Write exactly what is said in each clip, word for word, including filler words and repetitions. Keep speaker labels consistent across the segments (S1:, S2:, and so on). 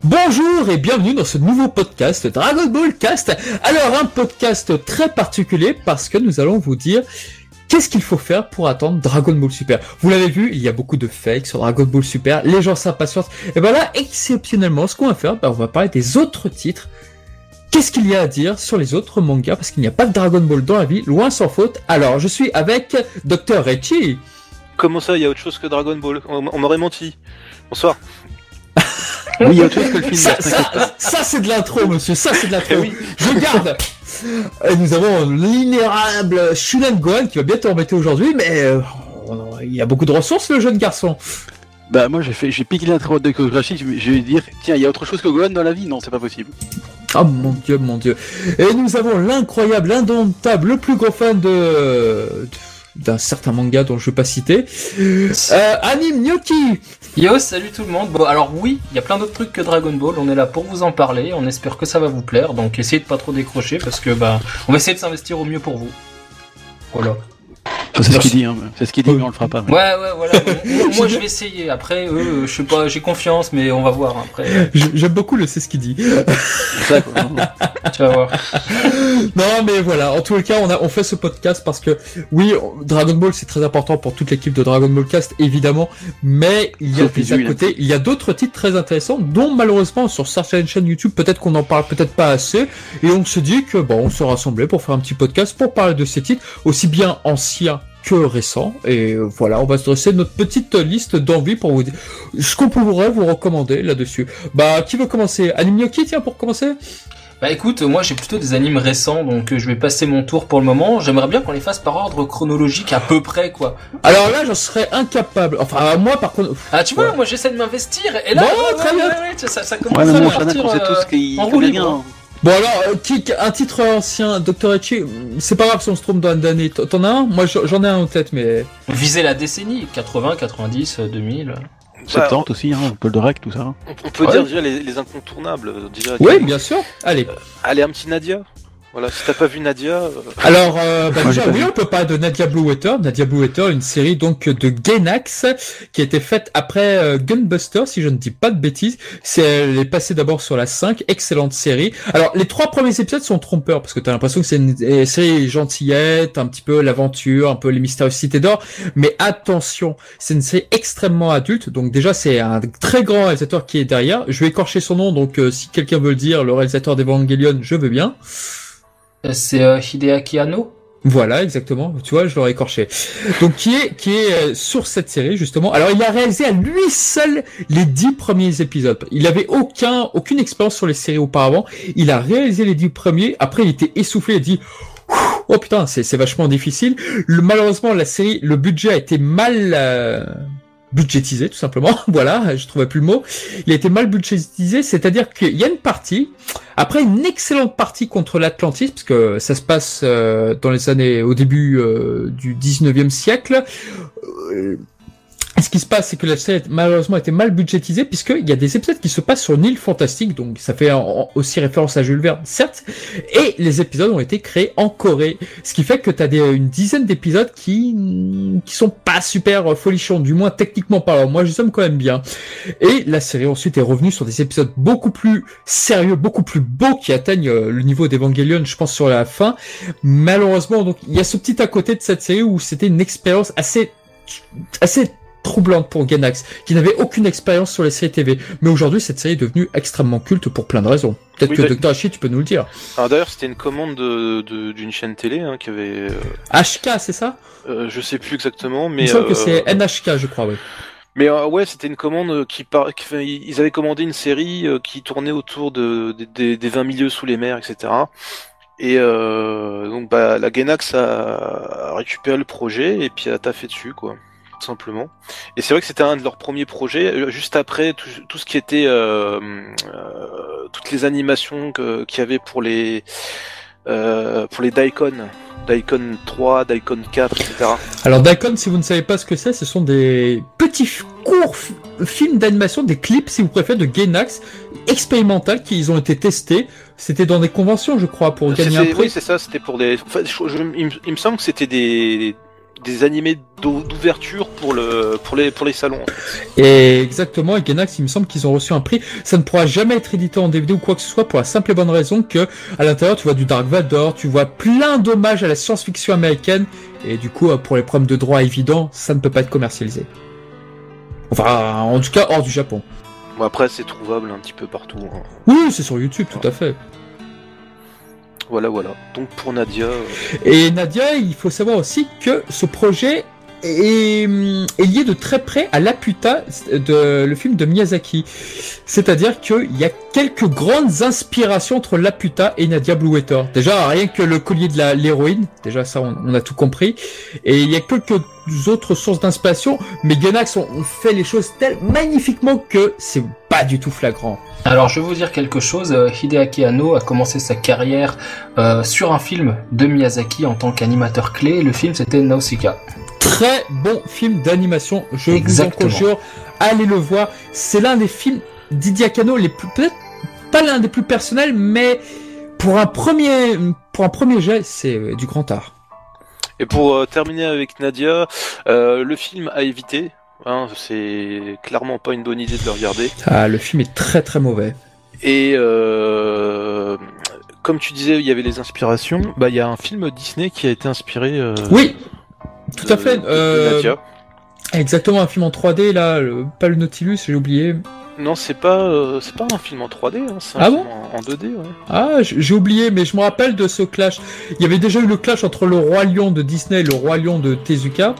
S1: Bonjour et bienvenue dans ce nouveau podcast Dragon Ball Cast. Alors un podcast très particulier parce que nous allons vous dire qu'est-ce qu'il faut faire pour attendre Dragon Ball Super. Vous l'avez vu, il y a beaucoup de fakes sur Dragon Ball Super, les gens s'impatientent. Et ben là, exceptionnellement, ce qu'on va faire, ben on va parler des autres titres. Qu'est-ce qu'il y a à dire sur les autres mangas parce qu'il n'y a pas de Dragon Ball dans la vie, loin sans faute. Alors, je suis avec Docteur Rechi.
S2: Comment ça, il y a autre chose que Dragon Ball? On, on m'aurait menti. Bonsoir.
S1: Oui, il y a autre chose que le film. Ça, ça, ça c'est de l'intro, monsieur. Ça, c'est de l'intro.
S2: Oui.
S1: Je garde. Et nous avons l'inérable Shunan Gohan qui va bien te remettre aujourd'hui, mais euh, il y a beaucoup de ressources, le jeune garçon.
S3: Bah, moi, j'ai fait, j'ai piqué l'intro de Kograchi, je je vais dire, tiens, il y a autre chose que Gohan dans la vie? Non, c'est pas possible.
S1: Oh mon dieu, mon dieu. Et nous avons l'incroyable, l'indomptable, le plus gros fan de... d'un certain manga dont je ne vais pas citer. Euh, Anime Gnocchi.
S4: Yo, salut tout le monde. Bon, alors oui, il y a plein d'autres trucs que Dragon Ball. On est là pour vous en parler. On espère que ça va vous plaire. Donc essayez de pas trop décrocher parce que bah, on va essayer de s'investir au mieux pour vous. Voilà.
S3: C'est ce qu'il dit, hein. C'est ce qu'il dit, mais on le fera pas.
S4: Ouais, ouais, voilà. moi, moi, je vais essayer. Après, eux, je sais pas, j'ai confiance, mais on va voir après.
S1: J'aime beaucoup le c'est ce qu'il dit.
S4: Ça, quoi. Tu vas voir.
S1: Non, mais voilà. En tous les cas, on a, on fait ce podcast parce que, oui, Dragon Ball, c'est très important pour toute l'équipe de Dragon Ball Cast, évidemment. Mais il y a des à côté, il y a d'autres titres très intéressants, dont malheureusement, sur certaines chaînes YouTube, peut-être qu'on en parle peut-être pas assez. Et on se dit que, bon, on se rassemblait pour faire un petit podcast pour parler de ces titres, aussi bien anciens que récent, et voilà, on va se dresser notre petite liste d'envies pour vous dire ce qu'on pourrait vous recommander là-dessus. Bah, qui veut commencer? Anime Gnocchi, tiens, pour commencer.
S4: Bah écoute, moi j'ai plutôt des animes récents, donc je vais passer mon tour pour le moment. J'aimerais bien qu'on les fasse par ordre chronologique à peu près, quoi.
S1: Alors là, j'en serais incapable. Enfin, moi par contre...
S4: Ah, tu vois, ouais. Moi j'essaie de m'investir, et là,
S1: bon,
S4: ouais,
S1: très
S4: ouais,
S1: bien.
S4: Ouais, ouais, ça, ça commence
S3: ouais,
S4: à
S3: mon
S4: partir
S3: on sait tous qu'il
S4: en
S3: connaît
S4: roue
S3: rien.
S4: libre.
S1: Bon alors, euh, qui, un titre ancien, Docteur Echi, c'est pas grave si on se trompe dans l'année. T'en as un? Moi j'en ai un en tête, mais...
S4: Viser la décennie, quatre-vingts, quatre-vingt-dix, deux mille...
S3: soixante-dix aussi, hein, Poldorak, tout ça.
S2: On, on peut
S1: ouais.
S2: dire déjà les, les incontournables. Déjà,
S1: oui, bien sûr. Allez.
S2: Euh, allez, un petit Nadia. Voilà, si t'as pas vu Nadia... Euh...
S1: Alors, euh, bah
S3: Moi,
S1: déjà, oui,
S3: vu.
S1: on peut parler de Nadia Blue Water. Nadia Blue Water, une série donc de Gainax, qui a été faite après euh, Gunbuster, si je ne dis pas de bêtises. C'est, elle est passée d'abord sur la cinq, excellente série. Alors, les trois premiers épisodes sont trompeurs, parce que t'as l'impression que c'est une, une série gentillette, un petit peu l'aventure, un peu les mystérieuses cités d'or. Mais attention, c'est une série extrêmement adulte, donc déjà, c'est un très grand réalisateur qui est derrière. Je vais écorcher son nom, donc euh, si quelqu'un veut le dire, le réalisateur d'Evangelion, je veux bien.
S4: C'est euh, Hideaki Anno.
S1: Voilà, exactement. Tu vois, je l'aurais écorché. Donc, qui est, qui est euh, sur cette série, justement. Alors, il a réalisé à lui seul les dix premiers épisodes. Il avait aucun, aucune expérience sur les séries auparavant. Il a réalisé les dix premiers. Après, il était essoufflé. Il a dit, oh putain, c'est, c'est vachement difficile. Le, malheureusement, la série, le budget a été mal, euh, budgétisé, tout simplement. Voilà, je trouvais plus le mot. Il a été mal budgétisé, c'est-à-dire qu'il y a une partie, après une excellente partie contre l'Atlantis, parce que ça se passe euh, dans les années, au début euh, du dix-neuvième siècle. Euh, Ce qui se passe, c'est que la série, malheureusement, a été mal budgétisée, puisqu'il y a des épisodes qui se passent sur une île fantastique, donc ça fait en, aussi référence à Jules Verne, certes, et les épisodes ont été créés en Corée, ce qui fait que t'as des, une dizaine d'épisodes qui qui sont pas super folichons, du moins techniquement parlant. Moi, je les aime quand même bien. Et la série ensuite est revenue sur des épisodes beaucoup plus sérieux, beaucoup plus beaux, qui atteignent le niveau d'Evangelion, je pense, sur la fin. Malheureusement, donc il y a ce petit à côté de cette série où c'était une expérience assez assez troublante pour Gainax, qui n'avait aucune expérience sur les séries T V. Mais aujourd'hui, cette série est devenue extrêmement culte pour plein de raisons. Peut-être oui, que Docteur Hachi, tu peux nous le dire.
S2: Alors d'ailleurs, c'était une commande de, de, d'une chaîne télé hein, qui avait... Euh...
S1: H K, c'est ça
S2: euh, Je sais plus exactement, mais...
S1: Il me semble
S2: euh...
S1: que c'est N H K, je crois, oui.
S2: Mais euh, ouais, c'était une commande qui par... qui... Ils avaient commandé une série euh, qui tournait autour de, de, de, des vingt milieux sous les mers, et cetera. Et euh, donc bah, la Gainax a récupéré le projet et puis a taffé dessus, quoi. Tout simplement. Et c'est vrai que c'était un de leurs premiers projets, juste après tout, tout ce qui était euh, euh, toutes les animations que, qu'il y avait pour les euh, pour les Daikon, Daikon trois, Daikon quatre, et cetera.
S1: Alors Daikon, si vous ne savez pas ce que c'est, ce sont des petits courts f- films d'animation, des clips si vous préférez de Gainax expérimental qui ils ont été testés. C'était dans des conventions, je crois, pour gagner
S2: c'est,
S1: un prix.
S2: Oui, c'est ça. C'était pour des. Enfin, je, je, il, me, il me semble que c'était des des animés d'ou- d'ouverture pour le pour les pour les salons. En fait.
S1: Et exactement, et Gainax, il me semble qu'ils ont reçu un prix. Ça ne pourra jamais être édité en D V D ou quoi que ce soit pour la simple et bonne raison que à l'intérieur tu vois du Dark Vador, tu vois plein d'hommages à la science-fiction américaine, et du coup pour les problèmes de droit évidents, ça ne peut pas être commercialisé. Enfin, en tout cas hors du Japon.
S2: Bon, après, c'est trouvable un petit peu partout. Hein.
S1: Oui, c'est sur YouTube, tout à fait.
S2: Voilà, voilà. Donc pour Nadia. Euh...
S1: Et Nadia, il faut savoir aussi que ce projet est, est lié de très près à Laputa, de, le film de Miyazaki. C'est-à-dire qu'il y a quelques grandes inspirations entre Laputa et Nadia Bluewater. Déjà, rien que le collier de la, l'héroïne, déjà ça on, on a tout compris. Et il y a quelques autres sources d'inspiration, mais Gainax ont fait les choses tellement magnifiquement que c'est pas du tout flagrant.
S4: Alors je vais vous dire quelque chose, Hideaki Anno a commencé sa carrière euh, sur un film de Miyazaki en tant qu'animateur clé, le film c'était Nausicaa.
S1: Très bon film d'animation, je
S4: Exactement.
S1: vous en conjure, allez le voir, c'est l'un des films d'Hideaki Anno les plus, peut-être pas l'un des plus personnels, mais pour un premier, pour un premier jet, c'est euh, du grand art.
S2: Et pour euh, terminer avec Nadia, euh, le film à éviter. Hein, c'est clairement pas une bonne idée de le regarder.
S1: Ah, le film est très très mauvais.
S2: Et euh, comme tu disais, il y avait les inspirations. Bah, il y a un film Disney qui a été inspiré. Euh,
S1: Oui, tout
S2: de,
S1: à fait.
S2: de, de
S1: Euh,
S2: Nadia.
S1: Exactement, un film en trois D là, le, pas le Nautilus, j'ai oublié.
S2: Non, c'est pas, euh, c'est pas un film en trois D, hein, c'est un
S1: Ah
S2: film
S1: bon
S2: en, en deux D. Ouais.
S1: Ah, j- j'ai oublié, mais je me rappelle de ce clash. Il y avait déjà eu le clash entre le Roi Lion de Disney et le Roi Lion de Tezuka.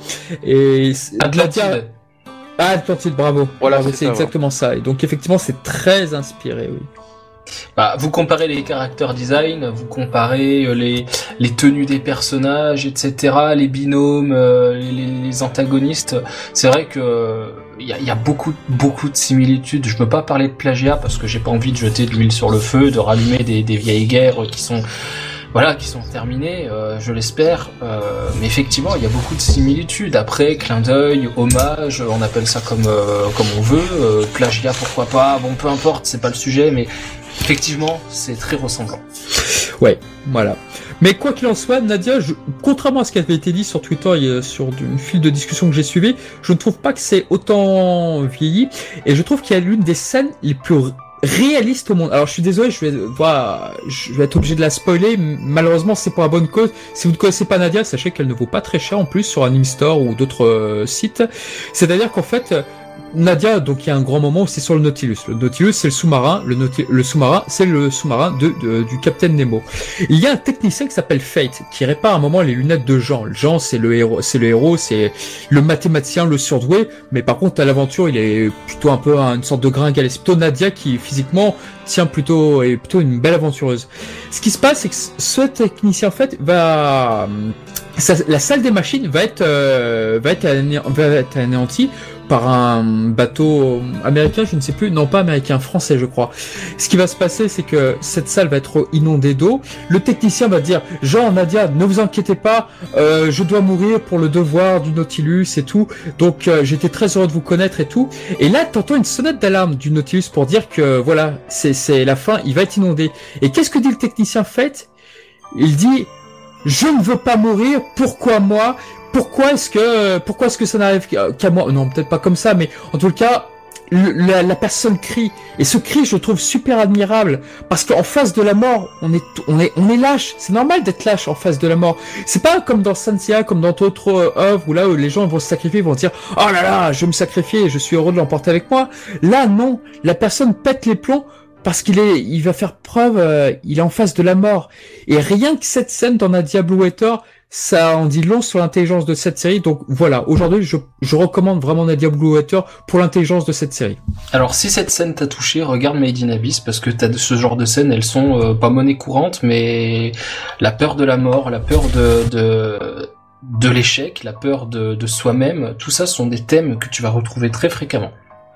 S1: Et c'est- Nadia...
S4: Atlantide.
S1: Ah, Atlantide, bravo.
S2: Voilà,
S1: Bravo,
S2: c'est
S1: c'est
S2: ça,
S1: exactement ça. Et donc effectivement, c'est très inspiré, oui.
S4: Bah, vous comparez les character design, vous comparez euh, les, les tenues des personnages, et cetera, les binômes, euh, les, les antagonistes. C'est vrai que il y a, y a beaucoup, beaucoup de similitudes. Je veux pas parler de plagiat parce que j'ai pas envie de jeter de l'huile sur le feu, de rallumer des, des vieilles guerres qui sont, voilà, qui sont terminées, euh, je l'espère. Euh, mais effectivement, il y a beaucoup de similitudes. Après, clin d'œil, hommage, on appelle ça comme, euh, comme on veut. Euh, plagiat, pourquoi pas. Bon, peu importe, c'est pas le sujet, mais effectivement, c'est très ressemblant.
S1: Ouais, voilà. Mais quoi qu'il en soit, Nadia, je, contrairement à ce qui avait été dit sur Twitter et sur du fil de discussion que j'ai suivi, je ne trouve pas que c'est autant vieilli. Et je trouve qu'il y a l'une des scènes les plus réalistes au monde. Alors je suis désolé, je vais, voilà, je vais être obligé de la spoiler. Malheureusement, c'est pour la bonne cause. Si vous ne connaissez pas Nadia, sachez qu'elle ne vaut pas très cher en plus sur Anime Store ou d'autres euh, sites. C'est-à-dire qu'en fait, Nadia, donc il y a un grand moment où c'est sur le Nautilus. Le Nautilus, c'est le sous-marin. Le, Nauti- le sous-marin, c'est le sous-marin de, de, du Capitaine Nemo. Il y a un technicien qui s'appelle Fate, qui répare à un moment les lunettes de Jean. Jean, c'est le héros, c'est le héros, c'est le mathématicien, le surdoué. Mais par contre, à l'aventure, il est plutôt un peu une sorte de gringalet. C'est plutôt Nadia qui, physiquement, tient plutôt, est plutôt une belle aventureuse. Ce qui se passe, c'est que ce technicien, en fait, va, ça, la salle des machines va être, euh, va être, ané- va être anéantie par un bateau américain, je ne sais plus, non pas américain, français je crois. Ce qui va se passer, c'est que cette salle va être inondée d'eau. Le technicien va dire, Jean, Nadia, ne vous inquiétez pas, euh, je dois mourir pour le devoir du Nautilus et tout. Donc euh, j'étais très heureux de vous connaître et tout. Et là, t'entends une sonnette d'alarme du Nautilus pour dire que voilà, c'est c'est la fin, il va être inondé. Et qu'est-ce que dit le technicien fait? Il dit, je ne veux pas mourir, pourquoi moi? Pourquoi est-ce que pourquoi est-ce que ça n'arrive qu'à moi? Non, peut-être pas comme ça, mais en tout cas, le, la, la personne crie, et ce cri, je le trouve super admirable, parce qu'en face de la mort, on est on est on est lâche. C'est normal d'être lâche en face de la mort. C'est pas comme dans Saint Seiya, comme dans d'autres euh, œuvres où là où les gens vont se sacrifier, vont dire oh là là, je vais me sacrifier, je suis heureux de l'emporter avec moi. Là, non, la personne pète les plombs. Parce qu'il est, il va faire preuve, euh, il est en face de la mort. Et rien que cette scène dans Nadia Bluewater, ça en dit long sur l'intelligence de cette série. Donc voilà, aujourd'hui, je, je recommande vraiment Nadia Bluewater pour l'intelligence de cette série.
S4: Alors si cette scène t'a touché, regarde Made in Abyss, parce que t'as de ce genre de scènes, elles sont euh, pas monnaie courante, mais la peur de la mort, la peur de de, de l'échec, la peur de, de soi-même, tout ça sont des thèmes que tu vas retrouver très fréquemment.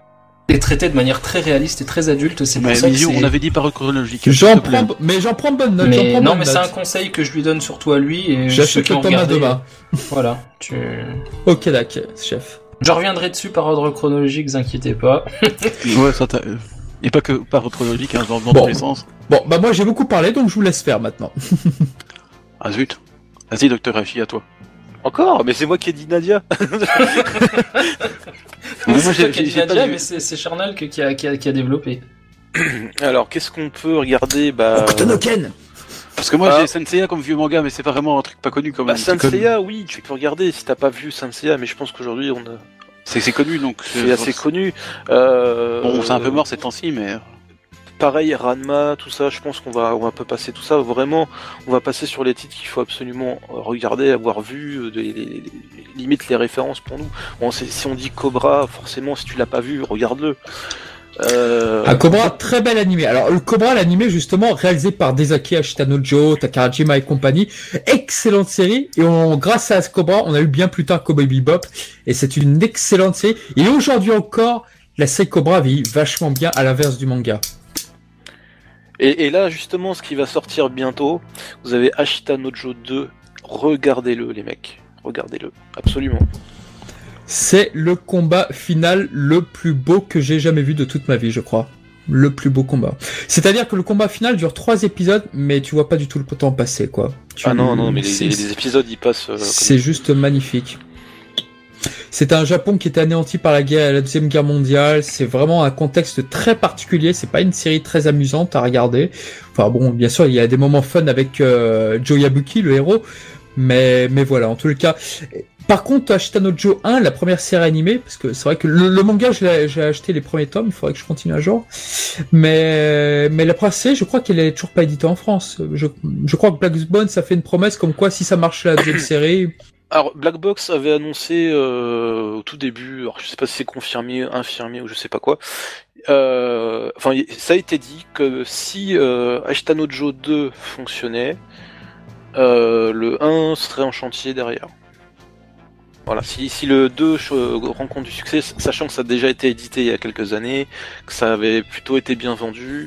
S4: Et traité de manière très réaliste et très adulte, c'est pour
S3: Mais
S4: ça
S3: Mizio,
S4: que c'est...
S3: on avait dit par ordre chronologique.
S1: J'en
S3: s'il te plaît.
S1: prends, mais j'en prends bonne note. j'en
S4: Mais
S1: prends
S4: non,
S1: bonne
S4: mais
S1: note.
S4: c'est un conseil que je lui donne surtout à lui et ceux
S1: J'achète
S4: qui
S1: le
S4: ont
S1: tome à
S4: regardé.
S1: demain.
S4: Voilà, tu...
S1: Ok, d'accord, chef.
S4: Je reviendrai dessus par ordre chronologique, vous inquiétez pas.
S3: Ouais, ça t'a... Et pas que par ordre chronologique, hein, dans, dans
S1: Bon.
S3: tous les sens.
S1: Bon, bah moi j'ai beaucoup parlé, donc je vous laisse faire maintenant.
S3: Ah zut. Vas-y, docteur Hachi, à toi.
S2: Encore? Mais c'est moi qui ai dit Nadia.
S4: Oui, c'est toi qui as dit Nadia, mais c'est, c'est Charnal qui a, qui, a, qui a développé.
S2: Alors, qu'est-ce qu'on peut regarder? Bah...
S1: Okutonoken.
S3: Parce que moi
S2: Ah.
S3: j'ai Saint Seiya comme vieux manga, mais c'est pas vraiment un truc pas connu quand même.
S2: Bah, Saint Seiya, oui, tu peux regarder si t'as pas vu Saint Seiya, mais je pense qu'aujourd'hui on a...
S3: C'est, c'est connu donc.
S2: c'est assez connu. Euh...
S3: Bon, c'est un peu mort ces temps-ci, mais.
S2: Pareil, Ranma, tout ça, je pense qu'on va, on va pas passer tout ça. Vraiment, on va passer sur les titres qu'il faut absolument regarder, avoir vu, euh, les, les, les, limite les références pour nous. Bon, c'est, si on dit Cobra, forcément, si tu l'as pas vu, regarde-le. Euh...
S1: Un Cobra, très bel animé. Alors, le Cobra, l'animé, justement, réalisé par Dezaki Ashitanojo, Takarajima et compagnie. Excellente série. Et on, grâce à ce Cobra, on a eu bien plus tard Cowboy Bebop. Et c'est une excellente série. Et aujourd'hui encore, la série Cobra vit vachement bien à l'inverse du manga.
S2: Et, et là, justement, ce qui va sortir bientôt, vous avez Ashita Nojo deux. Regardez-le, les mecs. Regardez-le. Absolument.
S1: C'est le combat final le plus beau que j'ai jamais vu de toute ma vie, je crois. Le plus beau combat. C'est-à-dire que le combat final dure trois épisodes, mais tu vois pas du tout le temps passer, quoi. Tu...
S2: Ah non, non, mais les, les, les épisodes, ils passent... Euh,
S1: c'est comme... juste magnifique. C'est un Japon qui est anéanti par la guerre, la deuxième guerre mondiale. C'est vraiment un contexte très particulier. C'est pas une série très amusante à regarder. Enfin bon, bien sûr, il y a des moments fun avec euh, Joe Yabuki, le héros. Mais, mais voilà, en tous les cas. Par contre, Ashita Nojo un, la première série animée, parce que c'est vrai que le, le manga, j'ai, j'ai acheté les premiers tomes, il faudrait que je continue un jour. Mais, mais la première série, je crois qu'elle est toujours pas éditée en France. Je, je crois que Black Bone, ça fait une promesse comme quoi si ça marche la deuxième série.
S2: Alors, Black Box avait annoncé euh, au tout début, alors je sais pas si c'est confirmé, infirmé ou je sais pas quoi. Euh, enfin, ça a été dit que si euh, Ashita Nojo deux fonctionnait, euh, le un serait en chantier derrière. Voilà, si, si le deux rencontre du succès, sachant que ça a déjà été édité il y a quelques années, que ça avait plutôt été bien vendu,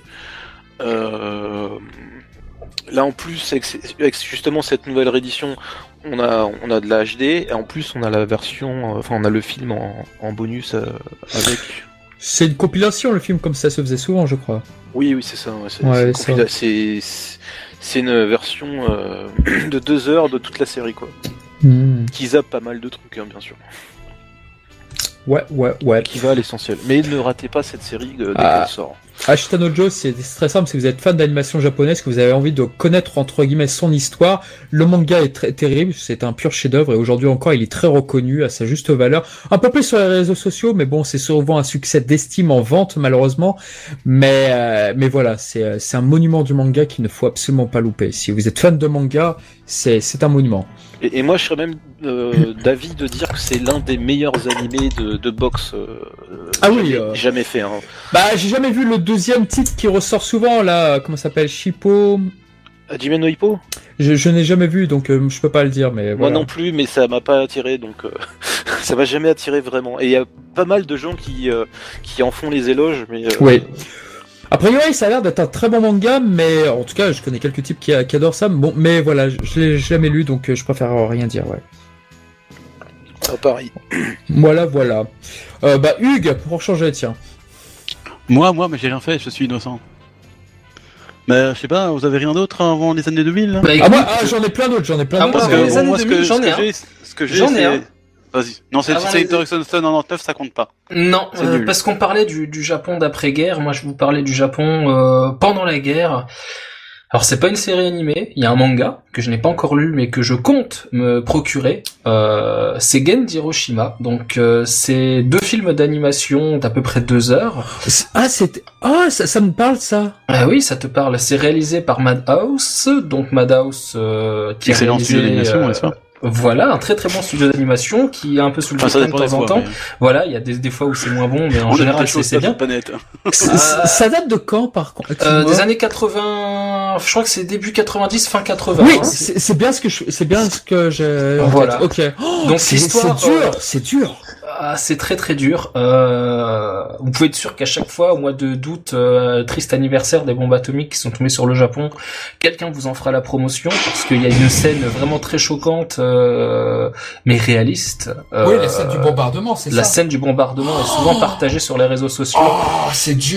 S2: euh, là en plus avec, avec justement cette nouvelle réédition, on a on a de la H D et en plus on a la version, enfin on a le film en, en bonus euh, avec.
S1: C'est une compilation le film, comme ça se faisait souvent, je crois.
S2: Oui oui c'est ça. Ouais, c'est,
S1: ouais,
S2: c'est, compila- c'est, c'est une version euh, de deux heures de toute la série quoi. Mmh. Qui zappe pas mal de trucs, hein, bien sûr.
S1: Ouais, ouais, ouais.
S2: Qui va à l'essentiel. Mais ne ratez pas cette série euh, dès
S1: ah.
S2: qu'elle sort.
S1: Ashita Nojo, c'est très simple. Si vous êtes fan d'animation japonaise, que vous avez envie de connaître entre guillemets son histoire, le manga est très terrible. C'est un pur chef-d'œuvre et aujourd'hui encore, il est très reconnu à sa juste valeur. Un peu plus sur les réseaux sociaux, mais bon, c'est souvent un succès d'estime en vente malheureusement. Mais euh, mais voilà, c'est c'est un monument du manga qu'il ne faut absolument pas louper. Si vous êtes fan de manga, c'est c'est un monument.
S2: Et, et moi, je serais même euh, d'avis de dire que c'est l'un des meilleurs animés de, de boxe euh,
S1: ah
S2: jamais,
S1: oui, euh...
S2: jamais fait. Hein.
S1: Bah, j'ai jamais vu le deuxième titre qui ressort souvent là. Comment ça s'appelle, Shippo
S2: Hajime no Ippo.
S1: Je, je n'ai jamais vu, donc euh, je peux pas le dire. Mais
S2: moi
S1: voilà.
S2: non plus, mais ça m'a pas attiré, donc euh, ça m'a jamais attiré vraiment. Et il y a pas mal de gens qui euh, qui en font les éloges, mais. Euh,
S1: oui. A priori, ça a l'air d'être un très bon manga, mais en tout cas, je connais quelques types qui, qui adorent ça. Bon, mais voilà, je, je l'ai jamais lu, donc je préfère rien dire, ouais.
S2: Ah, pareil.
S1: Voilà, voilà. Euh, bah, Hugues, pour changer, tiens.
S3: Moi, moi, mais j'ai rien fait, je suis innocent. Mais je sais pas, vous avez rien d'autre avant les années deux mille là
S4: bah, écoute,
S1: ah, moi, ah, j'en ai plein d'autres, j'en ai plein
S4: ah,
S1: d'autres.
S4: Parce que les années deux mille, j'en ai un.
S3: Ce que j'ai,
S4: j'en ai
S3: c'est...
S4: un.
S3: Vas-y. Non, c'est, c'est les... Direction Stone quatre-vingt-dix-neuf, ça compte pas.
S4: Non, euh, parce qu'on parlait du, du Japon d'après-guerre. Moi, je vous parlais du Japon euh, pendant la guerre. Alors, c'est pas une série animée. Il y a un manga que je n'ai pas encore lu, mais que je compte me procurer. Euh, c'est Gen d'Hiroshima. Donc, euh, c'est deux films d'animation d'à peu près deux heures.
S1: Ah, c'était... Ah, ça, ça me parle, ça.
S4: Ah oui, ça te parle. C'est réalisé par Madhouse. Donc, Madhouse euh, qui
S3: excellent
S4: a réalisé...
S3: studio d'animation, euh, n'est-ce pas ?
S4: Voilà, un très très bon studio d'animation qui est un peu sous le
S3: enfin,
S4: de temps en temps. Mais... Voilà, il y a des, des fois où c'est moins bon, mais en
S3: on
S4: général c'est, c'est bien.
S1: euh... Ça date de quand par contre
S4: euh, Des années quatre-vingts, je crois que c'est début quatre-vingt-dix, fin quatre-vingts.
S1: Oui, hein. c'est, c'est bien ce que je, c'est bien ce que j'ai.
S4: Voilà.
S1: Ok.
S4: Oh, donc
S1: c'est,
S4: l'histoire,
S1: c'est dur,
S4: euh...
S1: c'est dur.
S4: Ah, c'est très très dur. Euh... Vous pouvez être sûr qu'à chaque fois, au mois de d'août, euh, triste anniversaire des bombes atomiques qui sont tombées sur le Japon, quelqu'un vous en fera la promotion parce qu'il y a une scène vraiment très choquante, euh, mais réaliste. Euh,
S1: oui, la scène du bombardement, c'est
S4: la
S1: ça.
S4: scène du bombardement est souvent oh partagée sur les réseaux sociaux.
S1: Oh, c'est dur.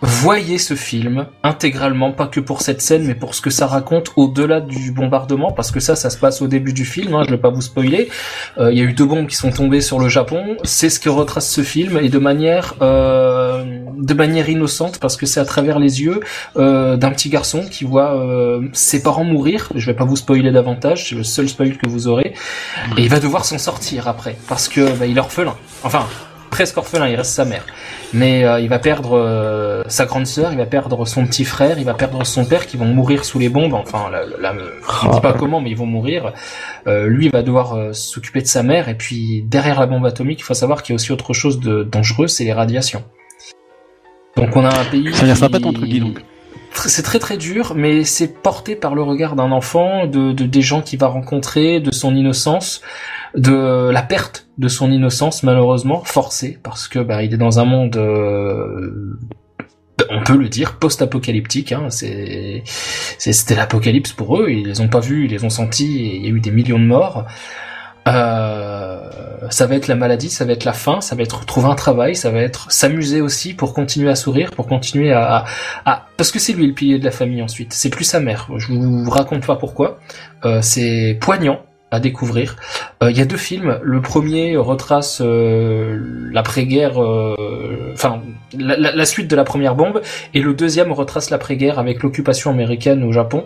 S4: voyez ce film intégralement, pas que pour cette scène, mais pour ce que ça raconte au-delà du bombardement, parce que ça, ça se passe au début du film, hein, je vais pas vous spoiler. Il euh, y a eu deux bombes qui sont tombées sur le Japon. C'est ce que retrace ce film, et de manière, euh, de manière innocente, parce que c'est à travers les yeux euh, d'un petit garçon qui voit euh, ses parents mourir. Je vais pas vous spoiler davantage, c'est le seul spoil que vous aurez. Et il va devoir s'en sortir après, parce que bah, il est orphelin. Enfin, presque orphelin, il reste sa mère. Mais euh, il va perdre euh, sa grande sœur, il va perdre son petit frère, il va perdre son père qui vont mourir sous les bombes. Enfin, là, là, je ne dis pas comment, mais ils vont mourir. Euh, lui, il va devoir euh, s'occuper de sa mère. Et puis, derrière la bombe atomique, il faut savoir qu'il y a aussi autre chose de dangereux, c'est les radiations. Donc on a un pays...
S3: Ça a l'air sympa ton truc, dis donc.
S4: C'est très très dur, mais c'est porté par le regard d'un enfant, de, de des gens qu'il va rencontrer, de son innocence, de la perte de son innocence, malheureusement forcée, parce que bah il est dans un monde, euh, on peut le dire, post-apocalyptique. Hein, c'est, c'est c'était l'apocalypse pour eux. Ils les ont pas vus, ils les ont sentis, et il y a eu des millions de morts. Euh, ça va être la maladie, ça va être la faim, ça va être trouver un travail, ça va être s'amuser aussi pour continuer à sourire, pour continuer à, à, à... parce que c'est lui le pilier de la famille ensuite. C'est plus sa mère. Je vous raconte pas pourquoi. Euh, c'est poignant à découvrir. Il euh, y a deux films. Le premier retrace euh, l'après-guerre, enfin euh, la, la, la suite de la première bombe, et le deuxième retrace l'après-guerre avec l'occupation américaine au Japon.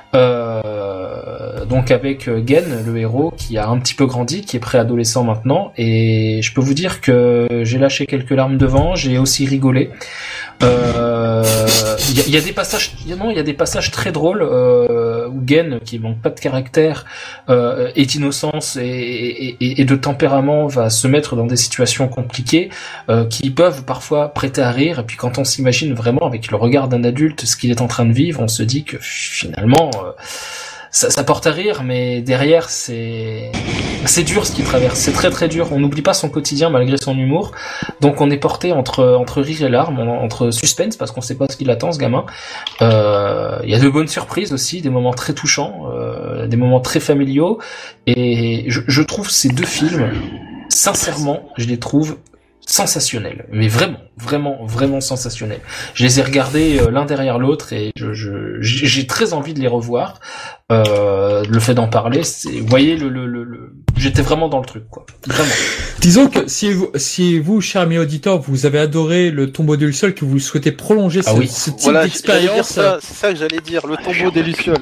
S4: Euh, donc avec Gen, le héros, qui a un petit peu grandi, qui est préadolescent maintenant, et je peux vous dire que j'ai lâché quelques larmes devant. J'ai aussi rigolé. Il euh, y, y a des passages, non, il y a des passages très drôles euh, où Gen, qui manque pas de caractère, euh, est innocence et, et, et, et de tempérament, va se mettre dans des situations compliquées euh, qui peuvent parfois prêter à rire. Et puis quand on s'imagine vraiment avec le regard d'un adulte ce qu'il est en train de vivre, on se dit que finalement euh, ça, ça porte à rire, mais derrière c'est c'est dur ce qu'il traverse, c'est très très dur. On n'oublie pas son quotidien malgré son humour, donc on est porté entre entre rire et larmes, entre suspense parce qu'on sait pas ce qu'il attend ce gamin. Il euh, y a de bonnes surprises aussi, des moments très touchants, euh, des moments très familiaux, et je, je trouve ces deux films, sincèrement, je les trouve sensationnels, mais vraiment, vraiment, vraiment sensationnels. Je les ai regardés euh, l'un derrière l'autre, et je, je, j'ai très envie de les revoir. Euh, le fait d'en parler, c'est, vous voyez, le, le, le, le, j'étais vraiment dans le truc, quoi. Vraiment.
S1: Disons que si vous, si vous, chers amis auditeurs, vous avez adoré le Tombeau des Lucioles, que vous souhaitez prolonger
S2: ah
S1: ce,
S2: oui.
S1: ce type
S2: voilà,
S1: d'expérience,
S2: ça, c'est ça que j'allais dire, le Tombeau des Lucioles.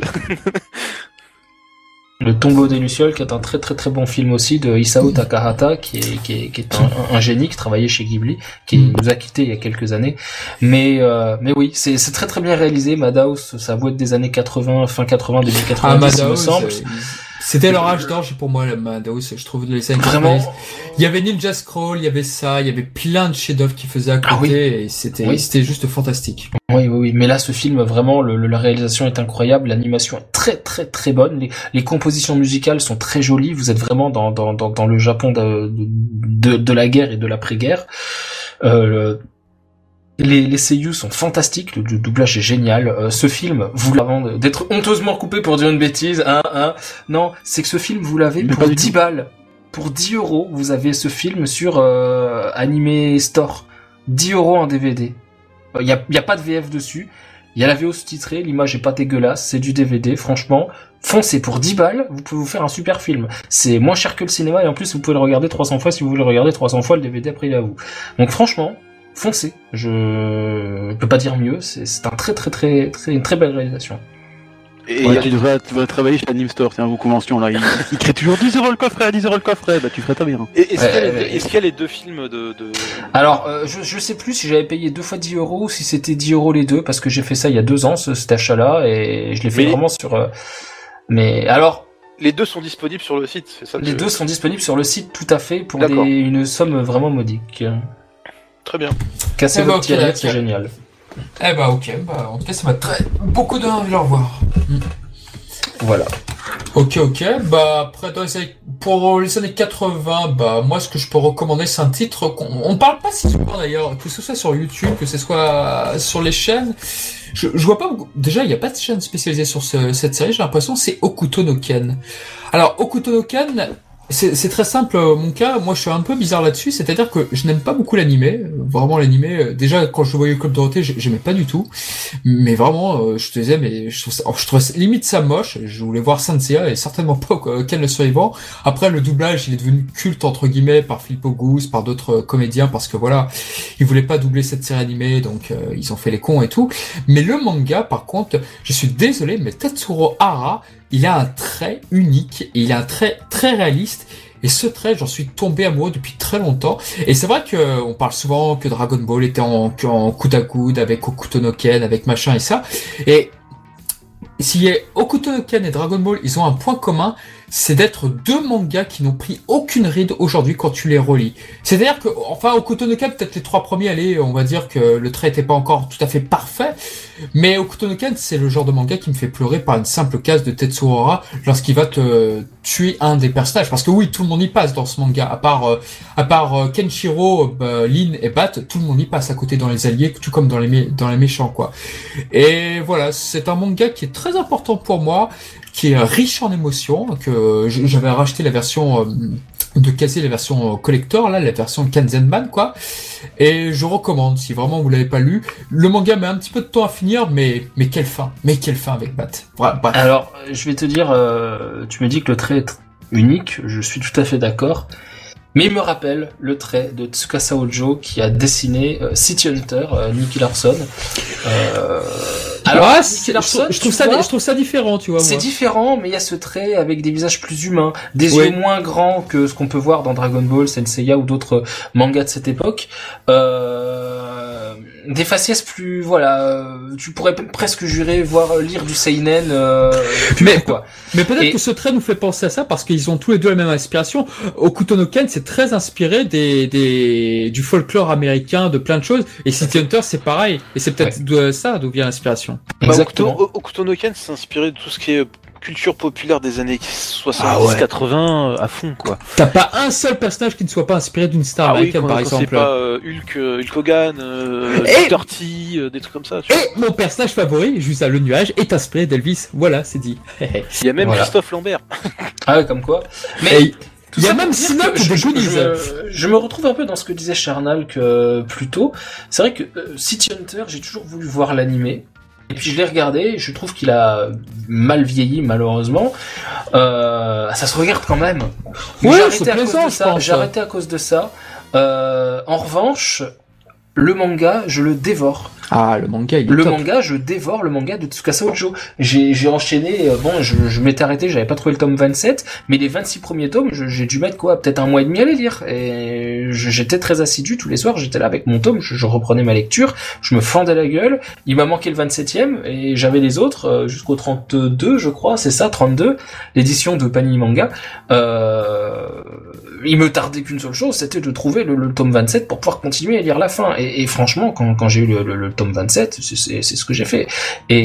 S4: Le Tombeau des Lucioles, qui est un très très très bon film aussi de Isao Takahata, qui est qui est, qui est un, un génie qui travaillait chez Ghibli, qui nous a quittés il y a quelques années. Mais euh, mais oui, c'est c'est très très bien réalisé. Madhouse, ça doit être des années quatre-vingts, fin quatre-vingts, début quatre-vingt-dix,
S1: ah,
S4: il me semble.
S1: C'était leur âge d'or pour moi, le Madhouse, je trouve, de les années
S4: Vraiment.
S1: Il y avait Ninja Scroll, il y avait ça, il y avait plein de chefs-d'œuvre qui faisaient à côté, ah oui. et c'était, oui. c'était juste fantastique.
S4: Oui, oui, oui. Mais là, ce film, vraiment, le, le, la réalisation est incroyable, l'animation est très, très, très bonne, les, les compositions musicales sont très jolies, vous êtes vraiment dans, dans, dans, dans le Japon de, de, de la guerre et de l'après-guerre. Euh, le, Les, les seiyuu sont fantastiques, le, le doublage est génial. Euh, ce film, vous l'avez d'être honteusement coupé pour dire une bêtise, hein, hein. Non, c'est que ce film, vous l'avez Mais pour dix balles. Pour dix euros, vous avez ce film sur euh, Anime Store. dix euros en D V D. Il y a, y a pas de V F dessus. Il y a la V O sous-titrée, l'image est pas dégueulasse, c'est du D V D, franchement. Foncez, pour dix balles, vous pouvez vous faire un super film. C'est moins cher que le cinéma, et en plus, vous pouvez le regarder trois cents fois. Si vous voulez le regarder trois cents fois, le D V D après il est à vous. Donc franchement, foncez. Je peux pas dire mieux. C'est, c'est un très très très très une très belle réalisation.
S3: Et ouais, tu devrais, tu devrais travailler chez Anime Store, c'est un vos conventions là. Il, il crée toujours dix euros le coffret, dix euros le coffret. Bah tu ferais très bien.
S2: Et est-ce, ouais, qu'il, y a les, est-ce qu'il y a les deux films de, de...
S4: Alors euh, je je sais plus si j'avais payé deux fois dix euros ou si c'était dix euros les deux, parce que j'ai fait ça il y a deux ans ce, cet achat-là, et je l'ai fait mais... vraiment sur. Euh... Mais alors.
S2: Les deux sont disponibles sur le site, c'est ça?
S4: Les deux sont disponibles sur le site, tout à fait, pour des, une somme vraiment modique.
S2: Très bien.
S4: Casser
S1: eh
S4: votre
S1: bah, okay,
S4: tirette,
S1: okay.
S4: c'est génial.
S1: Eh bah ok, bah en tout cas ça m'a très beaucoup donné envie de le revoir. Mm.
S4: Voilà.
S1: Ok ok, bah après dans les années, pour les années quatre-vingts, bah moi ce que je peux recommander c'est un titre qu'on on parle pas si souvent d'ailleurs, que ce soit sur YouTube, que ce soit sur les chaînes. Je, je vois pas beaucoup. Déjà il y a pas de chaîne spécialisée sur ce, cette série, j'ai l'impression, c'est Hokuto no Ken. Alors Hokuto no Ken, C'est, c'est très simple, mon cas. Moi, je suis un peu bizarre là-dessus. C'est-à-dire que je n'aime pas beaucoup l'animé. Vraiment, l'animé. Déjà, quand je voyais le Club Dorothée, j'aimais pas du tout. Mais vraiment, je te disais, mais je trouve ça, je trouvais limite ça moche. Je voulais voir Saint Seiya et certainement pas Ken le Survivant. Après, le doublage, il est devenu culte entre guillemets par Philippe Auguste, par d'autres comédiens, parce que voilà, ils voulaient pas doubler cette série animée, donc euh, ils ont fait les cons et tout. Mais le manga, par contre, je suis désolé, mais Tetsuro Hara, il a un trait unique, et il a un trait très réaliste, et ce trait, j'en suis tombé amoureux depuis très longtemps. Et c'est vrai que on parle souvent que Dragon Ball était en, en coude à coude avec Hokuto no Ken, avec machin et ça. Et si Hokuto no Ken et Dragon Ball, ils ont un point commun, c'est d'être deux mangas qui n'ont pris aucune ride aujourd'hui quand tu les relis. C'est-à-dire que, enfin, Hokuto no Ken, peut-être les trois premiers, allez, on va dire que le trait était pas encore tout à fait parfait, mais Hokuto no Ken, c'est le genre de manga qui me fait pleurer par une simple case de Tetsuro Hara lorsqu'il va te tuer un des personnages. Parce que oui, tout le monde y passe dans ce manga, à part, euh, à part euh, Kenshiro, euh, Lin et Bat, tout le monde y passe à côté dans les alliés, tout comme dans les, mé- dans les méchants, quoi. Et voilà, c'est un manga qui est très important pour moi, qui est riche en émotions, que j'avais racheté la version de Kazé, la version collector, là, la version Kanzenban, quoi. Et je recommande, si vraiment vous l'avez pas lu. Le manga met un petit peu de temps à finir, mais, mais quelle fin, mais quelle fin avec Bat. Bref.
S4: Alors, je vais te dire, euh, tu me dis que le trait est unique, je suis tout à fait d'accord. Mais il me rappelle le trait de Tsukasa Ojo qui a dessiné euh, City Hunter, euh, Nicky Larson. Euh,
S1: alors, ouais, Nicky Larson, je, je trouve ça, vois, je trouve ça différent, tu vois.
S4: C'est
S1: moi.
S4: différent, mais il y a ce trait avec des visages plus humains, des oui. yeux moins grands que ce qu'on peut voir dans Dragon Ball, Senseiya ou d'autres mangas de cette époque. Euh, des faciès plus, voilà, tu pourrais presque jurer voir lire du seinen. Euh,
S1: mais
S4: quoi.
S1: Mais peut-être Et... que ce trait nous fait penser à ça parce qu'ils ont tous les deux la même inspiration. Hokuto no Ken, c'est très inspiré des, des, du folklore américain, de plein de choses. Et City Hunter, c'est pareil. Et c'est peut-être ouais. de ça d'où vient l'inspiration.
S2: Exactement. Bah, Hokuto no Ken, c'est inspiré de tout ce qui est culture populaire des années soixante-dix quatre-vingts ah ouais. à fond, quoi.
S1: T'as pas un seul personnage qui ne soit pas inspiré d'une star
S2: ah
S1: américaine,
S2: oui, quand,
S1: par
S2: quand
S1: exemple.
S2: C'est pas euh, Hulk, euh, Hulk Hogan, euh, Doctor T, euh, des trucs comme ça. Tu
S1: et vois. Mon personnage favori, juste à le nuage, est inspiré d'Elvis. Voilà, c'est dit.
S2: Il y a même voilà. Christophe Lambert.
S4: Ah ouais, comme quoi. Mais
S1: et... il y a même Sinoc de
S4: je,
S1: Goonies.
S4: Je, je me retrouve un peu dans ce que disait Charnal que plus tôt. C'est vrai que euh, City Hunter, j'ai toujours voulu voir l'animé. Et puis je l'ai regardé, et je trouve qu'il a mal vieilli malheureusement. Euh, ça se regarde quand même. Mais
S1: ouais,
S4: j'ai arrêté
S1: c'est
S4: à
S1: plaisant,
S4: cause de ça.
S1: pense,
S4: J'ai arrêté à cause de ça. Euh, en revanche, le manga, je le dévore.
S1: Ah, le manga, il est
S4: Le
S1: top.
S4: manga, je dévore le manga de Tsukasa Ojo. J'ai, j'ai enchaîné, euh, bon, je, je m'étais arrêté, j'avais pas trouvé le tome vingt-sept, mais les vingt-six premiers tomes, je, j'ai dû mettre quoi, peut-être un mois et demi à les lire. Et je, j'étais très assidu tous les soirs, j'étais là avec mon tome, je, je reprenais ma lecture, je me fendais la gueule. Il m'a manqué le vingt-septième, et j'avais les autres, euh, jusqu'au trente-deux, je crois, c'est ça, trente-deux, l'édition de Panini Manga. Euh, il me tardait qu'une seule chose, c'était de trouver le, le tome vingt-sept pour pouvoir continuer à lire la fin. Et, et franchement, quand, quand j'ai eu le, le, le tome vingt-sept, c'est, c'est, c'est ce que j'ai fait.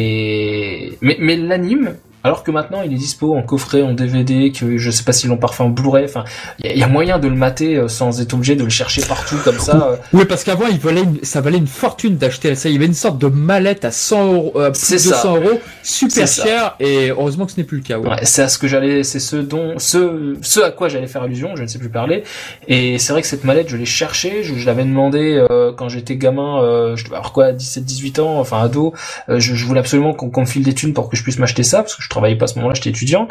S4: Et mais, mais l'anime, alors que maintenant il est dispo en coffret, en D V D, que je sais pas s'ils l'ont parfait en Blu-ray, enfin, il y, y a moyen de le mater sans être obligé de le chercher partout comme ça.
S1: Oui, parce qu'avant, il valait une, ça valait une fortune d'acheter ça. Il y avait une sorte de mallette à cent euros, euh, plus de deux cents euros, super cher, et heureusement que ce n'est plus le cas. Ouais.
S4: Ouais, c'est à ce que j'allais, c'est ce dont, ce, ce à quoi j'allais faire allusion, je ne sais plus parler. Et c'est vrai que cette mallette, je l'ai cherchée, je, je l'avais demandé euh, quand j'étais gamin, euh, je devais avoir quoi, dix-sept dix-huit ans, enfin ado. Euh, je, je voulais absolument qu'on, qu'on me file des thunes pour que je puisse m'acheter ça, parce que je travaillais pas à ce moment-là, j'étais étudiant.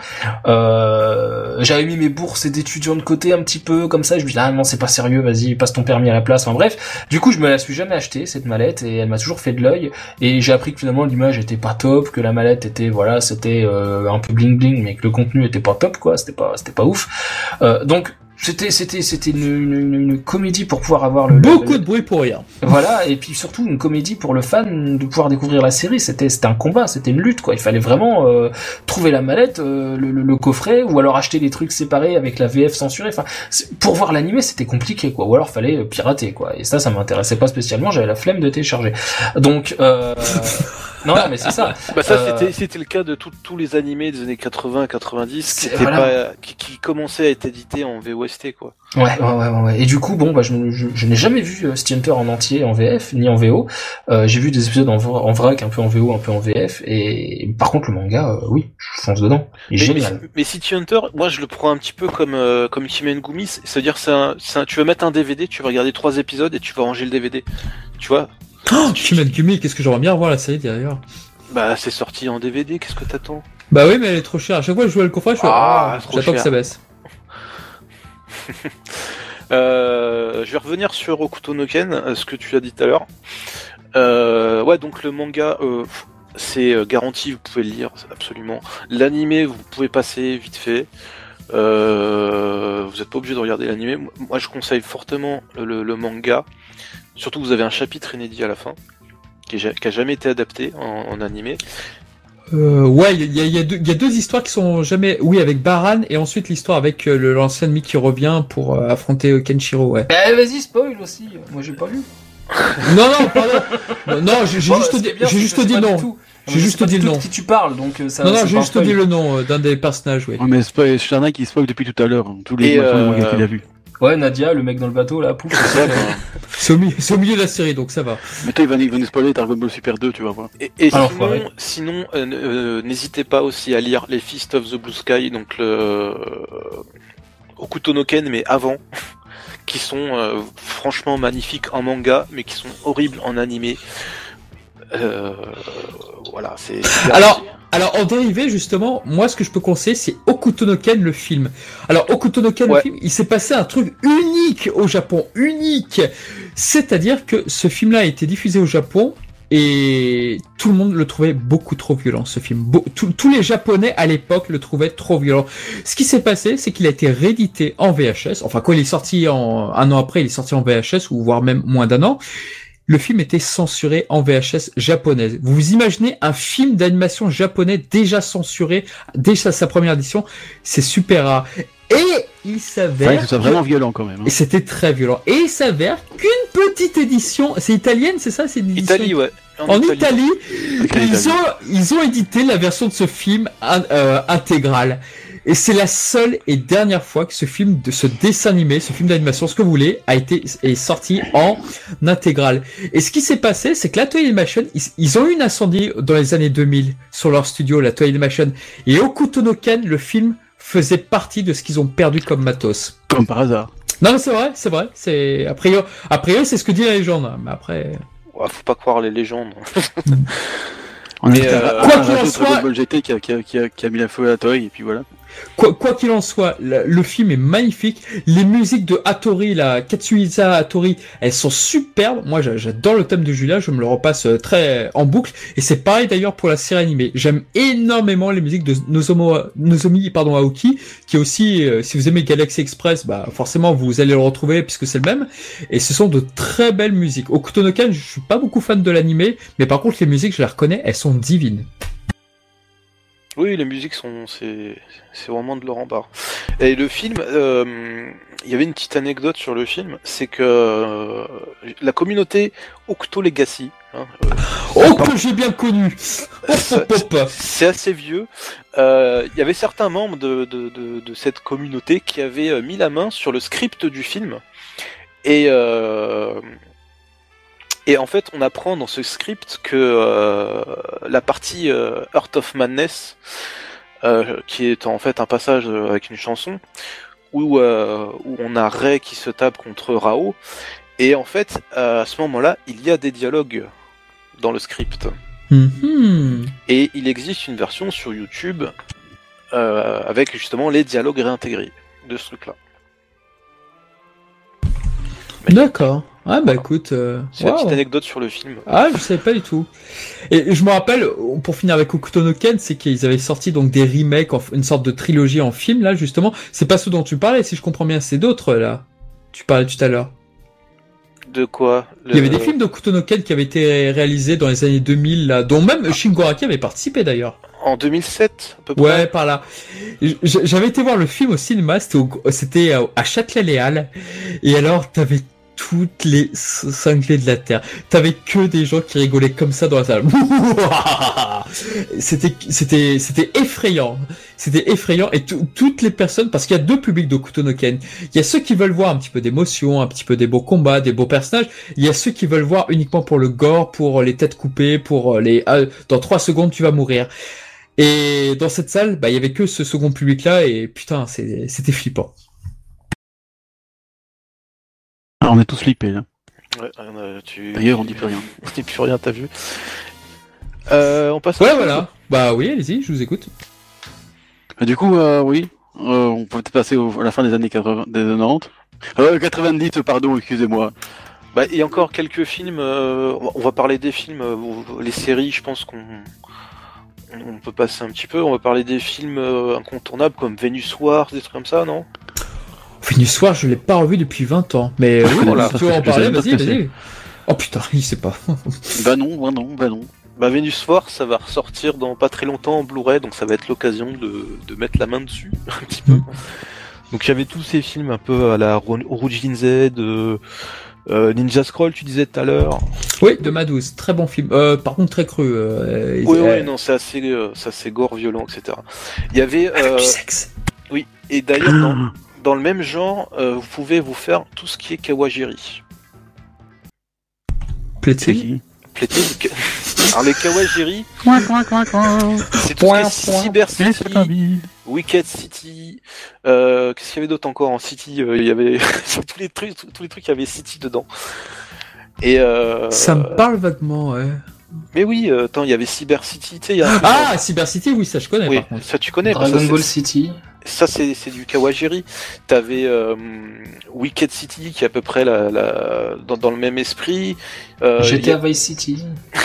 S4: Euh, j'avais mis mes bourses d'étudiant de côté un petit peu comme ça. Je me disais ah non c'est pas sérieux, vas-y passe ton permis à la place. Enfin bref, du coup je me la suis jamais achetée cette mallette et elle m'a toujours fait de l'œil. Et j'ai appris que finalement l'image était pas top, que la mallette était voilà c'était euh, un peu bling bling, mais que le contenu était pas top quoi, c'était pas c'était pas ouf. Euh, donc C'était c'était c'était une, une, une comédie pour pouvoir avoir le
S1: beaucoup
S4: le, le,
S1: de bruit pour rien.
S4: Voilà, et puis surtout une comédie pour le fan de pouvoir découvrir la série. C'était c'était un combat, c'était une lutte quoi. Il fallait vraiment euh, trouver la mallette, euh, le, le, le coffret, ou alors acheter des trucs séparés avec la V F censurée. Enfin, pour voir l'animé c'était compliqué quoi. Ou alors fallait pirater quoi. Et ça ça m'intéressait pas spécialement. J'avais la flemme de télécharger. Donc euh, Non, mais c'est ça.
S2: Bah ça,
S4: Euh,
S2: c'était, c'était le cas de tout- tous les animés des années quatre-vingts quatre-vingt-dix qui,
S4: C'est-
S2: étaient
S4: voilà.
S2: pas, qui, qui commençaient à être édités en V O S T, quoi.
S4: Ouais, ouais, ouais, ouais, ouais. Et du coup, bon, bah, je, je, je n'ai jamais vu euh, City Hunter en entier en V F ni en V O. Euh, j'ai vu des épisodes en, vra- en vrac, un peu en V O, un peu en V F. Et par contre, le manga, euh, oui, je fonce dedans. Il est
S2: Mais, mais,
S4: génial.
S2: mais City Hunter, moi je le prends un petit peu comme euh, comme Kimengumi, c'est- c'est-à-dire c'est un, c'est un- tu vas mettre un D V D, tu vas regarder trois épisodes et tu vas ranger le D V D. Tu vois?
S1: Oh, Kimengumi, qu'est-ce que j'aimerais bien revoir la série d'ailleurs.
S2: Bah c'est sorti en D V D, qu'est-ce que t'attends?
S1: Bah oui, mais elle est trop chère. À chaque fois que je joue à le coffret, je fais
S2: Ah,
S1: ah,
S2: trop
S1: j'attends que
S2: cher.
S1: ça baisse.
S2: Euh, je vais revenir sur Okuto no Ken, euh, ce que tu as dit tout à l'heure. Euh, ouais, donc le manga, euh, c'est euh, garanti, vous pouvez le lire, absolument. L'animé, vous pouvez passer vite fait. Euh, vous n'êtes pas obligé de regarder l'animé. Moi, je conseille fortement le, le- le manga. Surtout, vous avez un chapitre inédit à la fin, qui, est ja- qui a jamais été adapté en, en animé.
S1: Euh, ouais, il y a, il y, a deux- il y a deux histoires qui sont jamais. Oui, avec Baran et ensuite l'histoire avec euh, le- l'ancien ennemi qui revient pour euh, affronter euh, Kenshiro. Ouais.
S4: Eh, vas-y, spoil aussi. Moi, j'ai pas lu.
S1: Non, non, pardon. Non, non, j'ai j'ai
S4: Bon,
S1: juste
S4: ce qui
S1: dit,
S4: est bien,
S1: j'ai
S4: c'est
S1: juste
S4: que je
S1: dit
S4: sais pas
S1: non.
S4: du tout.
S1: J'ai
S4: Je
S1: juste
S4: sais pas
S1: dit
S4: du
S1: le
S4: tout
S1: nom.
S4: de qui tu parles, donc euh, ça.
S1: Non, non,
S4: c'est
S1: j'ai
S4: pas un
S1: juste
S4: spoil.
S1: dit le nom euh, d'un des personnages. Oui.
S3: Ouais, mais c'est pas, Sharnak qui spoil depuis tout à l'heure. Tous les
S2: Et,
S3: mois, tous les mangas
S2: euh,
S3: qu'il a vu.
S4: Ouais, Nadia, le mec dans le bateau, là, pouf.
S2: Ouais, bah,
S1: C'est au, milieu- c'est au milieu de la série, donc ça va.
S3: Mais toi, il va, il va nous spoiler Dragon Ball Super deux, tu vas voir.
S2: Et, et
S4: Alors,
S2: sinon,
S4: ouais.
S2: sinon euh, n- euh, n'hésitez pas aussi à lire les Fist of the Blue Sky, donc le euh, Okuto no Ken, mais avant, qui sont euh, franchement magnifiques en manga, mais qui sont horribles en animé. Euh, voilà, c'est. super
S1: Alors,
S2: aussi.
S1: alors en dérivé justement, moi ce que je peux conseiller c'est Okuto no Ken le film. Alors Okuto no Ken
S2: Ouais.
S1: le film, il s'est passé un truc unique au Japon, unique. C'est-à-dire que ce film-là a été diffusé au Japon et tout le monde le trouvait beaucoup trop violent ce film. Beau- tous- tous les Japonais à l'époque le trouvaient trop violent. Ce qui s'est passé, c'est qu'il a été réédité en V H S. Enfin quand il est sorti en un an après, il est sorti en V H S ou voire même moins d'un an. Le film était censuré en V H S japonaise. Vous vous imaginez un film d'animation japonais déjà censuré, déjà sa première édition, c'est super rare. Et il s'avère...
S3: Enfin, que ce soit
S1: que-
S3: vraiment violent quand même. Hein.
S1: Et c'était très violent. Et il s'avère qu'une petite édition, c'est italienne, c'est ça, c'est une édition
S2: Italie, ouais.
S1: en Italie,
S3: Ok,
S1: ils
S3: Italie.
S1: ont, ils ont édité la version de ce film in- euh, intégrale. Et c'est la seule et dernière fois que ce film, de ce dessin animé, ce film d'animation, ce que vous voulez, a été est sorti en intégrale. Et ce qui s'est passé, c'est que l'Atoy Animation, ils, ils ont eu un incendie dans les années deux mille sur leur studio, l'Atoy Animation. Et Okuto no Ken, le film, faisait partie de ce qu'ils ont perdu comme matos.
S3: Comme par hasard.
S1: Non, mais c'est vrai, c'est vrai. C'est a priori, a priori, c'est ce que dit la légende. Mais après,
S2: Ouais, faut pas croire les légendes.
S3: On
S2: Mais,
S3: a
S2: euh,
S3: un
S1: quoi
S3: un
S1: qu'il en
S3: rajout de
S1: soit-
S3: Dragon Ball G T qui a, qui, a, qui, a, qui a mis la feu à la toile et puis voilà.
S1: quoi quoi qu'il en soit, le, le film est magnifique. Les musiques de Hattori, la Katsuhisa Hattori, elles sont superbes. Moi, j'a- j'adore le thème de Julia. Je me le repasse euh, très en boucle. Et c'est pareil d'ailleurs pour la série animée. J'aime énormément les musiques de Nozomo, Nozomi, pardon, Aoki, qui est aussi, euh, si vous aimez Galaxy Express, bah forcément vous allez le retrouver puisque c'est le même. Et ce sont de très belles musiques. Okuto no Ken, je suis pas beaucoup fan de l'animé, mais par contre les musiques, je les reconnais, elles sont divines.
S2: Oui, les musiques sont, c'est, c'est vraiment de Laurent Barre. Et le film, euh, il y avait une petite anecdote sur le film, c'est que euh, la communauté Octo Legacy, hein, euh,
S1: Oh, que j'ai bien connu. Hop, hop, hop.
S2: c'est assez vieux. Euh, Il y avait certains membres de, de, de, de cette communauté qui avaient euh, mis la main sur le script du film. Et, euh, et en fait, on apprend dans ce script que euh, la partie euh, Heart of Madness, euh, qui est en fait un passage euh, avec une chanson, où, euh, où on a Rei qui se tape contre Rao. Et en fait, à ce moment-là, il y a des dialogues dans le script.
S1: Mhm.
S2: Et il existe une version sur YouTube euh, avec justement les dialogues réintégrés de ce truc-là.
S1: D'accord. Ah bah écoute, euh,
S2: C'est une
S1: waouh.
S2: petite anecdote sur le film.
S1: Ah, je savais pas du tout. Et je me rappelle, pour finir avec Okuto no Ken, c'est qu'ils avaient sorti donc des remakes, en- une sorte de trilogie en film là justement. C'est pas ce dont tu parlais, si je comprends bien, c'est d'autres là. Tu parlais tout à l'heure.
S2: De quoi le-
S1: Il y avait des films d'Okuto no Ken qui avaient été réalisés dans les années deux mille là, dont même Shingo Araki avait participé d'ailleurs.
S2: En deux mille sept, à peu près.
S1: Ouais, par là. J- J'avais été voir le film au cinéma, c'était au- c'était à à Châtelet-Les Halles. Et alors, t'avais toutes les cinglés de la terre. T'avais que des gens qui rigolaient comme ça dans la salle. C'était, c'était, c'était effrayant. C'était effrayant et t- toutes les personnes, parce qu'il y a deux publics de Hokuto no Ken. Il y a ceux qui veulent voir un petit peu d'émotion, un petit peu des beaux combats, des beaux personnages. Il y a ceux qui veulent voir uniquement pour le gore, pour les têtes coupées, pour les, ah, dans trois secondes tu vas mourir. Et dans cette salle, bah, il y avait que ce second public-là et putain, c'est, c'était flippant.
S3: Ah, on est tous flippés, là.
S2: Ouais, euh, tu...
S3: D'ailleurs, on dit plus rien.
S2: On dit plus rien, t'as vu. Euh, on passe.
S1: Ouais, voilà. Bah oui, allez-y, je vous écoute.
S3: Et du coup, euh, oui, euh, on peut peut-être passer au, à la fin des années quatre-vingts, des années quatre-vingt. Euh, quatre-vingt-dix, pardon, excusez-moi.
S2: Bah, il y a encore quelques films. Euh, on va parler des films, euh, les séries. Je pense qu'on on peut passer un petit peu. On va parler des films euh, incontournables comme Venus Wars, des trucs comme ça, non?
S1: Venus Soir, je l'ai pas revu depuis vingt ans. Mais oui,
S2: Voilà.
S1: si tu veux en
S3: Je
S1: parler,
S3: savais pas
S1: vas-y,
S3: ce que
S1: vas-y. Oh putain, il sait pas.
S3: Bah non, bah non, bah non.
S2: Bah, Venus Wars, ça va ressortir dans pas très longtemps en Blu-ray, donc ça va être l'occasion de, de mettre la main dessus un petit peu.
S1: Mm.
S2: Donc il y avait tous ces films un peu à la Origin Z, euh, euh, Ninja Scroll, tu disais tout à l'heure.
S1: Oui, de Madhouse, très bon film. Euh, par contre, très cru. Euh,
S2: Oui,
S1: euh,
S2: oui, non, c'est assez, euh, c'est assez gore, violent, et cetera. Il y avait,
S1: avec
S2: euh,
S1: du sexe.
S2: oui, et d'ailleurs dans, dans le même genre, euh, vous pouvez vous faire tout ce qui est Kawajiri.
S3: C'est
S1: Plaît-il
S3: qui?
S2: Plaît-il? Alors les Kawajiri,
S3: Coin, coin, coin, coin.
S2: c'est tout ce qui est Cyber
S3: C'est
S2: City,
S3: pas bien.
S2: Wicked City, euh, qu'est-ce qu'il y avait d'autre encore en City? euh, Il y avait tous les trucs, tous les trucs, il y avait City dedans. Et euh...
S1: Ça me parle vaguement, ouais.
S2: Mais oui, euh, attends, il y avait Cyber City, tu sais. Il y a un
S1: Ah,
S2: truc-
S1: Cyber City, oui, ça je connais
S2: oui,
S1: par contre.
S2: ça tu connais. parce que
S4: Dragon
S2: ça,
S4: Ball
S2: c'est-
S4: City.
S2: Ça c'est c'est du Kawajiri. T'avais euh, Wicked City qui est à peu près la, la dans, dans le même esprit. Euh, il y
S4: J'étais
S2: a-
S4: à Vice City.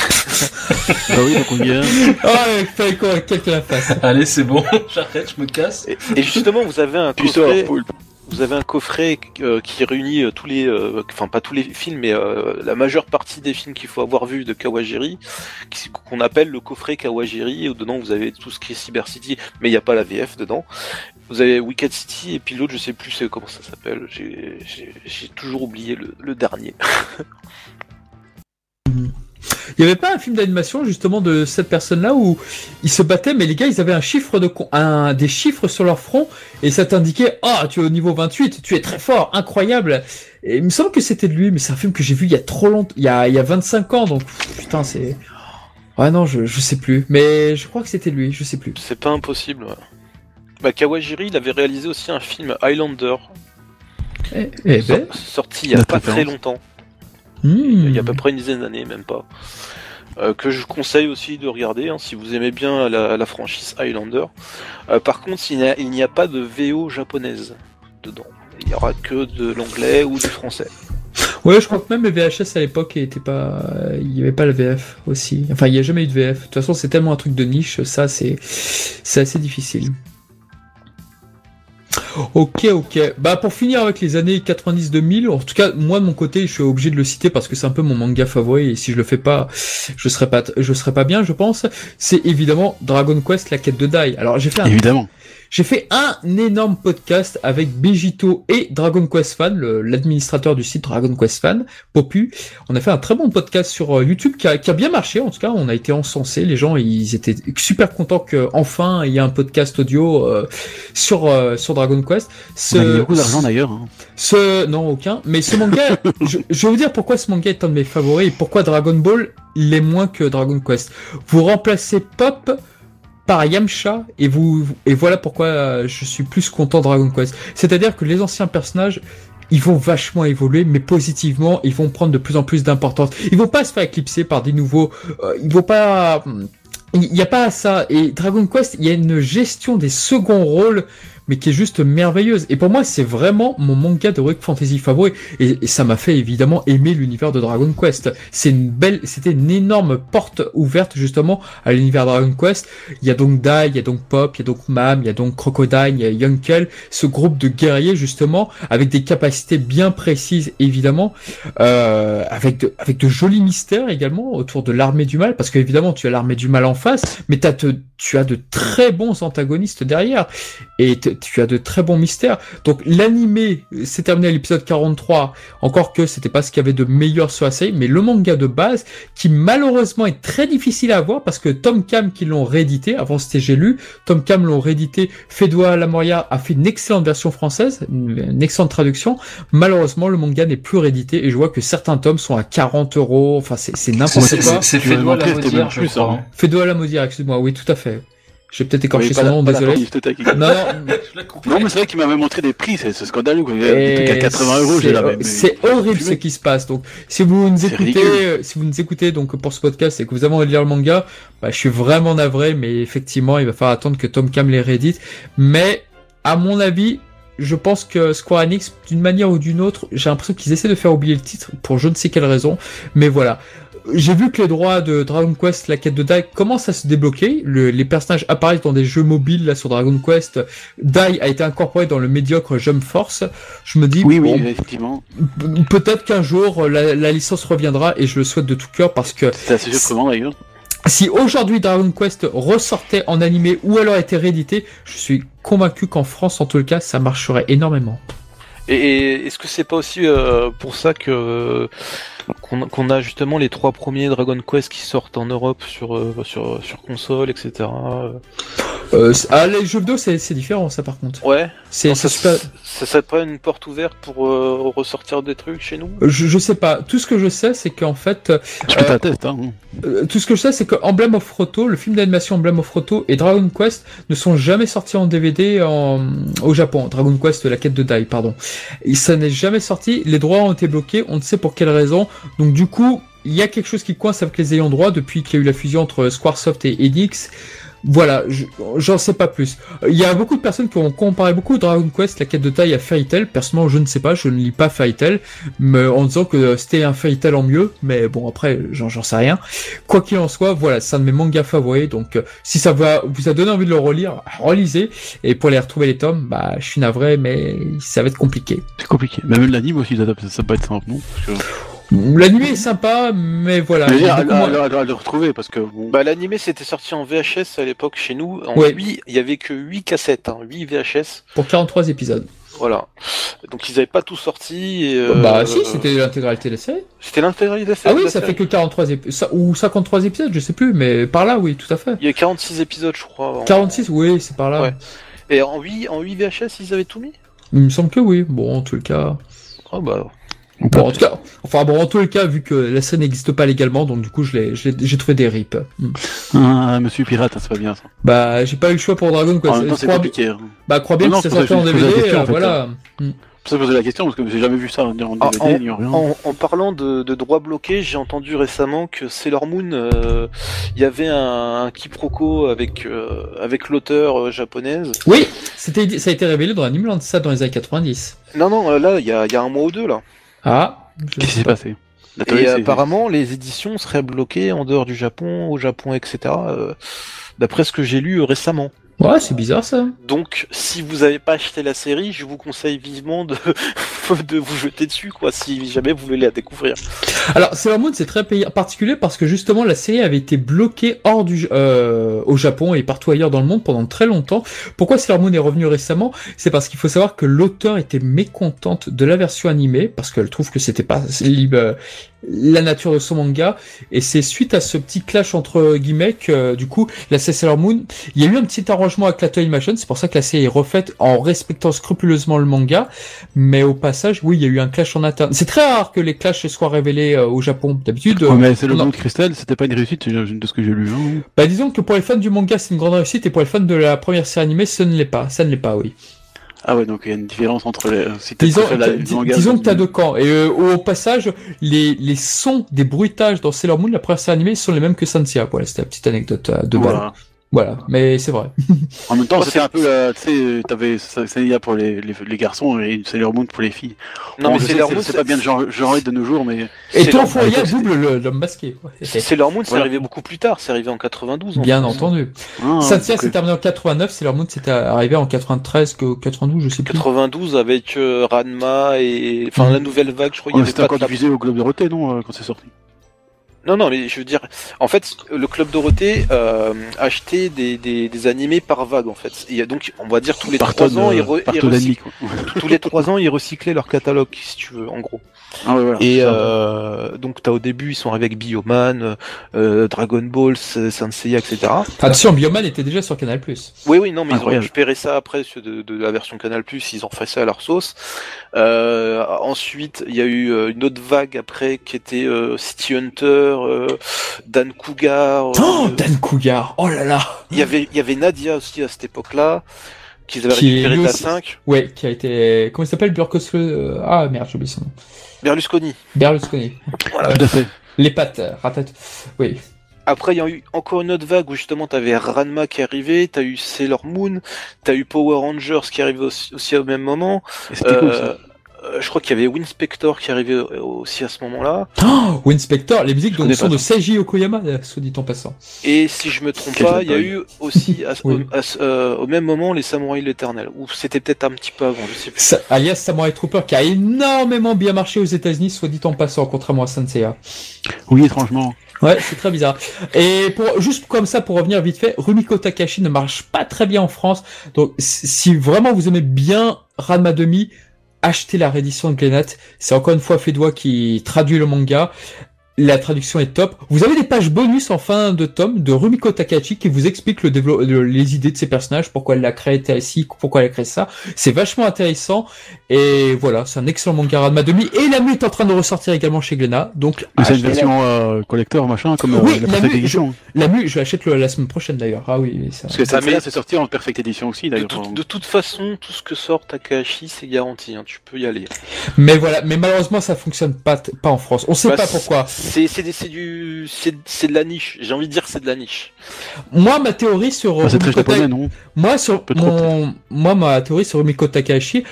S3: Bah oui, donc on y est.
S1: Ah, il fallait qu'on quelqu'un la fasse.
S4: Allez, c'est bon, j'arrête, je me casse.
S2: Et, et justement, vous avez un
S3: Tu sors,
S2: coffret.
S3: poulpe.
S2: Vous avez un coffret euh, qui réunit euh, tous les, euh, enfin pas tous les films, mais euh, la majeure partie des films qu'il faut avoir vu de Kawajiri, qui- qu'on appelle le coffret Kawajiri. Où dedans vous avez tout ce qui est Cyber City, mais il n'y a pas la V F dedans. Vous avez Wicked City et puis l'autre, je sais plus c'est comment ça s'appelle. J'ai, j'ai, j'ai toujours oublié le, le dernier.
S1: Il y avait pas un film d'animation justement de cette personne-là où ils se battaient, mais les gars ils avaient un chiffre de con- un des chiffres sur leur front et ça t'indiquait ah tu es au niveau vingt-huit, tu es très fort, incroyable. Et il me semble que c'était de lui, mais c'est un film que j'ai vu il y a trop longtemps, il y a il y a vingt-cinq ans, donc putain c'est ouais non je je sais plus, mais je crois que c'était lui, je sais plus.
S2: C'est pas impossible. Ouais. Bah, Kawajiri, il avait réalisé aussi un film Highlander,
S1: Eh, eh ben,
S2: sor- sorti il y a
S3: La
S2: pas
S3: préférence.
S2: très longtemps.
S1: hmm.
S2: Il y a à peu près une dizaine d'années, même pas. Euh, que je conseille aussi de regarder hein, si vous aimez bien la, la franchise Highlander. Euh, par contre, il n'y a, il n'y a pas de V O japonaise dedans. Il n'y aura que de l'anglais ou du français.
S1: Ouais, je crois que même les V H S à l'époque étaient pas, il y avait pas le V F aussi. Enfin, il y a jamais eu de V F. De toute façon, c'est tellement un truc de niche, ça c'est, c'est assez difficile. Ok, ok. Bah pour finir avec les années quatre-vingt-dix deux mille, en tout cas moi de mon côté, je suis obligé de le citer parce que c'est un peu mon manga favori et si je le fais pas, je serais pas, je serais pas bien, je pense. C'est évidemment Dragon Quest, la quête de Dai. Alors j'ai fait un
S3: Évidemment.
S1: J'ai fait un énorme podcast avec Begito et Dragon Quest Fan, le- l'administrateur du site Dragon Quest Fan, Popu. On a fait un très bon podcast sur euh, YouTube qui a, qui a bien marché. En tout cas, on a été encensés. Les gens, ils étaient super contents qu'enfin il y ait un podcast audio euh, sur euh, sur Dragon Quest. Ce,
S3: On a gagné beaucoup d'argent d'ailleurs. hein.
S1: ce non aucun. Mais ce manga, je, je vais vous dire pourquoi ce manga est un de mes favoris et pourquoi Dragon Ball l'est moins que Dragon Quest. Vous remplacez Pop par Yamcha et vous et voilà pourquoi euh, je suis plus content de Dragon Quest. C'est-à-dire que les anciens personnages ils vont vachement évoluer, mais positivement, ils vont prendre de plus en plus d'importance. Ils vont pas se faire éclipser par des nouveaux. Euh, ils vont pas. Il n'y a pas ça. Et Dragon Quest, il y a une gestion des seconds rôles, mais qui est juste merveilleuse. Et pour moi, c'est vraiment mon manga de Heroic Fantasy favori. Et, et ça m'a fait évidemment aimer l'univers de Dragon Quest. C'est une belle, c'était une énorme porte ouverte justement à l'univers de Dragon Quest. Il y a donc Dai, il y a donc Pop, il y a donc Mam, il y a donc Crocodile, il y a Yunkel, ce groupe de guerriers justement avec des capacités bien précises évidemment, euh, avec de, avec de jolis mystères également autour de l'armée du mal, parce qu'évidemment tu as l'armée du mal en face, mais t'as te, tu as de très bons antagonistes derrière. Et te, tu as de très bons mystères. Donc l'animé s'est terminé à l'épisode quarante-trois, encore que c'était pas ce qu'il y avait de meilleur sur la série, mais le manga de base, qui malheureusement est très difficile à avoir, parce que Tom Cam qui l'ont réédité, avant c'était J'ai lu, Tom Cam l'ont réédité, Fedwa Lamoria a fait une excellente version française, une, une excellente traduction. Malheureusement, le manga n'est plus réédité, et je vois que certains tomes sont à quarante euros, enfin c'est, c'est n'importe
S4: c'est,
S1: quoi.
S4: C'est, c'est Fedwa Lamodia, je crois. Hein.
S1: Fedwa Lamodia, excuse-moi, oui, tout à fait. J'ai peut-être écorché
S3: oui,
S1: son nom, désolé.
S3: Non, non, non, mais c'est vrai qu'il m'avait montré des prix, c'est, c'est scandaleux. Quoi. Des trucs à quatre-vingts euros, j'ai la même.
S1: C'est horrible ce qui se passe. Donc, si vous nous écoutez, ridicule. si vous nous écoutez donc pour ce podcast et que vous avez envie de lire le manga, bah, je suis vraiment navré, mais effectivement, il va falloir attendre que Tom Cam les réédite. Mais, à mon avis, je pense que Square Enix, d'une manière ou d'une autre, j'ai l'impression qu'ils essaient de faire oublier le titre pour je ne sais quelle raison. Mais voilà. J'ai vu que les droits de Dragon Quest, la quête de Dai, commencent à se débloquer. Le, les personnages apparaissent dans des jeux mobiles là sur Dragon Quest. Dai a été incorporé dans le médiocre Jump Force. Je me dis,
S3: oui,
S1: bon,
S3: oui, effectivement.
S1: Peut-être qu'un jour la, la licence reviendra et je le souhaite de tout cœur parce que.
S3: C'est assez surprenant d'ailleurs.
S1: Si aujourd'hui Dragon Quest ressortait en animé ou alors était réédité, je suis convaincu qu'en France, en tout cas, ça marcherait énormément.
S2: Et, et est-ce que c'est pas aussi euh, pour ça que euh, qu'on, qu'on a justement les trois premiers Dragon Quest qui sortent en Europe sur euh, sur sur console, et cetera.
S1: Euh, ah, les jeux vidéo, c'est, c'est différent, ça, par contre.
S2: Ouais.
S1: C'est,
S2: non,
S1: c'est
S2: ça,
S1: super...
S2: ça, ça te prend une porte ouverte pour euh, ressortir des trucs chez nous?
S1: Je, je sais pas. Tout ce que je sais, c'est qu'en fait...
S3: Je fais ta tête, hein.
S1: Euh, tout ce que je sais, c'est que Emblem of Roto, le film d'animation Emblem of Roto et Dragon Quest ne sont jamais sortis en D V D en... au Japon. Dragon Quest, la quête de Dai, pardon. Et ça n'est jamais sorti. Les droits ont été bloqués. On ne sait pour quelle raison. Donc, du coup, il y a quelque chose qui coince avec les ayants droit depuis qu'il y a eu la fusion entre Squaresoft et Enix. Voilà, je, j'en sais pas plus. Il y a beaucoup de personnes qui ont comparé beaucoup Dragon Quest, la quête de Dai à Fairy Tail. Personnellement, je ne sais pas, je ne lis pas Fairy Tail, mais en disant que c'était un Fairy Tail en mieux. Mais bon, après, j'en, j'en sais rien. Quoi qu'il en soit, voilà, c'est un de mes mangas favoris. Donc, euh, si ça va, vous a donné envie de le relire, relisez. Et pour les retrouver les tomes, bah, je suis navré, mais ça va être compliqué.
S3: C'est compliqué. Mais même l'anime aussi, ça, ça peut être simple, non? Parce que...
S1: L'anime est sympa, mais voilà.
S3: Mais à, à, à, à, à le retrouver parce que. Bon...
S2: Bah, l'anime c'était sorti en V H S à l'époque chez nous. En
S1: ouais.
S2: huit, il y avait que huit cassettes, hein, huit V H S.
S1: Pour quarante-trois épisodes.
S2: Voilà. Donc ils avaient pas tout sorti. Et, euh...
S1: Bah si, c'était l'intégralité de la série.
S2: C'était l'intégralité de la série.
S1: Ah oui, ça fait que quarante-trois épisodes ou cinquante-trois épisodes, je sais plus, mais par là, oui, tout à fait.
S2: Il y a quarante-six épisodes, je crois. En...
S1: quarante-six, oui, c'est par là.
S2: Ouais. Et en huit, en huit V H S, ils avaient tout mis?
S1: Il me semble que oui. Bon, en tout cas.
S2: Oh bah.
S1: Bon, en tout cas, enfin bon, en tous les cas, vu que la série n'existe pas légalement, donc du coup, je l'ai, je l'ai, j'ai trouvé des rips. Mm.
S3: Ah, Monsieur Pirate, c'est pas bien ça.
S1: Bah, j'ai pas eu le choix pour Dragon Quest.
S3: En même temps, c'est compliqué. Bi-
S1: bah, crois bien
S3: non,
S1: que ça sortait en D V D, question, euh, en fait, voilà.
S3: Mm. C'est pour ça que je posais la question, parce que j'ai jamais vu ça en D V D,
S2: ah,
S3: ni rien.
S2: En, en parlant de, de droits bloqués, j'ai entendu récemment que Sailor Moon, il euh, y avait un, un quiproquo avec, euh, avec l'auteur euh, japonaise.
S1: Oui, c'était, ça a été révélé dans Animeland, ça, dans les années quatre-vingt-dix.
S2: Non, non, là, il y a, y a un mois ou deux, là.
S1: Ah.
S3: Qu'est-ce qui s'est passé?
S2: Et euh, apparemment, les éditions seraient bloquées en dehors du Japon, au Japon, et cetera. Euh, d'après ce que j'ai lu euh, récemment.
S1: Ouais, c'est bizarre ça.
S2: Donc, si vous avez pas acheté la série, je vous conseille vivement de, de vous jeter dessus, quoi, si jamais vous voulez la découvrir.
S1: Alors, Sailor Moon, c'est très particulier parce que justement, la série avait été bloquée hors du, euh, au Japon et partout ailleurs dans le monde pendant très longtemps. Pourquoi Sailor Moon est revenu récemment? C'est parce qu'il faut savoir que l'auteur était mécontente de la version animée parce qu'elle trouve que c'était pas euh, la nature de son manga, et c'est suite à ce petit clash entre guillemets que euh, du coup la Sailor Moon, il y a eu un petit arrangement avec la Toymation, c'est pour ça que la série est refaite en respectant scrupuleusement le manga, mais au passage oui il y a eu un clash en interne. C'est très rare que les clashs soient révélés euh, au Japon d'habitude.
S3: Ouais, mais Sailor Moon Crystal, c'était pas une réussite de ce que j'ai lu. Hein.
S1: Bah disons que pour les fans du manga c'est une grande réussite et pour les fans de la première série animée ça ne l'est pas, ça ne l'est pas oui.
S3: Ah ouais, donc il y a une différence entre les... Si
S1: disons la, dis, disons que t'as deux camps. Et euh, au passage, les, les sons des bruitages dans Sailor Moon, la première série animée, sont les mêmes que Sanseiya. Voilà, c'était la petite anecdote euh, de
S3: voilà.
S1: balle. Voilà, mais c'est vrai.
S3: En même temps, c'était un peu la, tu sais, t'avais Sanseiya pour les, les, les garçons et Sailor Moon pour les filles.
S2: Non,
S3: bon,
S2: mais Sailor Moon,
S3: c'est, c'est pas bien de genre, genre de nos jours, mais...
S1: Et ton foyer double le, l'homme masqué.
S2: Sailor Moon, c'est voilà. arrivé beaucoup plus tard, c'est arrivé en quatre-vingt-douze. En
S1: bien
S2: France.
S1: entendu.
S2: Ah,
S1: Sanseiya s'est terminé en quatre-vingt-neuf, Sailor Moon c'était arrivé en quatre-vingt-treize, que quatre-vingt-douze, je sais plus.
S2: quatre-vingt-douze avec euh, Ranma et... Enfin, mmh. la nouvelle vague, je crois, il y
S3: oh,
S2: avait
S3: c'était
S2: pas
S3: encore
S2: de...
S3: diffusé au Globe Dorothée, non, euh, quand c'est sorti?
S2: Non, non, mais je veux dire, en fait, le Club Dorothée euh, achetait des, des, des animés par vague, en fait. Et donc, on va dire tous les
S3: Par
S2: trois
S3: tonne,
S2: ans, ils,
S3: euh,
S2: re,
S3: par
S2: ils
S3: tonne et
S2: recyc-
S3: demie, quoi.
S2: tous les trois ans, ils recyclaient leur catalogue, si tu veux, en gros.
S3: Ah ouais, voilà.
S2: Et
S3: c'est ça.
S2: euh, donc, t'as au début, ils sont arrivés avec Bioman, euh, Dragon Ball, Saint Seiya, et cetera.
S1: Attention, Bioman était déjà sur Canal+.
S2: Oui, oui, non, mais ils ont
S3: Incroyable.
S2: récupéré ça après ceux de, de la version Canal+, ils ont fait ça à leur sauce. Euh, ensuite, il y a eu euh, une autre vague après qui était euh, City Hunter, euh, Dan Cougar.
S1: Oh,
S2: euh,
S1: Dan Cougar. Oh là là.
S2: Il y avait, il y avait Nadia aussi à cette époque-là, qu'ils avaient
S1: Qui est
S2: récupéré de
S1: lui
S2: la
S1: aussi-
S2: cinq.
S1: Ouais, qui a été... Comment il s'appelle Burkos le... Ah merde, j'ai oublié son nom.
S2: Berlusconi.
S1: Berlusconi.
S2: Voilà.
S3: Tout à fait.
S1: Les pattes, euh, ratat. Oui.
S2: Après, il y a eu encore une autre vague où justement t'avais Ranma qui est arrivé, t'as eu Sailor Moon, t'as eu Power Rangers qui est arrivé aussi, aussi au même moment.
S3: Et c'était cool, ça.
S2: Euh, euh, je crois qu'il y avait Winspector qui arrivait aussi à ce moment-là.
S1: Oh, Winspector, les musiques
S3: Je
S1: donc,
S3: connais
S1: sont
S3: pas
S1: de
S3: ça.
S1: Seiji Okoyama, euh, soit dit en passant.
S2: Et si je me trompe
S3: Quel
S2: pas, il y a
S3: bug.
S2: eu aussi à,
S1: Oui.
S2: au, à ce- euh, au même moment les Samouraïs l'Éternel, ou c'était peut-être un petit peu avant, je sais plus.
S1: Sa- alias Samurai Trooper, qui a énormément bien marché aux États-Unis, soit dit en passant, contrairement à Saint Seiya.
S3: Oui, étrangement.
S1: Ouais, c'est très bizarre. Et pour, juste comme ça, pour revenir vite fait, Rumiko Takahashi ne marche pas très bien en France. Donc, si si vraiment vous aimez bien Ranma Demi, achetez la réédition de Glenat. C'est encore une fois Fedwa qui traduit le manga. La traduction est top. Vous avez des pages bonus en fin de tome de Rumiko Takahashi qui vous explique le dévelop- le- les idées de ses personnages, pourquoi elle l'a créé ainsi, pourquoi elle a créé ça. C'est vachement intéressant. Et voilà, c'est un excellent manga Ranma Demi. Et la est en train de ressortir également chez Glénat. Donc,
S3: Mais c'est une
S1: achetez-la.
S3: version euh, collector, machin, comme euh,
S1: Oui,
S3: la
S1: la
S3: perfect
S1: mu-
S3: édition.
S1: La mu, je l'achète le- la semaine prochaine d'ailleurs. Ah oui, ça.
S3: Parce que ça,
S2: Ah, mais-
S3: là, c'est sorti en perfect édition aussi,
S2: De,
S3: d'ailleurs.
S2: tout- de toute façon, tout ce que sort Takahashi, c'est garanti, hein, tu peux y aller.
S1: Mais voilà, mais malheureusement ça fonctionne pas, t- pas en France. On sait
S2: Bah,
S1: pas pourquoi.
S2: C'est c'est des- c'est du c'est c'est de la niche. J'ai envie de dire c'est de la niche.
S1: Moi, ma théorie sur
S3: Bah, c'est très
S1: Rumiko Ta-
S3: japonais, non?
S1: moi sur
S3: Peu trop,
S1: mon, moi ma théorie sur Rumiko Takahashi,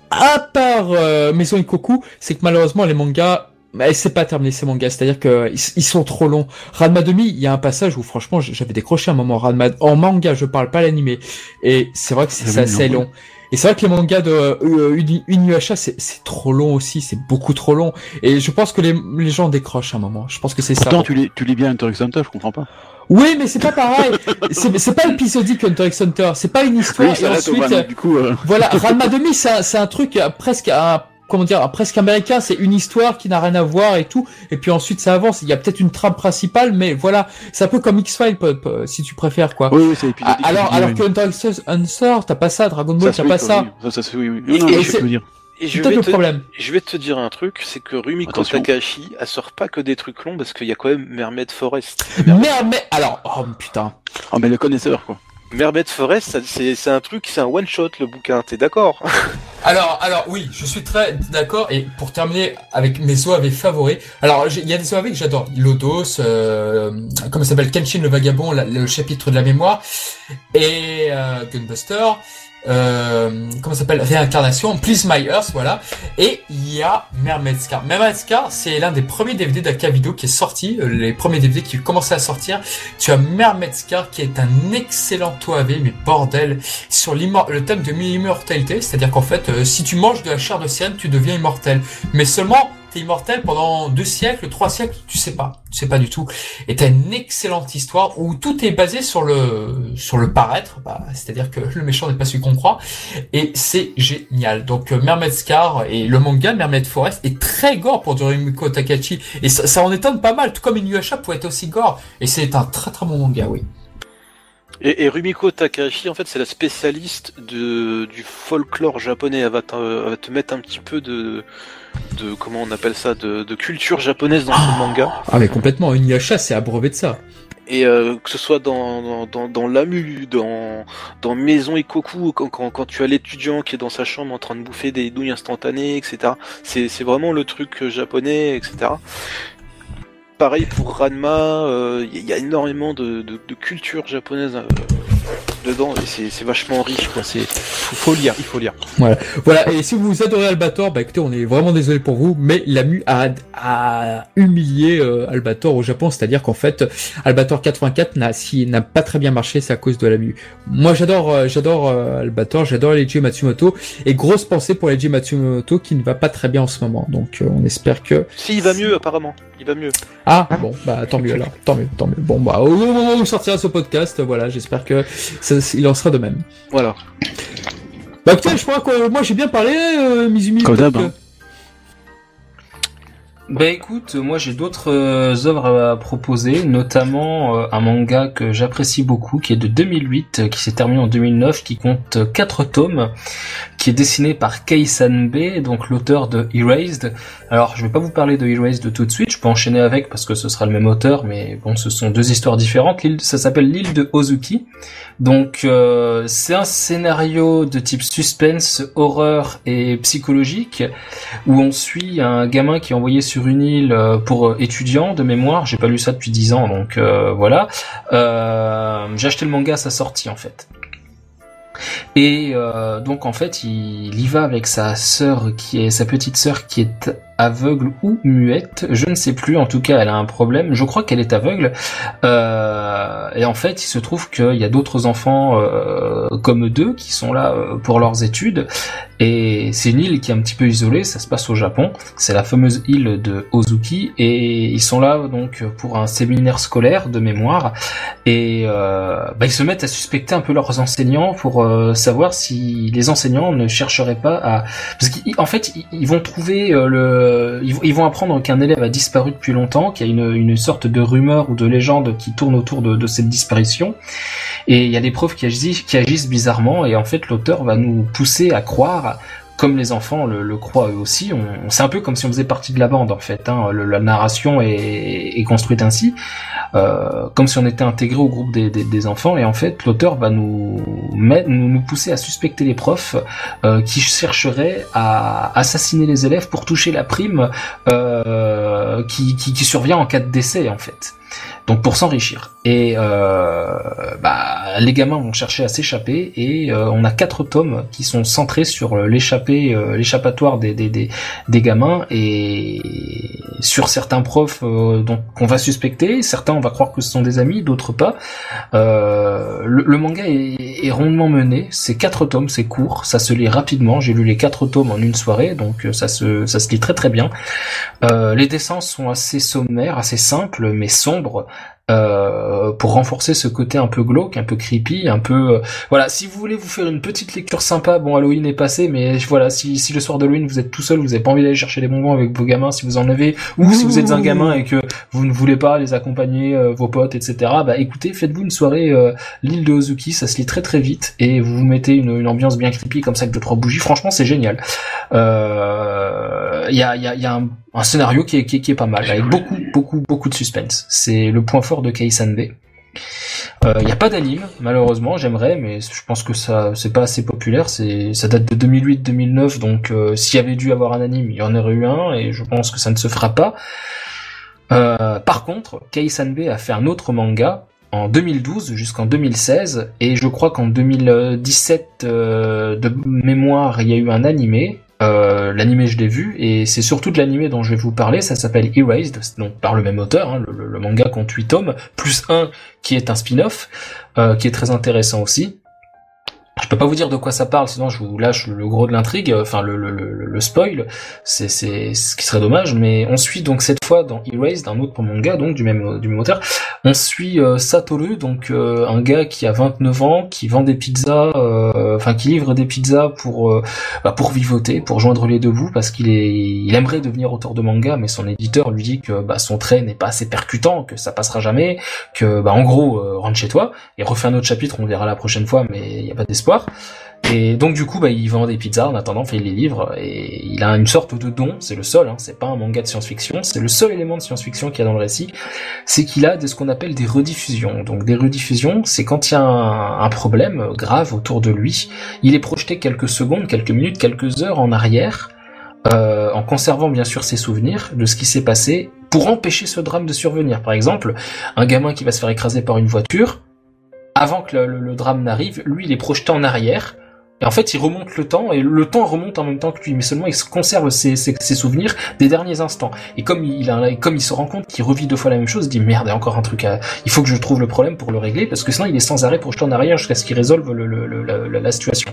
S1: à part euh, Maison Ikoku, c'est que malheureusement les mangas, bah, elle sait pas terminer ces mangas, c'est-à-dire que ils, ils sont trop longs. Ranma Demi, il y a un passage où franchement j'avais décroché un moment. Ranma en manga, je parle pas l'animé, et c'est vrai que c'est
S3: Ah
S1: c'est
S3: oui,
S1: assez
S3: non,
S1: long. Et c'est vrai que les mangas de euh, Uni- Inuyasha, c'est c'est trop long aussi, c'est beaucoup trop long. Et je pense que les, les gens décrochent un moment. Je pense que c'est ça.
S3: Pourtant, tu lis, tu lis bien Hunter x Hunter, je comprends pas.
S1: Oui, mais c'est pas pareil. c'est c'est pas épisodique Hunter x Hunter. C'est pas une histoire. et
S3: s'arrête au
S1: ensuite,
S3: van, du coup, euh,
S1: voilà, Ranma Demi, c'est un, c'est un truc euh, presque un, comment dire, un presque américain. C'est une histoire qui n'a rien à voir et tout. Et puis ensuite, ça avance. Il y a peut-être une trame principale, mais voilà, c'est un peu comme X-Files, peu- peu- si tu préfères, quoi.
S3: oui, oui, c'est
S1: Ah,
S3: épisodique.
S1: alors,
S3: je dis,
S1: alors
S3: oui.
S1: que Hunter x Hunter, t'as pas ça. Dragon Ball,
S3: Ça
S1: t'as
S3: se
S1: pas
S3: oui,
S1: ça.
S3: oui, Ça, ça se oui, oui.
S2: Et-
S3: Non, non,
S1: et
S3: mais
S1: c'est-
S3: je peux dire.
S2: Et
S1: C'est
S2: je
S1: peut-être
S2: vais
S1: le
S2: te
S1: problème.
S2: je vais te dire un truc, c'est que Rumiko
S3: Attention.
S2: Takahashi, elle sort pas que des trucs longs parce qu'il y a quand même Mermaid Forest.
S1: Merde, mais alors, oh putain.
S3: Oh, mais le connaisseur, quoi.
S2: Mermaid Forest, ça- c'est c'est un truc, c'est un one shot le bouquin. T'es d'accord?
S1: Alors, alors oui, je suis très d'accord. Et pour terminer avec mes O A V favoris, alors j'ai- il y a des O A V que j'adore. Lodos, euh, comment ça s'appelle, Kenshin le vagabond, la- le chapitre de la mémoire, et euh, Gunbuster. Euh, comment ça s'appelle, Réincarnation, Please My Earth, voilà. Et il y a Mermaid Scar. Mermaid Scar, c'est l'un des premiers D V D d'Akavido qui est sorti, euh, les premiers D V D qui commençaient à sortir. Tu as Mermaid Scar qui est un excellent O A V, mais bordel, sur l'immor- le thème de l'immortalité, c'est-à-dire qu'en fait, euh, si tu manges de la chair de sirène, tu deviens immortel. Mais seulement, t'es immortel pendant deux siècles, trois siècles, tu sais pas, tu sais pas du tout. Et t'as une excellente histoire où tout est basé sur le sur le paraître, bah, c'est-à-dire que le méchant n'est pas celui qu'on croit, et c'est génial. Donc euh, Mermaid Scar et le manga Mermaid Forest est très gore pour du Rumiko Takahashi, et ça, ça en étonne pas mal, tout comme Inuyasha pouvait être aussi gore, et c'est un très très bon manga, oui.
S2: Et, et Rumiko Takahashi, en fait, c'est la spécialiste de, du folklore japonais. Elle va, te, elle va te mettre un petit peu de, de comment on appelle ça, de, de culture japonaise dans son manga.
S1: Ah mais complètement, Inuyasha c'est abreuvé de ça.
S2: Et euh, que ce soit dans dans dans, dans l'Amu, dans dans Maison Ikoku, quand, quand quand tu as l'étudiant qui est dans sa chambre en train de bouffer des nouilles instantanées, et cetera. C'est c'est vraiment le truc japonais, et cetera. Pareil pour Ranma, il euh, y, y a énormément de, de, de culture japonaise euh, dedans et c'est, c'est vachement riche, quoi. C'est, faut, faut lire, il faut lire.
S1: Voilà. Voilà. Et si vous adorez Albator, bah écoutez, on est vraiment désolé pour vous, mais Lamu a, a humilié euh, Albator au Japon, c'est-à-dire qu'en fait, Albator quatre-vingt-quatre n'a, si, n'a pas très bien marché, c'est à cause de Lamu. Moi, j'adore, euh, j'adore euh, Albator, j'adore Leiji Matsumoto, et grosse pensée pour Leiji Matsumoto qui ne va pas très bien en ce moment. Donc, euh, on espère que.
S2: Si, il va mieux apparemment. Il va mieux.
S1: Ah bon, bah tant mieux alors, tant mieux, tant mieux. Bon bah au moment où sortira ce podcast, voilà, j'espère que ça, il en sera de même.
S2: Voilà.
S1: Bah écoutez, je crois que moi j'ai bien parlé, euh, Mizumi.
S3: Comme d'hab. Hein.
S4: Bah écoute, moi j'ai d'autres euh, œuvres à proposer, notamment euh, un manga que j'apprécie beaucoup, qui est de deux mille huit, euh, qui s'est terminé en deux mille neuf, qui compte quatre tomes, qui est dessiné par Kei Sanbe, donc l'auteur de Erased. Alors je vais pas vous parler de Erased tout de suite, je peux enchaîner avec parce que ce sera le même auteur, mais bon, ce sont deux histoires différentes. L'île, ça s'appelle l'île de Ozuki. Donc euh, c'est un scénario de type suspense, horreur et psychologique, où on suit un gamin qui est envoyé sur une île pour étudiants de mémoire. J'ai pas lu ça depuis dix ans, donc euh, voilà. Euh, j'ai acheté le manga à sa sortie en fait. Et euh, donc en fait, il, il y va avec sa sœur qui est sa petite sœur qui est aveugle ou muette, je ne sais plus. En tout cas, elle a un problème. Je crois qu'elle est aveugle. Euh, et en fait, il se trouve qu'il y a d'autres enfants euh, comme d'eux qui sont là euh, pour leurs études. Et c'est une île qui est un petit peu isolée. Ça se passe au Japon. C'est la fameuse île de Ozuki. Et ils sont là donc pour un séminaire scolaire de mémoire. Et euh, bah, ils se mettent à suspecter un peu leurs enseignants pour euh, savoir si les enseignants ne chercheraient pas à... Parce qu'en fait, ils vont trouver euh, le ils vont apprendre qu'un élève a disparu depuis longtemps, qu'il y a une, une sorte de rumeur ou de légende qui tourne autour de, de cette disparition, et il y a des preuves qui agissent, qui agissent bizarrement, et en fait l'auteur va nous pousser à croire, comme les enfants le, le croient eux aussi. On, c'est un peu comme si on faisait partie de la bande en fait, hein. Le, la narration est, est construite ainsi, euh, comme si on était intégré au groupe des, des, des enfants, et en fait l'auteur va nous, mettre, nous, nous pousser à suspecter les profs euh, qui chercheraient à assassiner les élèves pour toucher la prime euh, qui, qui, qui survient en cas de décès en fait. Donc pour s'enrichir. Et euh, bah, les gamins vont chercher à s'échapper, et euh, on a quatre tomes qui sont centrés sur l'échappée, euh, l'échappatoire des, des, des, des gamins, et sur certains profs euh, donc qu'on va suspecter. Certains on va croire que ce sont des amis, d'autres pas. Euh, le, le manga est, est rondement mené. C'est quatre tomes, c'est court, ça se lit rapidement. J'ai lu les quatre tomes en une soirée, donc ça se ça se lit très très bien. Euh, les dessins sont assez sommaires, assez simples, mais sombres. Euh, pour renforcer ce côté un peu glauque, un peu creepy, un peu euh, voilà. Si vous voulez vous faire une petite lecture sympa, bon, Halloween est passé, mais voilà, si, si le soir d'Halloween vous êtes tout seul, vous avez pas envie d'aller chercher des bonbons avec vos gamins, si vous en avez, ou Ouh. si vous êtes un gamin et que vous ne voulez pas les accompagner, euh, vos potes, et cetera. Bah écoutez, faites-vous une soirée euh, l'île de Ozuki, ça se lit très très vite, et vous vous mettez une, une ambiance bien creepy comme ça avec deux trois bougies. Franchement, c'est génial. Il euh, y a il y a il y a un, un scénario qui est, qui est qui est pas mal, avec beaucoup beaucoup beaucoup de suspense. C'est le point fort de Kei Sanbe. Il euh, n'y a pas d'anime, malheureusement, j'aimerais, mais je pense que ça c'est pas assez populaire. C'est ça date de deux mille huit deux mille neuf, donc euh, s'il y avait dû avoir un anime, il y en aurait eu un, et je pense que ça ne se fera pas. Euh, par contre, Kei Sanbe a fait un autre manga en deux mille douze jusqu'en deux mille seize, et je crois qu'en deux mille dix-sept, euh, de mémoire, il y a eu un animé. Euh, l'animé je l'ai vu, et c'est surtout de l'animé dont je vais vous parler. Ça s'appelle Erased, donc par le même auteur, hein. le, le manga compte huit tomes plus un qui est un spin-off, euh, qui est très intéressant aussi. Je peux pas vous dire de quoi ça parle, sinon je vous lâche le gros de l'intrigue, enfin le, le, le, le spoil, c'est, c'est ce qui serait dommage. Mais on suit donc cette fois dans Erased, un autre manga donc du même du même auteur, on suit euh, Satoru, donc euh, un gars qui a vingt-neuf ans, qui vend des pizzas, euh, enfin qui livre des pizzas pour euh, bah, pour vivoter, pour joindre les deux bouts, parce qu'il est il aimerait devenir auteur de manga, mais son éditeur lui dit que bah, son trait n'est pas assez percutant, que ça passera jamais, que bah en gros euh, rentre chez toi et refais un autre chapitre, on verra la prochaine fois, mais il y a pas d'espoir. Et donc du coup bah il vend des pizzas en attendant, fait il les livre, et il a une sorte de don, c'est le seul, hein, c'est pas un manga de science-fiction, c'est le seul élément de science-fiction qu'il y a dans le récit, c'est qu'il a de ce qu'on appelle des rediffusions. Donc des rediffusions, c'est quand il y a un, un problème grave autour de lui, il est projeté quelques secondes, quelques minutes, quelques heures en arrière, euh, en conservant bien sûr ses souvenirs de ce qui s'est passé pour empêcher ce drame de survenir. Par exemple, un gamin qui va se faire écraser par une voiture, avant que le, le, le drame n'arrive, lui il est projeté en arrière. Et en fait, il remonte le temps, et le temps remonte en même temps que lui, mais seulement il conserve ses, ses, ses souvenirs des derniers instants. Et comme il a, comme il se rend compte qu'il revit deux fois la même chose, il dit merde, il y a encore un truc à, il faut que je trouve le problème pour le régler, parce que sinon il est sans arrêt projeté en arrière jusqu'à ce qu'il résolve le, le, le, la, la situation.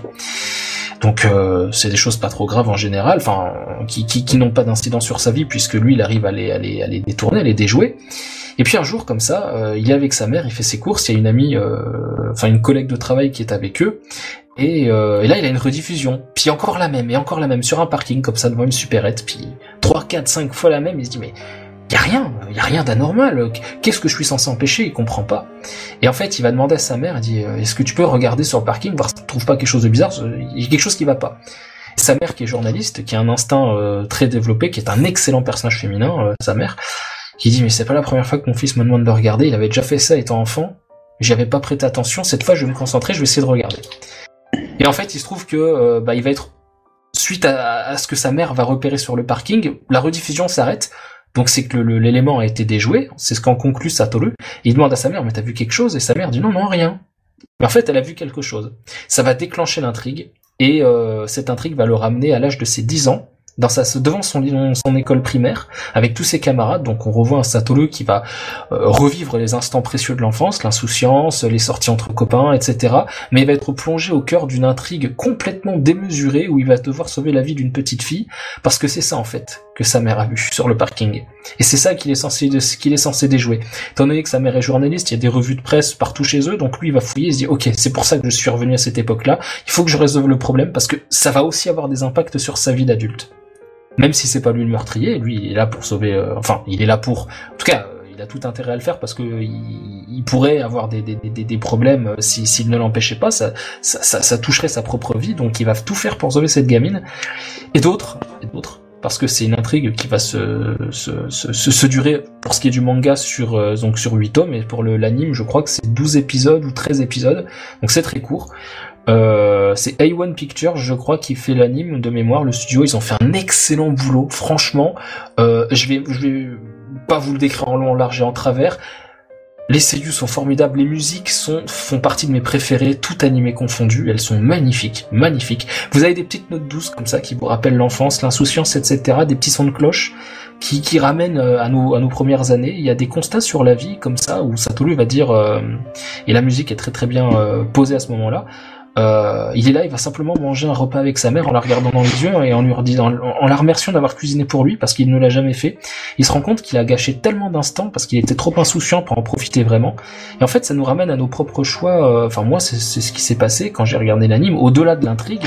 S4: Donc euh, c'est des choses pas trop graves en général, enfin qui, qui, qui n'ont pas d'incidence sur sa vie, puisque lui il arrive à les, à les, à les détourner, à les déjouer. Et puis un jour comme ça, euh, il est avec sa mère, il fait ses courses, il y a une amie, euh, enfin une collègue de travail qui est avec eux. Et, euh, et là, il a une rediffusion. Puis encore la même, et encore la même, sur un parking, comme ça, devant une supérette. Puis trois, quatre, cinq fois la même. Il se dit, mais y a rien, y a rien d'anormal. Qu'est-ce que je suis censé empêcher? Il comprend pas. Et en fait, il va demander à sa mère, il dit, est-ce que tu peux regarder sur le parking, voir si tu trouves pas quelque chose de bizarre? Il y a quelque chose qui va pas. Et sa mère, qui est journaliste, qui a un instinct euh, très développé, qui est un excellent personnage féminin, euh, sa mère, qui dit, mais c'est pas la première fois que mon fils me demande de regarder. Il avait déjà fait ça étant enfant. J'y avais pas prêté attention. Cette fois, je vais me concentrer, je vais essayer de regarder. Et en fait, il se trouve que euh, bah, il va être, suite à, à ce que sa mère va repérer sur le parking, la rediffusion s'arrête. Donc c'est que le, l'élément a été déjoué. C'est ce qu'en conclut Satoru. Il demande à sa mère, mais t'as vu quelque chose? Et sa mère dit non, non, rien. Mais en fait, elle a vu quelque chose. Ça va déclencher l'intrigue. Et euh, cette intrigue va le ramener à l'âge de ses dix ans. Dans sa, devant son, son école primaire, avec tous ses camarades. Donc on revoit un Satoru qui va euh, revivre les instants précieux de l'enfance, l'insouciance, les sorties entre copains, et cetera. Mais il va être plongé au cœur d'une intrigue complètement démesurée où il va devoir sauver la vie d'une petite fille, parce que c'est ça en fait que sa mère a vu sur le parking. Et c'est ça qu'il est censé, qu'il est censé déjouer. Étant donné que sa mère est journaliste, il y a des revues de presse partout chez eux, donc lui il va fouiller, il se dit ok, c'est pour ça que je suis revenu à cette époque-là, il faut que je résolve le problème, parce que ça va aussi avoir des impacts sur sa vie d'adulte. Même si c'est pas lui le meurtrier, lui il est là pour sauver, euh, enfin il est là pour, en tout cas euh, il a tout intérêt à le faire parce que il, il pourrait avoir des, des, des, des problèmes si, s'il ne l'empêchait pas, ça, ça, ça, ça toucherait sa propre vie, donc il va tout faire pour sauver cette gamine. Et d'autres, et d'autres, parce que c'est une intrigue qui va se, se, se, se, se durer pour ce qui est du manga sur, euh, donc sur huit tomes, et pour le, l'anime je crois que c'est douze épisodes ou treize épisodes, donc c'est très court. Euh, c'est A un Pictures, je crois, qui fait l'anime de mémoire. Le studio, ils ont fait un excellent boulot. Franchement, euh, je vais, je vais pas vous le décrire en long, en large et en travers. Les seiyuu sont formidables, les musiques sont, font partie de mes préférées, tout animé confondu. Elles sont magnifiques, magnifiques. Vous avez des petites notes douces comme ça qui vous rappellent l'enfance, l'insouciance, et cetera. Des petits sons de cloche qui, qui ramènent à nos, à nos premières années. Il y a des constats sur la vie comme ça où Satoru va dire, euh, et la musique est très très bien euh, posée à ce moment-là. Euh, il est là, il va simplement manger un repas avec sa mère en la regardant dans les yeux et en lui redisant, en la remerciant d'avoir cuisiné pour lui parce qu'il ne l'a jamais fait. Il se rend compte qu'il a gâché tellement d'instants parce qu'il était trop insouciant pour en profiter vraiment. Et en fait, ça nous ramène à nos propres choix. Enfin, moi, c'est, c'est ce qui s'est passé quand j'ai regardé l'anime. Au-delà de l'intrigue,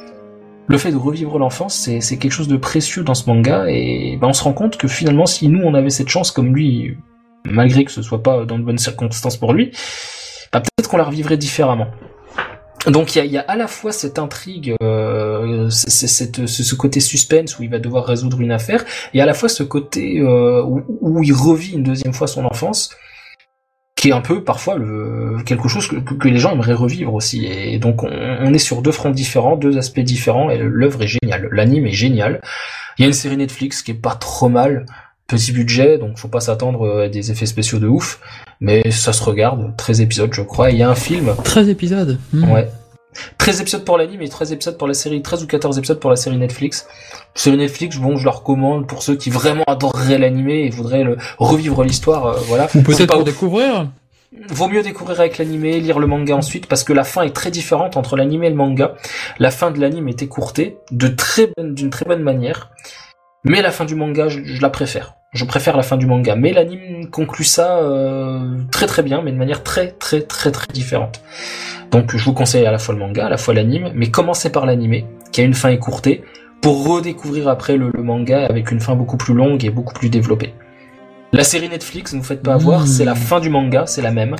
S4: le fait de revivre l'enfance, c'est, c'est quelque chose de précieux dans ce manga. Et ben, on se rend compte que finalement, si nous, on avait cette chance comme lui, malgré que ce soit pas dans de bonnes circonstances pour lui, ben, peut-être qu'on la revivrait différemment. Donc il y a, y a à la fois cette intrigue, euh, c'est, c'est, c'est, ce côté suspense où il va devoir résoudre une affaire, et à la fois ce côté euh, où, où il revit une deuxième fois son enfance, qui est un peu parfois le, quelque chose que, que les gens aimeraient revivre aussi. Et donc on, on est sur deux fronts différents, deux aspects différents, et l'œuvre est géniale, l'anime est génial. Il y a une série Netflix qui est pas trop mal, petit budget, donc faut pas s'attendre à des effets spéciaux de ouf, mais ça se regarde, treize épisodes je crois, et il y a un film.
S1: treize épisodes mmh.
S4: Ouais. treize épisodes pour l'anime et treize épisodes pour la série, treize ou quatorze épisodes pour la série Netflix. Série Netflix, bon, je la recommande pour ceux qui vraiment adoreraient l'animé et voudraient le, revivre l'histoire, euh, voilà.
S1: Ou peut-être pas pour découvrir.
S4: Vaut mieux découvrir avec l'animé, lire le manga ensuite, parce que la fin est très différente entre l'animé et le manga. La fin de l'anime est écourtée de très bonne, d'une très bonne manière. Mais la fin du manga, je, je la préfère. Je préfère la fin du manga. Mais l'anime conclut ça euh, très très bien, mais de manière très très très très différente. Donc je vous conseille à la fois le manga, à la fois l'anime, mais commencez par l'animé, qui a une fin écourtée, pour redécouvrir après le, le manga avec une fin beaucoup plus longue et beaucoup plus développée. La série Netflix, ne vous faites pas avoir, mmh. c'est la fin du manga, c'est la même.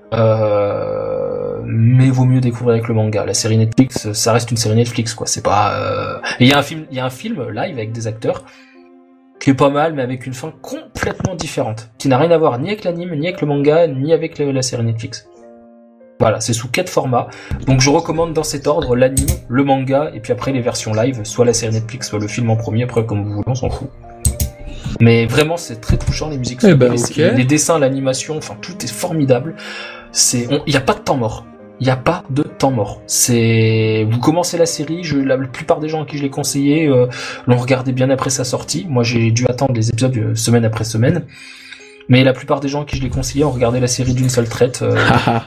S4: Euh, mais vaut mieux découvrir avec le manga. La série Netflix, ça reste une série Netflix, quoi. C'est pas. Euh... Et il y a un film, il y a un film live avec des acteurs qui est pas mal, mais avec une fin complètement différente, qui n'a rien à voir ni avec l'anime, ni avec le manga, ni avec le, la série Netflix. Voilà, c'est sous quatre formats. Donc je recommande dans cet ordre l'anime, le manga, et puis après les versions live, soit la série Netflix, soit le film en premier. Après, comme vous voulez, on s'en fout. Mais vraiment, c'est très touchant, les musiques,
S1: eh ben,
S4: les,
S1: okay.
S4: les dessins, l'animation, enfin tout est formidable. c'est, il y a pas de temps mort. Il n'y a pas de temps mort. C'est, vous commencez la série, je, la, la plupart des gens à qui je l'ai conseillé euh, l'ont regardé bien après sa sortie. Moi, j'ai dû attendre les épisodes euh, semaine après semaine. Mais la plupart des gens à qui je l'ai conseillé ont regardé la série d'une seule traite. Euh...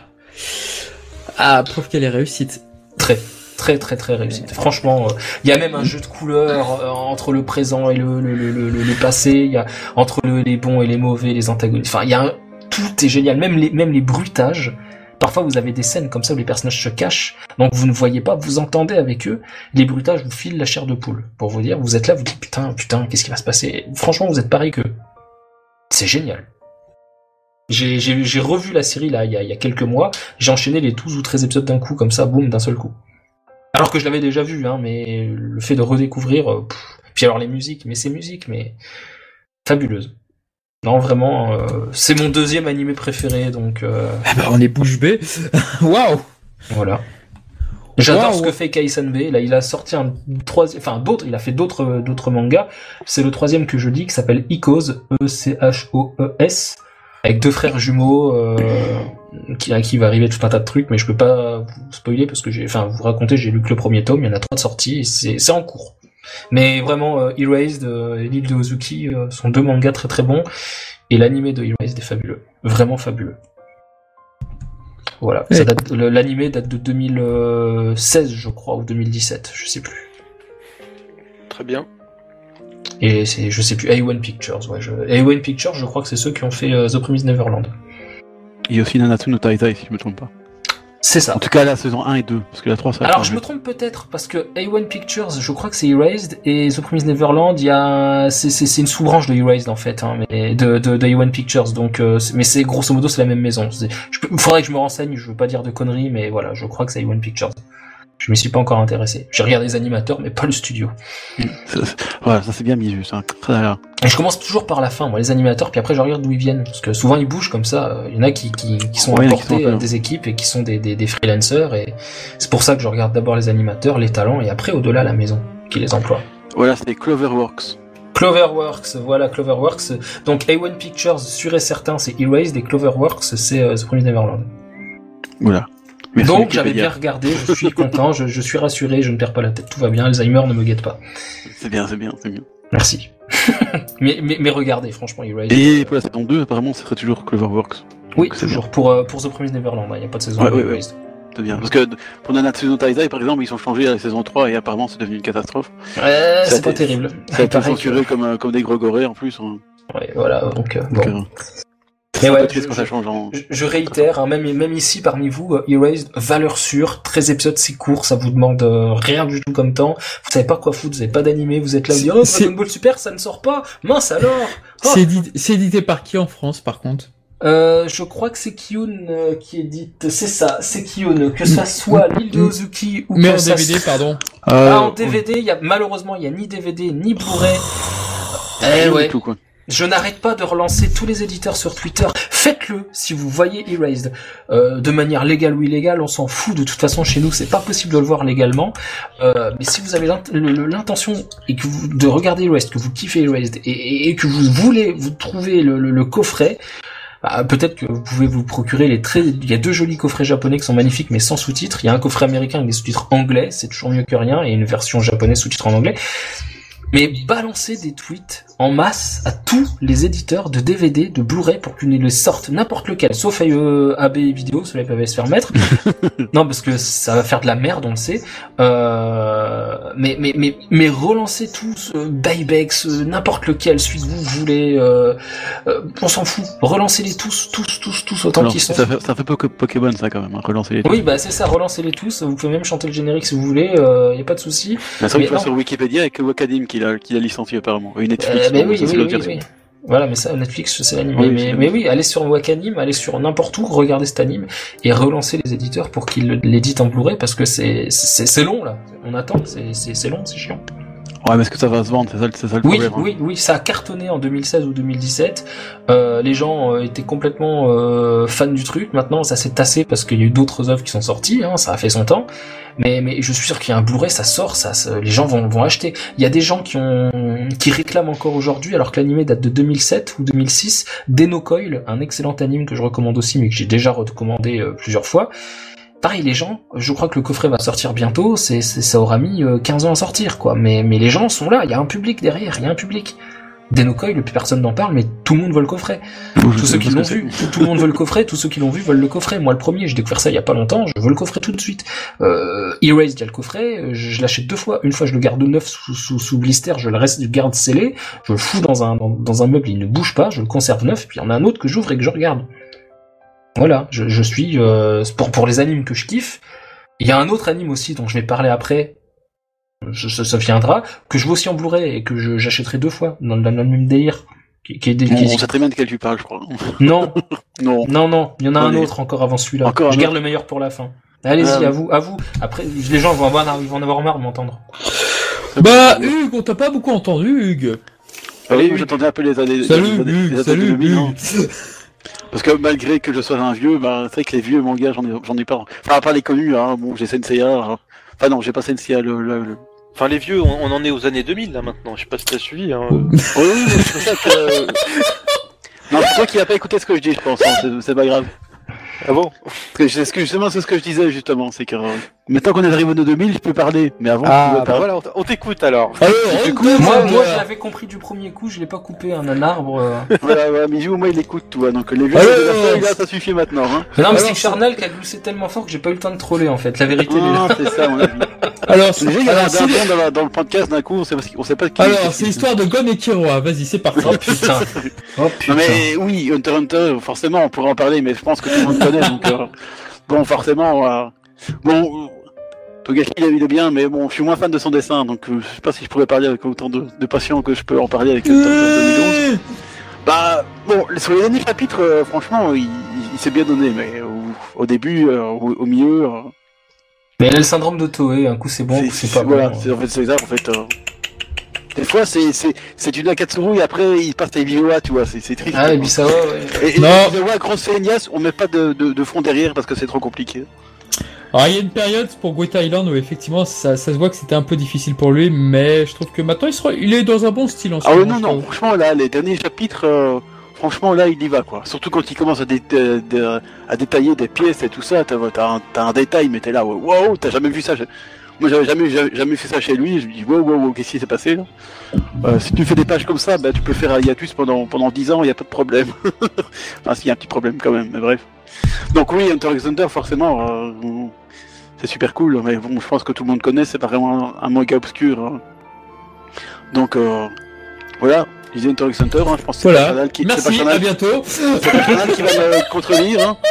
S1: ah, preuve qu'elle est réussite.
S4: Très, très, très, très réussite. Franchement, il euh, y a même un jeu de couleurs euh, entre le présent et le, le, le, le, le passé. Il y a entre le, les bons et les mauvais, les antagonistes. Enfin, il y a un, tout est génial. Même les, même les bruitages. Parfois, vous avez des scènes comme ça où les personnages se cachent, donc vous ne voyez pas, vous entendez avec eux. Les bruitages vous filent la chair de poule. Pour vous dire, vous êtes là, vous dites putain, putain, qu'est-ce qui va se passer? Franchement, vous êtes pareil qu'eux. C'est génial. J'ai, j'ai, j'ai revu la série là il y a, il y a quelques mois. J'ai enchaîné les douze ou treize épisodes d'un coup, comme ça, boum, d'un seul coup. Alors que je l'avais déjà vu, hein, mais le fait de redécouvrir. Pff. Puis alors les musiques, mais ces musiques, mais fabuleuses. Non, vraiment, euh, c'est mon deuxième animé préféré, donc... Euh...
S1: Ah bah, on est bouche bée. Waouh.
S4: Voilà. J'adore
S1: wow.
S4: ce que fait Kaisanbe. Là, il a sorti un troisième... Enfin, d'autres, il a fait d'autres d'autres mangas. C'est le troisième que je lis, qui s'appelle Icos, E C H O E S, avec deux frères jumeaux, euh, qui, à qui va arriver tout un tas de trucs, mais je peux pas vous spoiler, parce que j'ai... Enfin, vous raconter, j'ai lu que le premier tome, il y en a trois de sortis, et c'est, c'est en cours. Mais vraiment, euh, Erased euh, et l'île de Ozuki euh, sont deux mangas très très bons, et l'animé de Erased est fabuleux, vraiment fabuleux. Voilà, ça date, le, l'animé date de deux mille seize je crois, ou deux mille dix-sept, je sais plus.
S2: Très bien.
S4: Et c'est, je sais plus, A one Pictures, ouais. Je... A one Pictures, je crois que c'est ceux qui ont fait euh, The Promised Neverland.
S3: Il y a aussi Nanatsu no Taizai, si je me trompe pas.
S4: C'est ça.
S3: En tout cas, la saison un et deux, parce que la trois, ça...
S4: Alors, je me trompe peut-être, parce que A one Pictures, je crois que c'est Erased, et The Promised Neverland, il y a, c'est, c'est, c'est une sous-branche de Erased, en fait, hein, mais, de, de, de A one Pictures, donc, euh, c'est, mais c'est, grosso modo, c'est la même maison. C'est, je peux, faudrait que je me renseigne, je veux pas dire de conneries, mais voilà, je crois que c'est A one Pictures. Je m'y suis pas encore intéressé. J'ai regardé les animateurs, mais pas le studio.
S3: Ça, ça, voilà, ça c'est bien mis, c'est un très bien.
S4: Et je commence toujours par la fin, moi, les animateurs, puis après je regarde d'où ils viennent, parce que souvent ils bougent comme ça. Il y en a qui, qui, qui sont
S3: ouais,
S4: apportés
S3: qui sont
S4: à des équipes et qui sont des, des, des freelancers, et c'est pour ça que je regarde d'abord les animateurs, les talents, et après au-delà la maison qui les emploie.
S3: Voilà, c'est Cloverworks.
S4: Cloverworks, voilà Cloverworks. Donc A one Pictures, sûr et certain, c'est Erased, et Cloverworks, c'est uh, The Promised Neverland.
S3: Voilà. Merci.
S4: Donc j'avais bien regardé, je suis content, je, je suis rassuré, je ne perds pas la tête, tout va bien, Alzheimer ne me guette pas.
S3: C'est bien, c'est bien, c'est bien.
S4: Merci. mais, mais, mais regardez, franchement, Erased.
S3: Et pour la saison deux, apparemment, ce serait toujours Cloverworks.
S4: Oui, donc, toujours, pour, euh, pour The Promised Neverland, il n'y a pas de saison
S3: ouais,
S4: de
S3: ouais,
S4: Erased.
S3: Ouais. C'est bien, parce que pour Nanatsu no Taizai, par exemple, ils sont changés à la saison trois et apparemment c'est devenu une catastrophe.
S4: Ouais, c'est pas terrible.
S3: Ça a été censuré que... comme, comme des gros gorées en plus. Hein.
S4: Ouais, voilà, donc, euh,
S3: donc
S4: bon.
S3: Euh...
S4: Mais ouais, je,
S3: quand ça change en...
S4: je, je réitère, hein, même, même ici parmi vous, uh, Erased, valeur sûre, treize épisodes, c'est court, ça vous demande euh, rien du tout comme temps, vous savez pas quoi foutre, vous avez pas d'animé, vous êtes là, vous dites, oh, Dragon Ball Super, ça ne sort pas, mince alors oh.
S1: C'est édité, c'est édité par qui en France, par contre?
S4: Euh, je crois que c'est Kiyun euh, qui édite, c'est ça, c'est Kiyun, que ça soit l'île de Ozuki ou
S1: mais
S4: que
S1: en
S4: ça
S1: D V D, pardon.
S4: Euh, ah, en D V D, il y a, malheureusement, il y a ni D V D, ni Blu-ray. Eh ouais.
S3: Tout, quoi.
S4: Je n'arrête pas de relancer tous les éditeurs sur Twitter. Faites-le si vous voyez Erased. Euh, de manière légale ou illégale, on s'en fout. De toute façon, chez nous, c'est pas possible de le voir légalement. Euh, mais si vous avez l'int- l'intention et que vous, de regarder Erased, que vous kiffez Erased et, et, et que vous voulez vous trouver le, le, le coffret, bah, peut-être que vous pouvez vous procurer les très... Il y a deux jolis coffrets japonais qui sont magnifiques mais sans sous-titres. Il y a un coffret américain avec des sous-titres anglais, c'est toujours mieux que rien, et une version japonaise sous-titres en anglais. Mais balancez des tweets en masse à tous les éditeurs de D V D, de Blu-ray, pour qu'ils les sortent n'importe lequel, sauf euh, A B vidéo, ceux-là peuvent se faire mettre. Non, parce que ça va faire de la merde, on le sait. Euh, mais, mais, mais, mais relancez tous, euh, Baybex, euh, n'importe lequel, celui que vous voulez, euh, euh, on s'en fout. Relancez-les tous, tous, tous, tous, autant qu'ils sont.
S3: Ça fait, ça fait pas que Pokémon, ça, quand même, hein, relancer les tous.
S4: Oui, bah, c'est ça, relancez-les tous. Vous pouvez même chanter le générique si vous voulez, euh, y a pas de souci.
S3: C'est vrai que sur Wikipédia, avec Wakadim qui l'a, qui l'a licencié, apparemment. Et Netflix.
S4: Euh, mais oui,
S3: ça,
S4: oui, oui, oui. Voilà, mais ça, Netflix, c'est l'anime. Oui, mais, mais, mais oui, allez sur Wakanim, allez sur n'importe où, regardez cet anime, et relancez les éditeurs pour qu'ils l'éditent en Blu-ray, parce que c'est, c'est, c'est long, là. On attend, c'est, c'est, c'est long, c'est chiant.
S3: Ouais, mais est-ce que ça va se vendre? C'est ça, c'est ça le
S4: Oui,
S3: problème.
S4: oui, oui, ça a cartonné en deux mille seize ou deux mille dix-sept. Euh, les gens euh, étaient complètement euh, fans du truc. Maintenant, ça s'est tassé parce qu'il y a eu d'autres œuvres qui sont sorties. Hein, ça a fait son temps. Mais, mais je suis sûr qu'il y a un Blu-ray, ça sort, ça, ça les gens vont, vont acheter. Il y a des gens qui ont, qui réclament encore aujourd'hui, alors que l'animé date de deux mille sept ou deux mille six. Deno Coil, un excellent anime que je recommande aussi, mais que j'ai déjà recommandé euh, plusieurs fois. Pareil, les gens, je crois que le coffret va sortir bientôt, c'est, c'est ça aura mis euh, quinze ans à sortir, quoi. Mais, mais les gens sont là, il y a un public derrière, il y a un public. Denocoil, plus personne n'en parle, mais tout le monde veut le coffret. Tous ceux qui l'ont vu, tout, tout le monde veut le coffret, tous ceux qui l'ont vu veulent le coffret. Moi, le premier, j'ai découvert ça il y a pas longtemps, je veux le coffret tout de suite. Euh, Erased, il y a le coffret, je, je l'achète deux fois. Une fois, je le garde neuf sous, sous, sous blister, je le reste, je garde scellé, je le fous dans un, dans, dans un meuble, il ne bouge pas, je le conserve neuf, puis il y en a un autre que j'ouvre et que je regarde. Voilà, je, je suis, euh, pour, pour les animes que je kiffe. Il y a un autre anime aussi dont je vais parler après, ça, ça viendra, que je veux aussi en Blu-ray et que je, j'achèterai deux fois dans le même délire. Qui, qui est des,
S3: on,
S4: qui...
S3: on sait très bien de quel tu parles, je crois.
S4: Non,
S3: non,
S4: non, non, il y en a
S3: Allez.
S4: un autre encore avant celui-là.
S3: Encore
S4: je
S3: un
S4: garde
S3: autre.
S4: le meilleur pour la fin. Allez-y,
S3: Ah.
S4: à vous, à vous. Après, les gens vont avoir, ils vont en avoir marre de m'entendre.
S1: Bah, Hugues, on t'a pas beaucoup entendu, Hugues.
S3: Ah oui,
S2: Allez,
S3: moi, j'attendais un peu les années.
S1: Salut,
S3: les années-
S1: Hugues,
S3: les années
S1: salut,
S3: deux mille, hein.
S1: Hugues.
S3: Parce que malgré que je sois un vieux, bah, c'est vrai que les vieux mangas, j'en ai, j'en ai pas. Enfin, pas les connus, hein. Bon, j'ai Senseiya. Hein. Enfin, non, j'ai pas Senseiya, le, le, le...
S2: Enfin, les vieux, on, on en est aux années deux mille là maintenant. Je sais pas si t'as suivi. Hein.
S3: Oui, oui, mais c'est pour ça que. Non, c'est toi qui n'as pas écouté ce que je dis, je pense. Hein. C'est, c'est pas grave.
S2: Ah bon?
S3: Parce que c'est ce que justement, c'est ce que je disais justement, c'est que euh, maintenant qu'on est arrivé aux deux mille, je peux parler. Mais avant,
S2: Ah,
S3: je pouvais
S2: bah
S3: pas.
S2: voilà, on t- on t'écoute alors.
S1: Alors,
S3: Du coup,
S1: on
S4: Moi,
S1: t'aime,
S4: moi,
S1: toi.
S4: je l'avais compris du premier coup, je l'ai pas coupé un, un arbre. euh.
S3: Voilà, voilà, Mijou, moi, il écoute tout. Hein. Donc les vieux
S1: Ah,
S3: de
S1: ouais,
S3: la
S1: ouais,
S3: feuille,
S1: ouais.
S3: là, ça suffit maintenant. Hein.
S4: Mais non, mais
S1: Alors,
S4: c'est Charnel qui a gloussé tellement fort que j'ai pas eu le temps de troller en fait. La vérité, elle est là.
S3: Ah, c'est ça, à mon avis.
S1: Alors, c'est-
S3: Déjà, il y
S1: alors,
S3: a un
S1: c'est-
S3: don dans, la- dans le podcast d'un coup, on sait pas, on sait pas qui.
S1: alors, c'est l'histoire de Gon et Kiroa. Vas-y, c'est parti.
S4: Oh putain. Oh putain.
S3: Non mais oui, Hunter x Hunter, forcément, on pourrait en parler, mais je pense que tout le monde connaît, donc euh, bon, forcément, euh, bon, euh, Togashi il est- il est bien, mais bon, je suis moins fan de son dessin, donc euh, je sais pas si je pourrais parler avec autant de, de passion que je peux en parler avec Hunter x Hunter deux mille onze. Bah bon, sur les derniers chapitres, euh, franchement, il, il, il s'est bien donné, mais au, au début, euh, au, au milieu, euh,
S4: Mais elle a le syndrome de Toei, un coup c'est bon, un coup c'est pas
S3: voilà,
S4: bon.
S3: c'est en fait c'est ça, en fait. Euh, des fois, c'est c'est c'est du Nakatsuru et après il passe à Ibiwa, tu vois, c'est c'est triste.
S4: Ah, et
S3: quoi.
S4: Bisawa, ouais.
S3: Et, et
S1: Non.
S3: Ibiwa, grosse feignasse, on met pas de, de, de fond derrière parce que c'est trop compliqué.
S1: Alors, il y a une période pour Guetta Island où effectivement ça, ça se voit que c'était un peu difficile pour lui, mais je trouve que maintenant il, sera, il est dans un bon style en ce
S3: Ah ouais,
S1: moment,
S3: non,
S1: je
S3: non,
S1: trouve.
S3: franchement, là, les derniers chapitres, euh, franchement, là, il y va, quoi. Surtout quand il commence à, dé de- de- à détailler des pièces et tout ça, t'as t'as un, t'as un détail, mais t'es là, ouais, wow, t'as jamais vu ça. je- Moi, j'avais jamais, jamais, jamais fait ça chez lui, je me dis, wow, wow, wow, qu'est-ce qui s'est passé, là euh, Si tu fais des pages comme ça, bah, tu peux faire un hiatus pendant, pendant dix ans, il n'y a pas de problème. Enfin, s'il y a un petit problème quand même, mais bref. Donc oui, Hunter x Hunter, forcément, euh, c'est super cool, mais bon, je pense que tout le monde connaît, c'est pas vraiment un, un manga obscur. Hein. Donc, euh, voilà, je disais Hunter x Hunter, hein, je pense que c'est pas
S1: Voilà.
S3: Chanel qui, c'est pas
S1: Merci,
S3: Chanel-
S1: à bientôt.
S3: c'est pas Chanel qui va me contredire. Hein.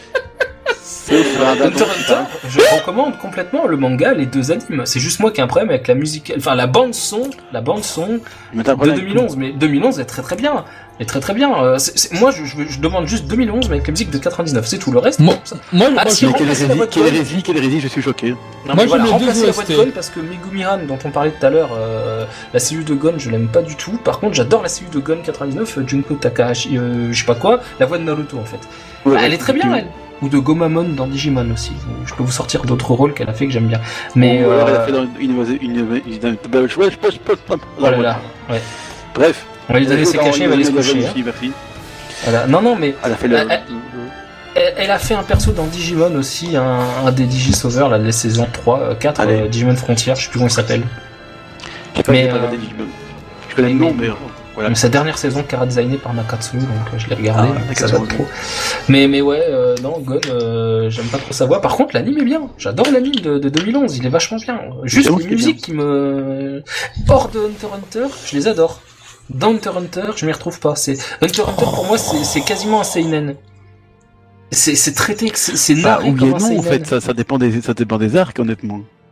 S3: C'est un
S4: Hunter
S3: daton.
S4: x Hunter, je recommande complètement le manga, les deux animes. C'est juste moi qui ai un problème avec la musique, enfin la bande son, la bande son
S3: Mais t'as un
S4: de
S3: problème
S4: deux mille onze. Mais deux mille onze est très très bien, est très très bien. Euh, c'est- c'est- moi je, je, je demande juste deux mille onze mais avec la musique de quatre-vingt-dix-neuf, c'est tout. Le reste,
S1: Moi,
S4: ça-
S1: moi,
S4: Ah,
S1: moi,
S4: si,
S1: je-
S3: Mais quelle
S4: remplacer la
S3: hérésie,
S4: voix de
S3: quelle
S4: Gon.
S3: hérésie, quelle hérésie, je suis choqué.
S4: Non,
S1: Moi,
S4: mais voilà,
S1: j'aime les deux
S4: remplacer la
S1: O S
S4: voix
S1: T.
S4: de Gon parce que Megumiran dont on parlait tout à l'heure, euh, la C U de Gon je l'aime pas du tout. Par contre j'adore la C U de Gon quatre-vingt-dix-neuf, euh, Junko Takahashi, euh, je sais pas quoi, la voix de Naruto en fait.
S3: Ouais,
S4: Bah,
S3: ouais,
S4: elle est très bien
S3: tu-
S4: elle. Ou de Gomamon dans Digimon aussi. Je peux vous sortir d'autres rôles qu'elle a fait que j'aime bien. Mais
S3: Ou alors elle a
S4: euh,
S3: fait dans une, une, une, une, une- je- je- je- je-
S4: oh là là, ouais.
S3: Bref.
S4: On va lui donner ses
S3: Dans-
S4: cachets, elle va aller se
S3: dans-
S4: coucher. hein.
S3: Merci, merci.
S4: Voilà. Non, non, mais
S3: Elle a fait le.
S4: Elle- elle- elle, elle a fait un perso dans Digimon aussi, un, un des Digisauveurs, là, de la saison trois, euh, quatre,
S3: Allez.
S4: euh, Digimon Frontier, je sais plus comment il s'appelle.
S3: J'ai pas,
S4: mais,
S3: j'ai pas
S4: euh,
S3: regardé Digimon. Je connais le
S4: mais-
S3: nom, mais euh, voilà.
S4: Même sa dernière saison, Kara designé par Nakatsu, donc euh, je l'ai regardé,
S3: Ah,
S4: ça
S3: Nakatsu,
S4: date
S3: ok.
S4: trop. Mais, mais ouais, euh, non, Gon, euh, j'aime pas trop sa voix. Par contre, l'anime est bien. J'adore l'anime de, de deux mille onze, il est vachement bien. Juste
S3: J'avoue
S4: les
S3: qu'il est
S4: musiques qui me... Hors de Hunter x Hunter, je les adore. Dans Hunter x Hunter, je m'y retrouve pas. C'est Hunter x Hunter, pour moi, c'est c'est quasiment un seinen. C'est c'est traité, que c'est c'est
S3: Bah,
S4: narré
S3: ou bien
S4: comme un
S3: non,
S4: seinen.
S3: en fait, ça, ça dépend des, ça dépend des arcs, honnêtement.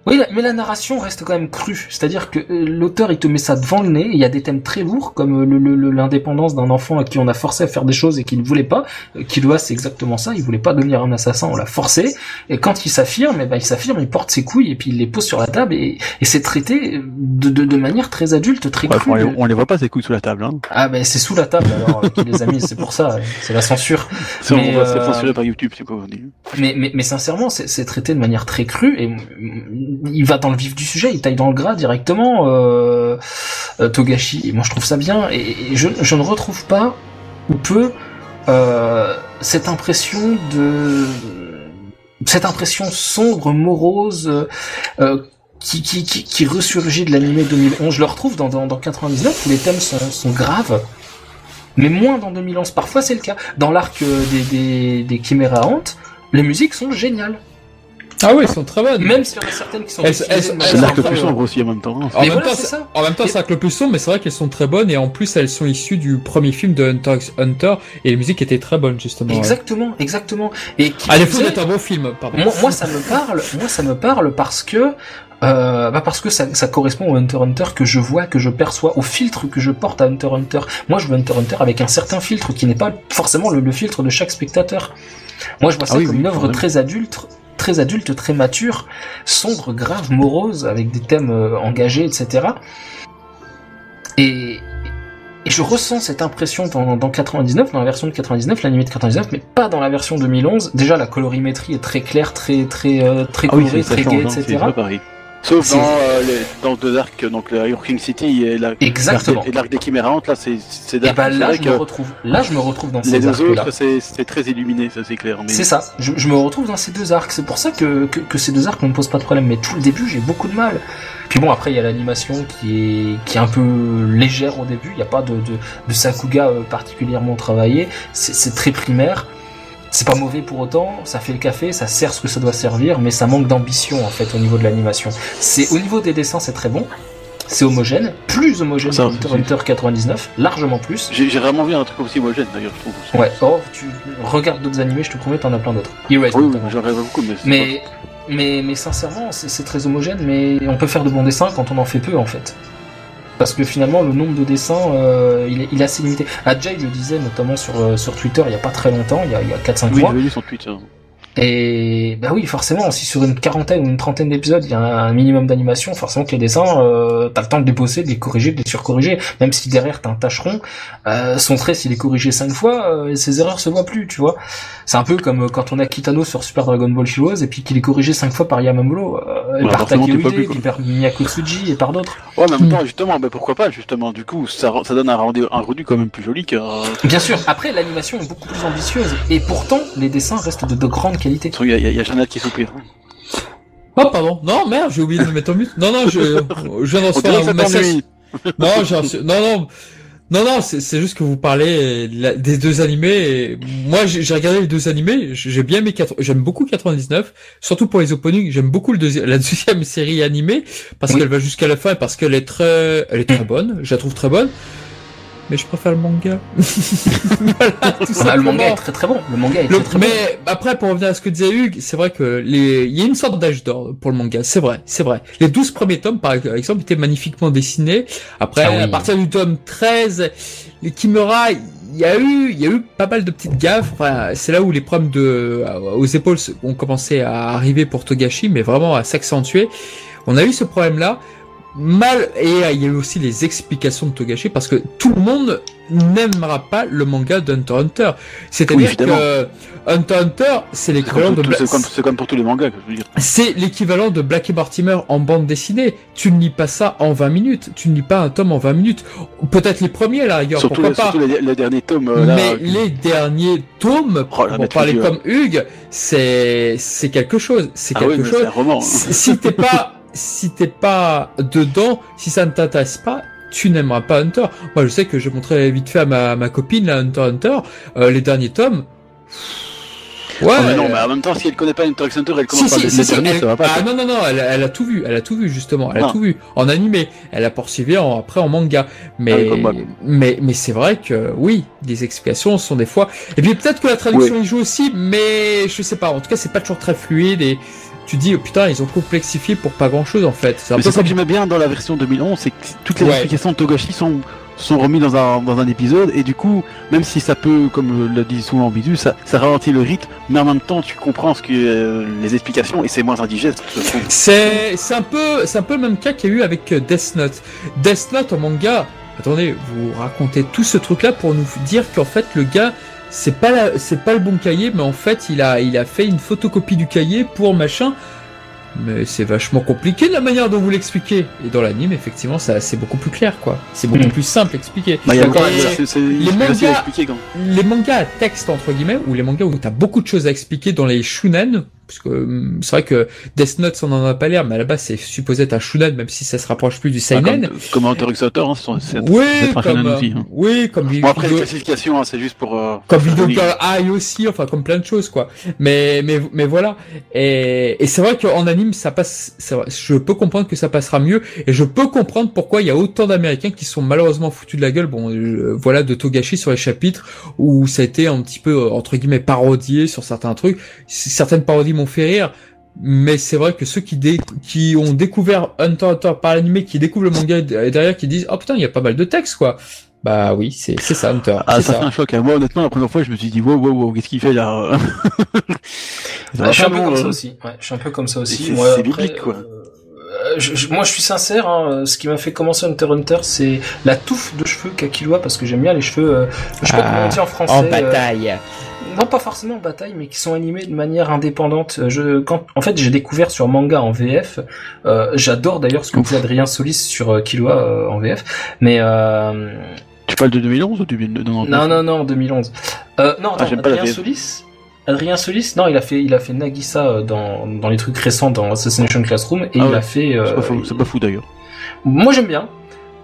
S4: Oui, mais la narration reste quand même crue. C'est-à-dire que l'auteur, il te met ça devant le nez. Il y a des thèmes très lourds, comme le, le, l'indépendance d'un enfant à qui on a forcé à faire des choses et qu'il ne voulait pas. Killua, c'est exactement ça. Il voulait pas devenir un assassin, on l'a forcé. Et quand il s'affirme, eh ben, il s'affirme, il porte ses couilles et puis il les pose sur la table et, et c'est traité de, de, de manière très adulte, très
S3: ouais,
S4: crue.
S3: On les, on les voit pas, ses couilles sous la table, hein.
S4: Ah, ben, c'est sous la table, alors, qui les a mis, c'est pour ça. C'est la censure.
S3: C'est,
S4: mais,
S3: euh... c'est censuré par YouTube, c'est quoi on dit.
S4: Mais, mais, mais sincèrement, c'est, c'est traité de manière très crue et il va dans le vif du sujet, il taille dans le gras directement, euh, euh, Togashi. Et moi, je trouve ça bien et, et je, je ne retrouve pas ou peu euh, cette impression de cette impression sombre, morose. Euh, Qui, qui, qui, qui ressurgit de l'animé deux mille onze. Je le retrouve dans, dans, dans quatre-vingt-dix-neuf où les thèmes sont, sont graves, mais moins dans deux mille onze. Parfois c'est le cas. Dans l'arc des, des, des Chimera Ant, les musiques sont géniales.
S1: Ah oui, elles sont très bonnes.
S4: Même s'il y en a certaines qui sont...
S1: Elles, elles, elles,
S3: c'est l'arc le plus sombre aussi en même temps.
S1: En même,
S4: voilà,
S1: temps
S4: c'est ça.
S1: en même temps, c'est l'arc le plus sombre, mais c'est vrai qu'elles sont très bonnes et en plus elles sont issues du premier film de Hunter x Hunter et les musiques étaient très bonnes justement.
S4: Exactement, ouais. exactement. Et qui
S1: à défaut d'être un bon film, pardon.
S4: Moi, moi, ça me parle. Moi, ça me parle parce que. Euh, bah parce que ça, ça correspond au Hunter x Hunter que je vois, que je perçois, au filtre que je porte à Hunter x Hunter. Moi, je vois Hunter x Hunter avec un certain filtre qui n'est pas forcément le, le filtre de chaque spectateur. Moi, je vois ça ah oui, comme oui, une œuvre très adulte, très adulte, très mature, sombre, grave, morose, avec des thèmes euh, engagés, et cetera. Et, et je ressens cette impression dans, dans quatre-vingt-dix-neuf, dans la version de quatre-vingt-dix-neuf, l'animé de quatre-vingt-dix-neuf, mais pas dans la version deux mille onze. Déjà, la colorimétrie est très claire, très très euh, très
S3: ah oui,
S4: colorée, très gaie, et cetera.
S3: Sauf dans, euh, les, dans deux arcs, donc le Hyrule King City et, la,
S4: Exactement.
S3: et l'arc des Chimera Ant, là c'est c'est
S4: et bah là je me retrouve. Là je me retrouve dans ces
S3: les
S4: arcs.
S3: Les deux autres c'est c'est très illuminé, ça c'est clair. Mais...
S4: C'est ça. Je, je me retrouve dans ces deux arcs. C'est pour ça que, que que ces deux arcs ne me posent pas de problème. Mais tout le début j'ai beaucoup de mal. Puis bon après il y a l'animation qui est qui est un peu légère au début. Il n'y a pas de de, de Sakuga particulièrement travaillé. C'est c'est très primaire. C'est pas mauvais pour autant, ça fait le café, ça sert ce que ça doit servir, mais ça manque d'ambition en fait au niveau de l'animation. C'est au niveau des dessins, c'est très bon, c'est homogène, plus homogène que Hunter Hunter quatre-vingt-dix-neuf, largement plus.
S3: J'ai, j'ai vraiment vu un truc aussi homogène d'ailleurs, je trouve. Aussi.
S4: Ouais, oh, tu regardes d'autres animés, je te promets, t'en as plein d'autres. Erase,
S3: oui, oui j'en rêve beaucoup, mais.
S4: Mais, pas... mais, mais sincèrement, c'est, c'est très homogène, mais on peut faire de bons dessins quand on en fait peu en fait. Parce que finalement, le nombre de dessins, euh, il, est, il est assez limité. Ajay le disait notamment sur, euh, sur Twitter il y a pas très longtemps, il y a, il y a quatre cinq
S3: oui,
S4: mois.
S3: Oui, j'avais lu son Twitter.
S4: Et bah oui, forcément, si sur une quarantaine ou une trentaine d'épisodes, il y a un minimum d'animation, forcément que les dessins, euh, t'as le temps de les bosser, de les corriger, de les surcorriger. Même si derrière t'as un tâcheron, euh, son trait, s'il est corrigé cinq fois, euh, ses erreurs se voient plus, tu vois. C'est un peu comme quand on a Kitano sur Super Dragon Ball Heroes et puis qu'il est corrigé cinq fois par Yamamuro, euh, et
S3: ouais,
S4: par Takeuide,
S3: plus,
S4: puis par Miyako Tsuji et par d'autres.
S3: Ouais, mais en même temps, justement, bah pourquoi pas, justement, du coup, ça, ça donne un rendu, un rendu quand même plus joli que... Euh...
S4: Bien sûr, après, l'animation est beaucoup plus ambitieuse, et pourtant, les dessins restent de, de grande qualité.
S3: Il y a, il y a Jeannette qui soupire.
S1: Oh, pardon. Non, merde, j'ai oublié de me mettre en mute. Non, non, je, je viens d'en se faire un message. Non, j'ai reçu, non, non. Non, non, c'est, c'est juste que vous parlez des deux animés. Et moi, j'ai, j'ai regardé les deux animés. J'ai bien aimé quatre, j'aime beaucoup quatre-vingt-dix-neuf, surtout pour les openings. J'aime beaucoup le deuxi- la deuxième série animée parce oui. qu'elle va jusqu'à la fin et parce qu'elle est très, elle est très bonne. Je la trouve très bonne. Mais je préfère le manga. Voilà, tout
S4: bah, le manga est très très bon. Le manga est
S1: le,
S4: très très
S1: mais
S4: bon.
S1: Mais après, pour revenir à ce que disait Hugues, c'est vrai que les, il y a une sorte d'âge d'or pour le manga. C'est vrai, c'est vrai. Les douze premiers tomes, par exemple, étaient magnifiquement dessinés. Après, ah oui. à partir du tome treize, les Chimera, il y a eu, il y a eu pas mal de petites gaffes. Enfin, c'est là où les problèmes de, aux épaules ont commencé à arriver pour Togashi, mais vraiment à s'accentuer. On a eu ce problème-là. Mal, et il y a eu aussi les explications de Togashi parce que tout le monde n'aimera pas le manga d'Hunter x Hunter. C'est-à-dire oui, que Hunter x Hunter, c'est l'équivalent
S3: c'est
S1: de
S3: Bla- c'est, comme, c'est comme pour tous les mangas que je veux dire.
S1: C'est l'équivalent de Black et Mortimer en bande dessinée. Tu ne lis pas ça en vingt minutes. Tu ne lis pas un tome en vingt minutes. Peut-être les premiers à la rigueur,
S3: surtout
S1: pourquoi
S3: les,
S1: pas.
S3: Surtout les, les derniers tomes. Euh, là,
S1: Mais
S3: qui...
S1: les derniers tomes, oh, pour parler comme Hugues, c'est, c'est quelque chose. C'est
S3: ah
S1: quelque
S3: oui,
S1: chose.
S3: C'est un roman, hein.
S1: Si t'es pas, si t'es pas dedans, si ça ne t'intéresse pas, tu n'aimeras pas Hunter. Moi, je sais que je montrais vite fait à ma, ma copine, là, Hunter Hunter, euh, les derniers tomes.
S3: Ouais. Oh, mais non, mais en même temps, si elle connaît pas Hunter x Hunter, elle commence
S1: si,
S3: par
S1: si,
S3: les
S1: si, si,
S3: derniers,
S1: elle...
S3: ça va pas.
S1: Ah non, non, non, elle, elle a tout vu, elle a tout vu, justement, elle
S3: non.
S1: a tout vu. En animé, elle a poursuivi en, après en manga. Mais,
S3: ah,
S1: mais, mais c'est vrai que, oui, les explications sont des fois, et puis peut-être que la traduction
S3: oui.
S1: y joue aussi, mais je sais pas, en tout cas, c'est pas toujours très fluide et, tu dis, oh, putain, ils ont complexifié pour pas grand chose en fait.
S3: C'est, un peu c'est ça comme... que j'aimais bien dans la version deux mille onze, c'est que toutes les ouais. explications de Togashi sont, sont remises dans un, dans un épisode, et du coup, même si ça peut, comme le dit souvent Bidu, ça, ça ralentit le rythme, mais en même temps, tu comprends ce que, euh, les explications, et c'est moins indigeste.
S1: C'est, c'est un peu, c'est un peu le même cas qu'il y a eu avec Death Note. Death Note en manga, attendez, vous racontez tout ce truc-là pour nous dire qu'en fait, le gars, c'est pas la, c'est pas le bon cahier, mais en fait, il a, il a fait une photocopie du cahier pour machin. Mais c'est vachement compliqué de la manière dont vous l'expliquez. Et dans l'anime, effectivement, ça, c'est beaucoup plus clair, quoi. C'est beaucoup mmh. plus simple à expliquer.
S3: Bah, y a encore, c'est, c'est,
S1: les, mangas, les mangas à texte, entre guillemets, ou les mangas où t'as beaucoup de choses à expliquer dans les shonen, parce que c'est vrai que Death Note, ça n'en a pas l'air, mais à la base, c'est supposé être un shonen, même si ça se rapproche plus du seinen.
S3: Ah, comme, comme Hunter x Hunter, hein, c'est,
S1: oui,
S3: c'est un
S1: comme,
S3: shonen aussi. Hein.
S1: Oui, comme
S3: bon, après, les classifications, hein, c'est juste pour... Euh,
S1: comme Video Girl Eye aussi, enfin, comme plein de choses, quoi. Mais, mais, mais voilà. Et, et c'est vrai qu'en anime, ça passe, c'est vrai, je peux comprendre que ça passera mieux, et je peux comprendre pourquoi il y a autant d'Américains qui sont malheureusement foutus de la gueule, bon, euh, voilà, de Togashi sur les chapitres, où ça a été un petit peu, entre guillemets, parodié sur certains trucs. Certaines parodies m'ont fait rire, mais c'est vrai que ceux qui, dé- qui ont découvert Hunter x Hunter par l'animé, qui découvrent le manga et derrière, qui disent, oh putain, il y a pas mal de textes, quoi. Bah oui, c'est, c'est ça, Hunter.
S3: Ah,
S1: c'est
S3: ça,
S1: ça
S3: fait un choc. Moi, honnêtement, la première fois, je me suis dit, wow, wow, wow, qu'est-ce qu'il fait là?
S4: Ouais, je suis un peu comme euh... ça aussi. Ouais, je suis un peu comme ça aussi.
S3: C'est,
S4: moi,
S3: c'est
S4: après,
S3: biblique, quoi.
S4: Euh, je, je, moi, je suis sincère. Hein, ce qui m'a fait commencer Hunter x Hunter, c'est la touffe de cheveux qu'a Killua, parce que j'aime bien les cheveux. Euh, je sais ah, pas comment on dit en français.
S1: En bataille.
S4: Euh, non, pas forcément en bataille, mais qui sont animés de manière indépendante. Je, quand, en fait, j'ai découvert sur manga en V F. Euh, j'adore d'ailleurs ce que dit Adrien Solis sur euh, Killua euh, en V F. Mais euh...
S3: tu parles de deux mille onze ou deux mille neuf?
S4: Non, non, non, non, deux mille onze. Euh, non,
S3: ah,
S4: attends, Adrien Solis. Adrien Solis, non, il a fait, il a fait Nagisa dans dans les trucs récents dans Assassination Classroom, et ah il ouais. a fait. Euh,
S3: c'est pas fou, c'est pas fou d'ailleurs.
S4: Moi, j'aime bien.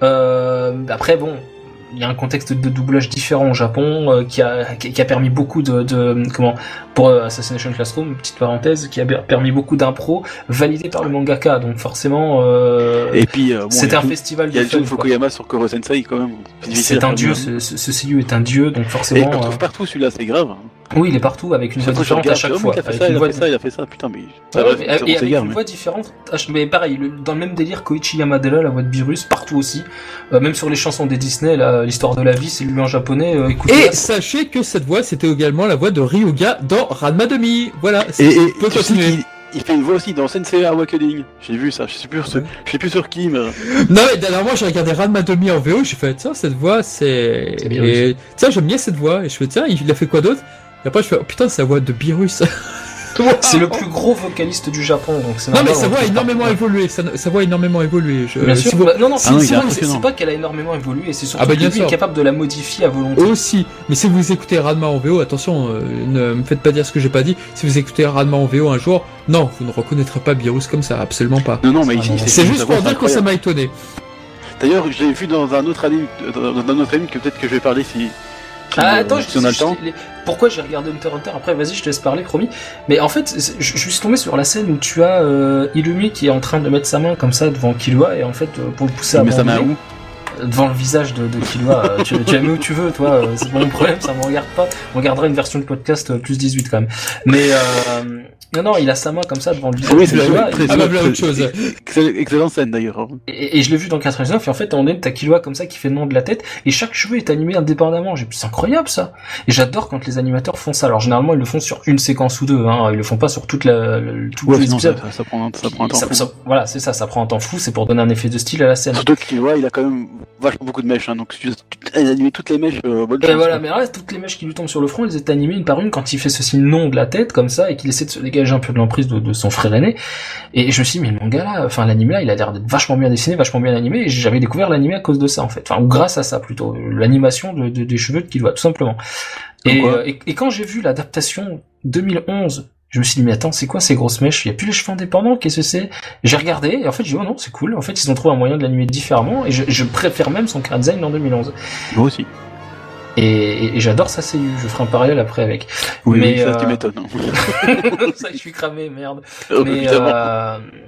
S4: Euh, après, bon. Il y a un contexte de doublage différent au Japon euh, qui a qui a permis beaucoup de, de comment pour euh, Assassination Classroom, petite parenthèse, qui a permis beaucoup d'impro validé par le mangaka, donc forcément euh,
S3: et puis euh, bon,
S4: c'était un festival.
S3: Il y a Jun Fukuyama sur Koro Sensei quand même.
S4: C'est, c'est un dieu, ce, ce, ce seiyuu est un dieu, donc forcément.
S3: Et il retrouve euh... partout celui-là, c'est grave.
S4: Oui, il est partout avec une voix différente à chaque fois.
S3: Il a fait ça, il a fait ça, il a fait ça, putain mais.
S4: Et avec une voix différente, mais pareil, dans le même délire Koichi Yamadera, la voix de Beerus, partout aussi, même sur les chansons des Disney, là, l'histoire de la vie, c'est lui en japonais. Euh, écoutez,
S1: et là, sachez que cette voix, c'était également la voix de Ryuga dans Ranma demi. Voilà.
S3: Et, et peut continuer. Il, il fait une voix aussi dans Sensei Awakening. J'ai vu ça. Je sais plus sur, je sais plus sur qui. Mais...
S1: Non, mais dernièrement, j'ai regardé Ranma demi en V O. J'ai fait tiens, cette voix, c'est. c'est bien et tiens, j'aime bien cette voix. Et je fais tiens, il a fait quoi d'autre? Et après, je fais oh putain, c'est la voix de Beerus.
S4: C'est le plus gros vocaliste du Japon, donc c'est
S1: normal. Non, mais sa voix a énormément pas. évolué. Sa, sa voix a énormément évolué. Je,
S4: bien sûr.
S1: Si vous...
S4: bah, non, non, c'est,
S3: ah,
S4: c'est, c'est, c'est pas qu'elle a énormément évolué, c'est surtout
S1: ah, bah,
S4: que lui est capable de la modifier à volonté.
S1: Aussi. Mais si vous écoutez Ranma en V O, attention, euh, ne me faites pas dire ce que j'ai pas dit. Si vous écoutez Ranma en V O un jour, non, vous ne reconnaîtrez pas Beerus comme ça, absolument pas.
S3: Non, non, mais ici,
S1: ah, c'est, c'est juste pour dire que ça m'a étonné.
S3: D'ailleurs, je l'ai vu dans un autre anime, dans un autre anime que peut-être que je vais parler si.
S4: Ah, attends, je, je, je, je, pourquoi j'ai regardé Hunter x Hunter? Après, vas-y, je te laisse parler, promis. Mais en fait, je, je suis tombé sur la scène où tu as euh, Illumi qui est en train de mettre sa main comme ça devant Killua, et en fait, pour le pousser à
S3: mais sa main où?
S4: Devant le visage de, de Killua. tu, tu la mets où tu veux, toi. C'est pas mon problème, ça me regarde pas. On regardera une version de podcast plus dix-huit quand même. Mais euh, non, non, il a sa main comme ça devant le visage
S3: oui,
S4: de Killua.
S3: Très, ah bah, autre chose. Excellente scène d'ailleurs.
S4: Et, et je l'ai vu dans quatre-vingt-dix-neuf, et en fait, on est t'as Killua comme ça qui fait le nom de la tête, et chaque cheveu est animé indépendamment. J'ai c'est incroyable ça. Et j'adore quand les animateurs font ça. Alors généralement, ils le font sur une séquence ou deux. Hein. Ils le font pas sur toute la, la tout
S3: ouais, les épisodes. Ça, ça prend, ça prend un temps. Ça,
S4: ça, voilà, c'est ça. Ça prend un temps fou. C'est pour donner un effet de style à la scène.
S3: Surtout que Killua, il a quand même vachement beaucoup de mèches. Hein, donc tu as animé toutes les mèches. Euh,
S4: et voilà, quoi. Mais là, toutes les mèches qui lui tombent sur le front, elles étaient animées une par une quand il fait ce signe non de la tête comme ça, et qu'il essaie de se dégager un peu de l'emprise de, de son frère aîné. Et je me suis dit, mais le manga là, enfin l'anime là, il a l'air d'être vachement bien dessiné, vachement bien animé, et j'avais découvert l'anime à cause de ça en fait, enfin ou grâce à ça plutôt, l'animation de, de, des cheveux de Killua tout simplement. Et, euh, et, et quand j'ai vu l'adaptation deux mille onze, je me suis dit, mais attends, c'est quoi ces grosses mèches? Il y a plus les cheveux indépendants, qu'est-ce que c'est? J'ai regardé, et en fait, j'ai dit, oh non, c'est cool. En fait, ils ont trouvé un moyen de l'animer différemment, et je, je préfère même son chara design en deux mille onze.
S3: Moi aussi.
S4: Et, et, et j'adore sa seiyuu, je ferai un parallèle après avec.
S3: Oui,
S4: mais,
S3: oui ça,
S4: euh...
S3: tu m'étonnes.
S4: ça, je suis cramé, merde.
S3: Oh,
S4: mais, euh...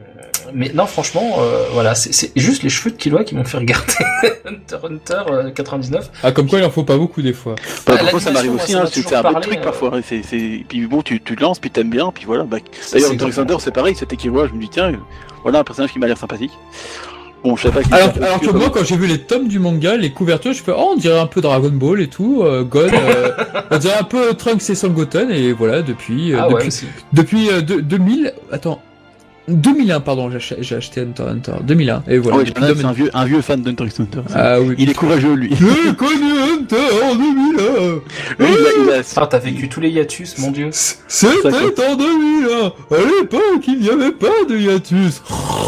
S4: mais non, franchement, euh, voilà, c'est, c'est juste les cheveux de Killua qui m'ont fait regarder Hunter x Hunter euh, quatre-vingt-dix-neuf.
S1: Ah, comme quoi il en faut pas beaucoup des fois.
S3: Bah,
S4: Ah,
S3: parfois ça m'arrive
S4: l'animation,
S3: aussi,
S4: moi,
S3: hein,
S4: ça m'a
S3: c'est
S4: toujours
S3: c'est un peu de
S4: parlé,
S3: truc
S4: euh.
S3: parfois. hein, C'est, c'est... Puis bon, tu, tu te lances, puis t'aimes bien, puis voilà. Bah...
S4: C'est-
S3: D'ailleurs,
S4: c'est
S3: Hunter x
S4: exactement
S3: Hunter, c'est pareil, c'était Killua, je me dis, tiens, voilà un personnage qui m'a l'air sympathique. Bon, je sais pas qui
S1: Alors,
S3: c'est,
S1: alors que
S3: comme-
S1: moi, quand j'ai vu les tomes du manga, les couvertures, je fais, oh, on dirait un peu Dragon Ball et tout, euh, God, euh, on dirait un peu Trunks et Son Goten, et voilà, depuis, euh,
S4: Ah ouais,
S1: depuis,
S4: aussi.
S1: depuis euh, de- deux mille, attends, deux mille un, pardon, j'ai acheté, j'ai acheté Hunter x Hunter, deux mille un, et
S3: Ah
S1: voilà.
S3: ouais,
S1: depuis
S3: Jonathan,
S1: deux mille
S3: c'est un vieux, un vieux fan d'Hunter x Hunter.
S1: Ah oui.
S3: Il est courageux, lui.
S1: J'ai connu Hunter en deux mille un.
S3: Lui, il a- il a-
S4: Ah, t'as vécu tous les hiatus, mon dieu.
S1: C'était en deux mille un. À l'époque, il n'y avait pas de hiatus.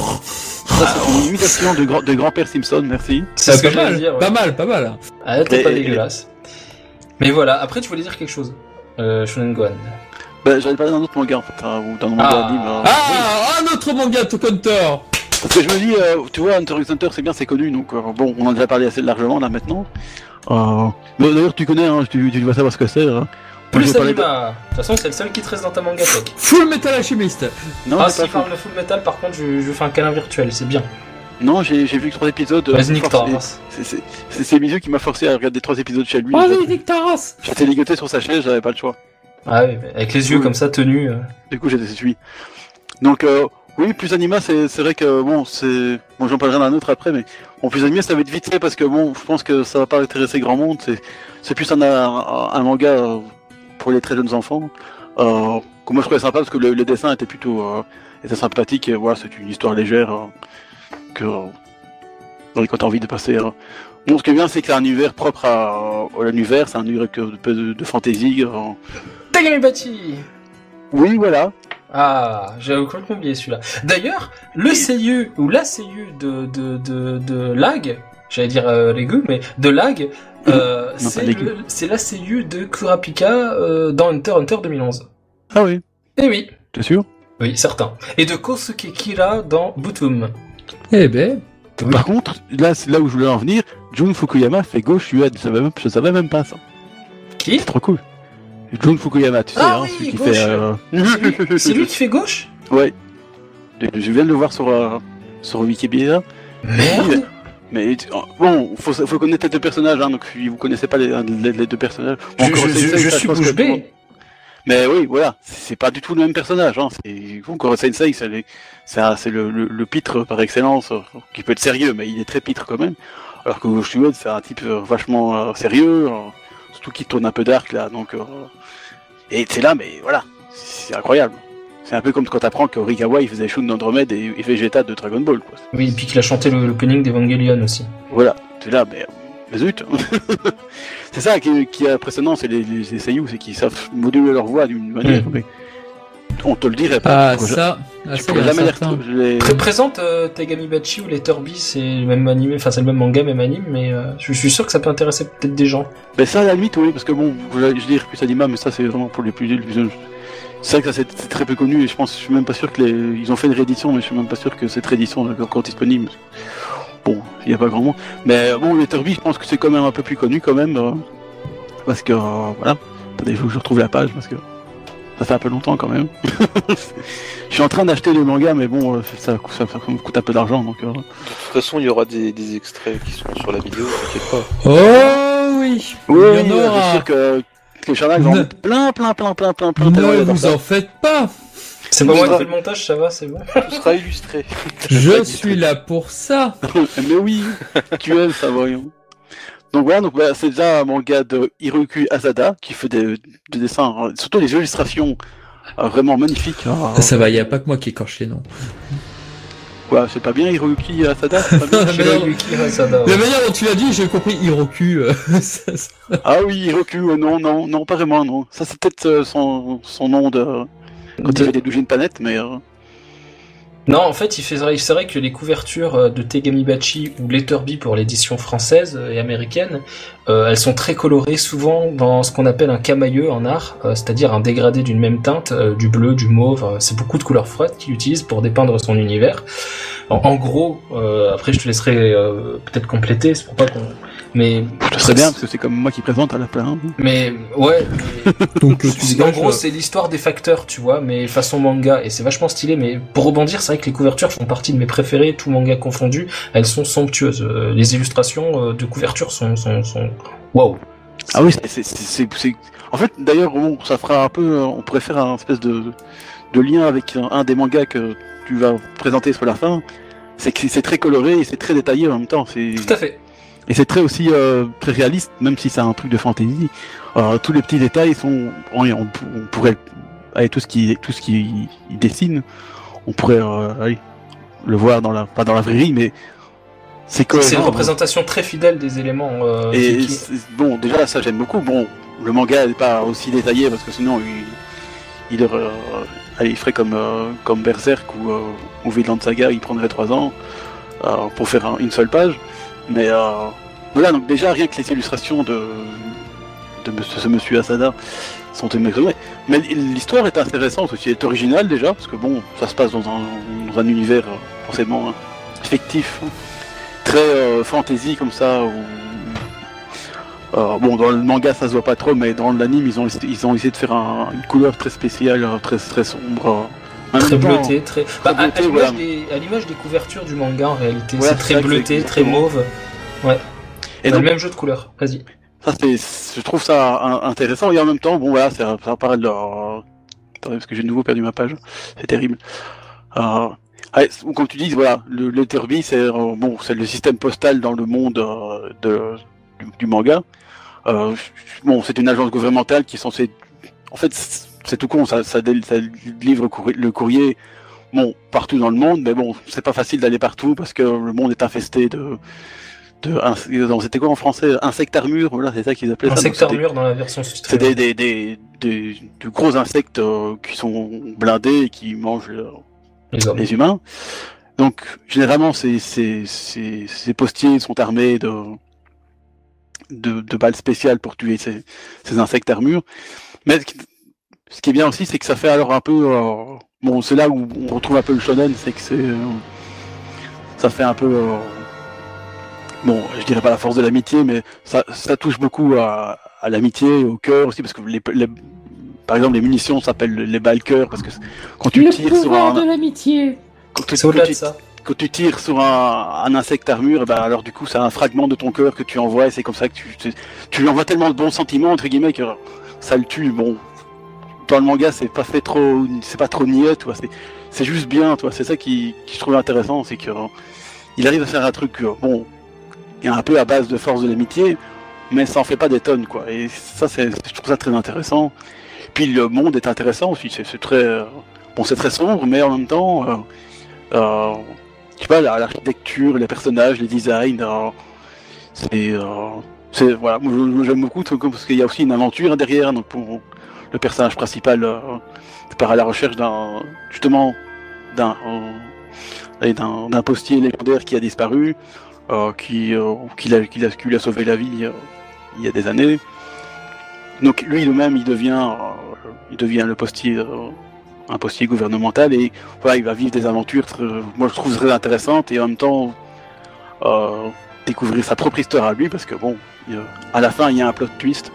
S3: Ça, c'est une imitation de, grand, de grand-père Simpson, merci.
S4: C'est
S1: Ah,
S4: ce que
S1: pas
S4: j'allais
S1: mal,
S4: dire. ouais.
S1: pas mal, pas mal.
S4: Ah, t'es
S3: Et-
S4: pas
S3: et-
S4: dégueulasse. Mais voilà, après, tu voulais dire quelque chose. Euh, Shonen Gohan.
S3: Bah, j'allais parler d'un autre manga, en fait, hein, ou d'un manga
S4: Ah.
S3: anime. hein.
S1: Ah, un autre manga Hunter x Hunter.
S3: Parce que je me dis, euh, tu vois, Hunter x Hunter, c'est bien, c'est connu, donc euh, bon, on en a déjà parlé assez largement, là, maintenant. Euh, mais d'ailleurs, tu connais, hein, tu, tu vas savoir ce que c'est. Hein. Moi, je
S4: Plus
S3: vais parler de-
S4: Anima. De toute façon, c'est le seul qui te reste dans ta manga tech.
S1: Full Metal Alchemist.
S3: Non,
S4: Ah,
S3: j'ai
S4: s'il
S3: pas
S4: parle de Full Metal, par contre, je, je fais un câlin virtuel, c'est bien.
S3: fait. Non, j'ai j'ai vu que trois épisodes. euh,
S4: Vas-y, nique ta
S3: forcé-
S4: race.
S3: c'est- c'est- C'est c'est Mizu qui m'a forcé à regarder trois épisodes chez lui.
S1: Allez, nique ta race.
S3: J'étais ligoté sur sa chaise, j'avais pas le choix.
S4: Ah oui, avec les yeux
S3: Oui.
S4: comme ça, tenus. euh.
S3: Du coup, j'étais suivi. Donc, euh, oui, plus Anima, c'est c'est vrai que bon, c'est. Bon, j'en parlerai d'un autre après, mais en plus Anima, ça va être vite fait parce que bon, je pense que ça va pas intéresser grand monde. C'est c'est plus un, un, un manga euh, pour les très jeunes enfants. Euh, que moi, je trouvais sympa parce que le, le dessin était plutôt euh, était sympathique. Et voilà, c'est une histoire légère euh, que euh, quand t'as envie de passer. euh. Bon, ce qui est bien, c'est que c'est un univers propre à, à l'univers, c'est un univers que- de, de, de fantasy. euh.
S4: Tagamibati.
S3: Oui, voilà.
S4: Ah, j'avais complètement oublié celui-là. D'ailleurs, le seiyuu, ou la seiyuu de, de, de, de Lag, j'allais dire euh, Regu, mais de Lag, euh,
S3: Non,
S4: c'est,
S3: pas Regu.
S4: le, c'est la seiyuu de Kurapika euh, dans Hunter x Hunter deux mille onze.
S3: Ah oui,
S4: Eh oui,
S3: t'es sûr?
S4: oui, certain. Et de Kosuke Kira dans Butum.
S1: Eh ben,
S3: Par contre, là, c'est là où je voulais en venir. Jun Fukuyama fait gauche U A D. Je savais même, je savais même pas ça.
S4: Qui?
S3: C'est trop cool. Jun Fukuyama, tu sais,
S4: Ah
S3: hein,
S4: oui,
S3: celui qui
S4: gauche.
S3: fait. Euh...
S4: C'est lui, c'est lui qui fait gauche?
S3: Ouais. Je je viens de le voir sur euh, sur Wikipédia.
S4: Merde.
S3: Mais tu- bon, faut, faut connaître les deux personnages, hein, donc si vous connaissez pas les, les, les deux personnages. Bon,
S4: Je,
S3: encore
S4: je,
S3: Sensei,
S4: je, je
S3: ça,
S4: suis
S3: pense que
S4: bouche
S3: tout le monde-
S4: bée.
S3: Mais oui, voilà, c'est pas du tout le même personnage. Hein. C'est encore Sensei, c'est les- c'est un- c'est le, le, le pitre par excellence, euh, qui peut être sérieux, mais il est très pitre quand même. Alors que Goshuod, c'est un type euh, vachement euh, sérieux, euh, surtout qui tourne un peu d'arc là. Donc, euh, et c'est là, mais voilà, c'est incroyable. C'est un peu comme quand t'apprends que Rikawa il faisait Shun d'Andromède et, et Vegeta de Dragon Ball. Quoi.
S4: Oui, et puis qu'il a chanté le- l'opening d'Evangelion aussi.
S3: Voilà, c'est là, mais, mais zut. C'est ça qui, qui est impressionnant, c'est les, les, les seiyuu, c'est qu'ils savent moduler leur voix d'une manière.
S4: Mm.
S3: Mais on te le dirait pas.
S1: ah,
S3: tu pourrais
S1: ça, ah,
S3: Tu
S1: ça, il y
S3: pourrais
S1: a un
S3: jamais les
S1: certain.
S3: retrouver. je les-
S4: Pré- présente euh, Tegamibachi ou les Turby, c'est le même animé, enfin c'est le même manga, même anime, mais euh, je, je suis sûr que ça peut intéresser peut-être des gens.
S3: Ben ça à la limite oui parce que bon je je dis plus Anima mais ça c'est vraiment pour les plus les plus jeunes. C'est vrai que ça c'est c'est très peu connu et je pense je suis même pas sûr que les ils ont fait une réédition mais je suis même pas sûr que cette réédition est encore disponible. Bon il y a pas grand monde mais bon les Turby je pense que c'est quand même un peu plus connu quand même euh, parce que euh, voilà attendez il faut que je retrouve la page parce que ça fait un peu longtemps quand même. Je suis en train d'acheter les mangas mais bon euh, ça, ça, ça me coûte un peu d'argent donc euh,
S2: De toute façon, il y aura des, des extraits qui sont sur la vidéo, t'inquiète pas.
S1: Oh oui,
S3: oui,
S1: il y en
S3: euh,
S1: aura.
S3: je suis sûr que que les Charnac vont en
S1: Ne-
S3: mettre plein plein plein plein plein plein tellement
S1: Ne
S3: il y a dans
S1: vous
S3: ça.
S1: en faites pas.
S4: C'est pas
S3: Oui,
S4: moi qui
S3: ça-
S4: fais le montage, ça va, c'est bon.
S2: Tout sera illustré.
S1: Je suis là pour ça.
S3: Mais oui, tu aimes ça, voyons. Donc voilà, donc bah, c'est déjà un manga de Hiroki Asada qui fait des, des dessins, euh, surtout des illustrations euh, vraiment magnifiques. hein.
S1: Ça va, il y a pas que moi qui écorche les noms.
S3: Quoi, c'est pas bien Hiroki Asada c'est pas bien
S1: Mais non.
S4: Hiroyuki Hasada, ouais.
S1: La manière dont tu l'as dit, j'ai compris Hiroku. euh, ça- ça-
S3: Ah oui, Hiroki, euh, non, non, non, pas vraiment, non. Ça c'est peut-être euh, son, son nom de... Quand
S4: De-
S3: il fait des doujines panettes, mais... euh,
S4: Non, en fait, il fait, c'est vrai que les couvertures euh, de Tegamibachi ou Letterby pour l'édition française et américaine, euh, elles sont très colorées, souvent dans ce qu'on appelle un camailleux en art, euh, c'est-à-dire un dégradé d'une même teinte, euh, du bleu, du mauve, euh, c'est beaucoup de couleurs froides qu'il utilise pour dépeindre son univers. En, en gros, euh, après je te laisserai euh, peut-être compléter, c'est pour pas qu'on Mais
S3: je serais bien parce que c'est comme moi qui présente à la fin.
S4: Mais ouais. Mais...
S1: Donc, euh,
S4: tu en gros, là. C'est l'histoire des facteurs, tu vois, mais façon manga, et c'est vachement stylé. Mais pour rebondir, c'est vrai que les couvertures font partie de mes préférées, tout manga confondu. Elles sont somptueuses. Euh, les illustrations de couverture sont sont sont waouh.
S3: Ah oui, c'est, c'est, c'est, c'est... En fait, d'ailleurs, bon, ça fera un peu... On pourrait faire un espèce de, de lien avec un, un des mangas que tu vas présenter sur la fin. C'est que c'est très coloré et c'est très détaillé en même temps. C'est...
S4: Tout à fait.
S3: Et c'est très aussi euh, très réaliste, même si c'est un truc de fantasy. Euh, tous les petits détails sont... On, on, on pourrait... Avec tout ce qui, tout ce qui il dessine, on pourrait euh, allez, le voir dans la... Pas dans la vraie vie, mais...
S4: C'est, c'est une représentation très fidèle des éléments. Euh,
S3: et
S4: qui...
S3: bon, déjà ça j'aime beaucoup. Bon, le manga n'est pas aussi détaillé parce que sinon il, il, euh, allez, il ferait comme euh, comme Berserk ou euh, ou Vinland Saga, il prendrait trois ans euh, pour faire un, une seule page. Mais euh, voilà, donc déjà rien que les illustrations de de, de ce monsieur Asada sont émerveillées. Mais l'histoire est intéressante aussi, elle est originale déjà parce que bon, ça se passe dans un, dans un univers forcément hein, fictif. Très euh, fantasy comme ça où... euh, bon dans le manga ça se voit pas trop mais dans l'anime ils ont ils ont essayé de faire un, une couleur très spéciale très très sombre
S4: euh, très bleutée
S3: temps,
S4: très,
S3: très
S4: bah, à,
S3: bleutée,
S4: à, l'image
S3: voilà.
S4: des, à l'image des couvertures du manga en réalité
S3: voilà,
S4: c'est très bleuté très mauve ouais et donc, le même jeu de couleurs vas-y
S3: ça c'est je trouve ça un, intéressant et en même temps bon voilà ça, ça paraît de leur... attendez parce que j'ai de nouveau perdu ma page c'est terrible euh... Ah, comme tu dis, voilà, le, le Terbi, c'est euh, bon, c'est le système postal dans le monde euh, de, du, du manga. Euh, bon, c'est une agence gouvernementale qui est censée, en fait, c'est tout con, ça, ça, ça livre le courrier, bon, partout dans le monde, mais bon, c'est pas facile d'aller partout parce que le monde est infesté de, de, c'était quoi en français, insectes armures, voilà, c'est ça qu'ils appelaient ça.
S4: Insectes armures dans la version sud.
S3: C'est des, des, des, des, des gros insectes euh, qui sont blindés et qui mangent leur Les, les humains. Donc généralement ces, ces, ces, ces postiers sont armés de, de, de balles spéciales pour tuer ces, ces insectes armures. Mais ce qui est bien aussi, c'est que ça fait alors un peu... Euh, bon, c'est là où on retrouve un peu le shonen, c'est que c'est... Euh, ça fait un peu... Euh, bon, je dirais pas la force de l'amitié, mais ça, ça touche beaucoup à, à l'amitié, au cœur aussi, parce que les... les par exemple, les munitions s'appellent les balles cœur parce que quand tu
S1: le
S3: tires sur un
S1: de l'amitié,
S3: quand tu,
S4: c'est au-delà
S3: quand
S4: de
S3: tu,
S4: ça.
S3: Quand tu tires sur un, un insecte armure, ben alors du coup, c'est un fragment de ton cœur que tu envoies. Et c'est comme ça que tu, tu, tu lui envoies tellement de bons sentiments entre guillemets que ça le tue. Bon, dans le manga, c'est pas fait trop, c'est pas trop niais, toi. C'est, c'est juste bien, toi. C'est ça qui, qui je trouve intéressant, c'est que il arrive à faire un truc, bon, il y a un peu à base de force de l'amitié, mais ça en fait pas des tonnes, quoi. Et ça, c'est, je trouve ça très intéressant. Puis le monde est intéressant aussi, c'est, c'est très... Euh, bon, c'est très sombre, mais en même temps... Euh, euh, je sais pas, l'architecture, les personnages, les designs... Euh, c'est... Euh, c'est voilà, moi, j'aime beaucoup, parce qu'il y a aussi une aventure derrière, donc pour le personnage principal euh, part à la recherche d'un... justement, d'un... Euh, d'un, d'un postier légendaire qui a disparu, euh, qui, euh, qui, l'a, qui, l'a, qui lui a sauvé la vie euh, il y a des années. Donc lui lui-même il devient euh, il devient le postier euh, un postier gouvernemental et voilà il va vivre des aventures euh, moi je trouve très intéressantes et en même temps euh, découvrir sa propre histoire à lui parce que bon euh, à la fin il y a un plot twist.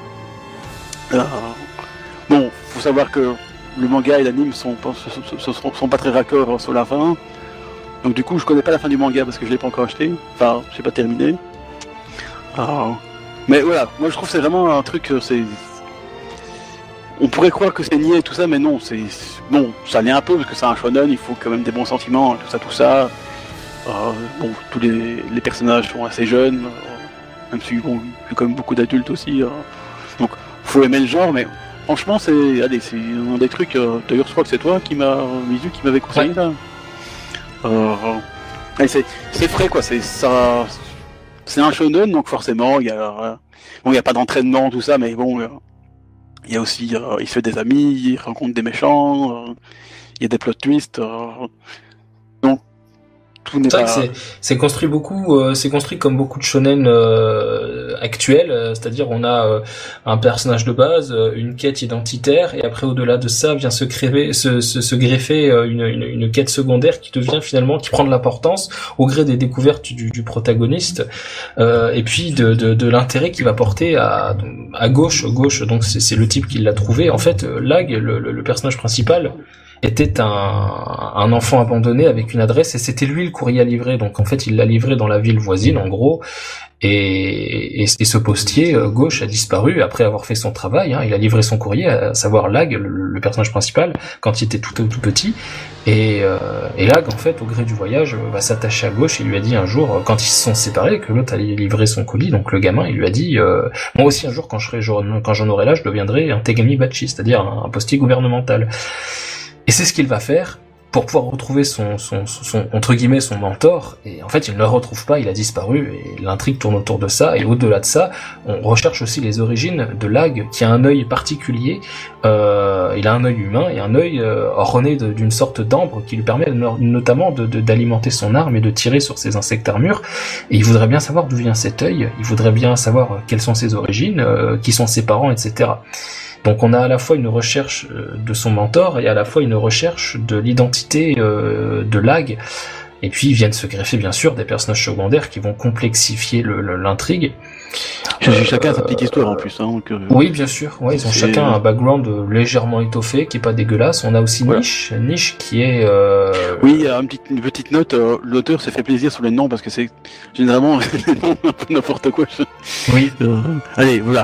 S3: Euh, bon faut savoir que le manga et l'anime sont sont, sont, sont pas très raccords sur la fin donc du coup je connais pas la fin du manga parce que je l'ai pas encore acheté enfin j'ai pas terminé. Euh, Mais voilà, moi je trouve que c'est vraiment un truc, c'est... On pourrait croire que c'est niais et tout ça, mais non, c'est... Bon, ça l'est un peu, parce que c'est un shonen, il faut quand même des bons sentiments, tout ça, tout ça. Euh, bon, tous les, les personnages sont assez jeunes, euh, même si, bon, il y a quand même beaucoup d'adultes aussi. Euh, donc, faut aimer le genre, mais franchement, c'est... Allez, c'est un des trucs... Euh, d'ailleurs, je crois que c'est toi qui m'a... Mizu, qui m'avait conseillé, là. Euh, allez, c'est, c'est frais, quoi, c'est ça... C'est un shonen, donc forcément, il y a, euh, bon, il y a pas d'entraînement, tout ça, mais bon, euh, il y a aussi, euh, il fait des amis, il rencontre des méchants, euh, il y a des plot twists, euh, donc tout n'est
S4: C'est vrai
S3: pas.
S4: que c'est, c'est construit beaucoup, euh, c'est construit comme beaucoup de shonen euh, actuels, euh, c'est-à-dire on a euh, un personnage de base, euh, une quête identitaire, et après au-delà de ça vient se créer, se, se, se greffer euh, une, une, une quête secondaire qui devient finalement, qui prend de l'importance au gré des découvertes du, du protagoniste, euh, et puis de, de, de l'intérêt qu'il va porter à, à gauche, gauche. Donc c'est, c'est le type qui l'a trouvé. En fait, Lag, le, le, le personnage principal, était un, un enfant abandonné avec une adresse et c'était lui le courrier à livrer. Donc en fait il l'a livré dans la ville voisine en gros et, et, et ce postier euh, gauche a disparu après avoir fait son travail, hein. Il a livré son courrier, à savoir Lag, le, le personnage principal, quand il était tout tout petit et, euh, et Lag en fait au gré du voyage va s'attacher à gauche et lui a dit un jour quand ils se sont séparés que l'autre allait livrer son colis, donc le gamin il lui a dit euh, moi aussi un jour quand je serai quand j'en aurai l'âge je deviendrai un Tegami Bachi, c'est-à-dire un, un postier gouvernemental. Et c'est ce qu'il va faire pour pouvoir retrouver son, son, son, son, entre guillemets, son mentor. Et en fait, il ne le retrouve pas, il a disparu, et l'intrigue tourne autour de ça. Et au-delà de ça, on recherche aussi les origines de Lag, qui a un œil particulier. Euh, il a un œil humain et un œil euh, orné de, d'une sorte d'ambre qui lui permet de, notamment de, de, d'alimenter son arme et de tirer sur ses insectes armures. Et il voudrait bien savoir d'où vient cet œil, il voudrait bien savoir quelles sont ses origines, euh, qui sont ses parents, et cetera. Donc on a à la fois une recherche de son mentor et à la fois une recherche de l'identité euh, de Lag. Et puis ils viennent se greffer bien sûr des personnages secondaires qui vont complexifier le, le, l'intrigue.
S3: Euh, chacun a sa petite histoire en plus. Hein, donc, euh,
S4: oui, bien sûr. Ouais, ils ont
S3: c'est...
S4: chacun un background légèrement étoffé, qui est pas dégueulasse. On a aussi
S3: voilà.
S4: Niche, Niche qui est. Euh...
S3: Oui, une petite, une petite note. Euh, l'auteur s'est fait plaisir sur les noms parce que c'est généralement des noms un peu n'importe quoi.
S4: Oui.
S3: Euh, allez, voilà.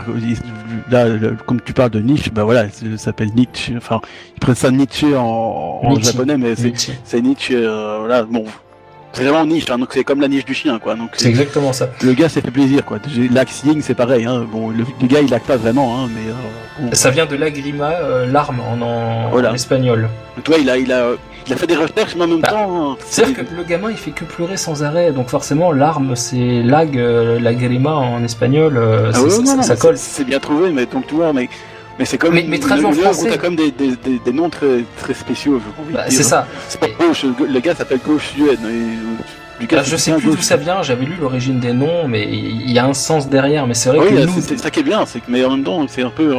S3: Là, le, comme tu parles de Niche, bah voilà, ça s'appelle Nietzsche. Enfin, ils prennent ça Nietzsche en, en japonais, mais c'est
S4: Nietzsche.
S3: c'est Nietzsche. Euh, voilà, bon. C'est vraiment niche, hein, donc c'est comme la niche du chien, quoi. Donc
S4: c'est, c'est exactement ça.
S3: Le gars s'est fait plaisir, quoi. L'Axe Ying, c'est pareil, hein. Bon, le, le gars il acte pas vraiment, hein, mais. Euh, bon.
S4: Ça vient de Lagrima, euh, l'arme en, en,
S3: voilà.
S4: en espagnol.
S3: Toi, il a, il a, il a fait des recherches, mais en même bah, temps. Hein,
S4: c'est-à-dire que le gamin, il fait que pleurer sans arrêt, donc forcément, l'arme, c'est lag, euh, Lagrima en espagnol, euh,
S3: ah ouais,
S4: ça,
S3: non,
S4: ça,
S3: non,
S4: ça colle.
S3: C'est, c'est bien trouvé, mais donc tu vois, mais. Mais c'est comme
S4: mais, mais traduit en français.
S3: T'as comme des, des, des, des noms très, très spéciaux, je crois.
S4: Bah, c'est ça.
S3: C'est pas gauche, le gars s'appelle Gauche Suède. Du
S4: cas, je sais plus d'où ça vient, j'avais lu l'origine des noms, mais il y a un sens derrière, mais c'est vrai
S3: oui,
S4: que
S3: c'est,
S4: nous...
S3: c'est ça qui est bien, c'est que, mais en même temps, c'est un peu...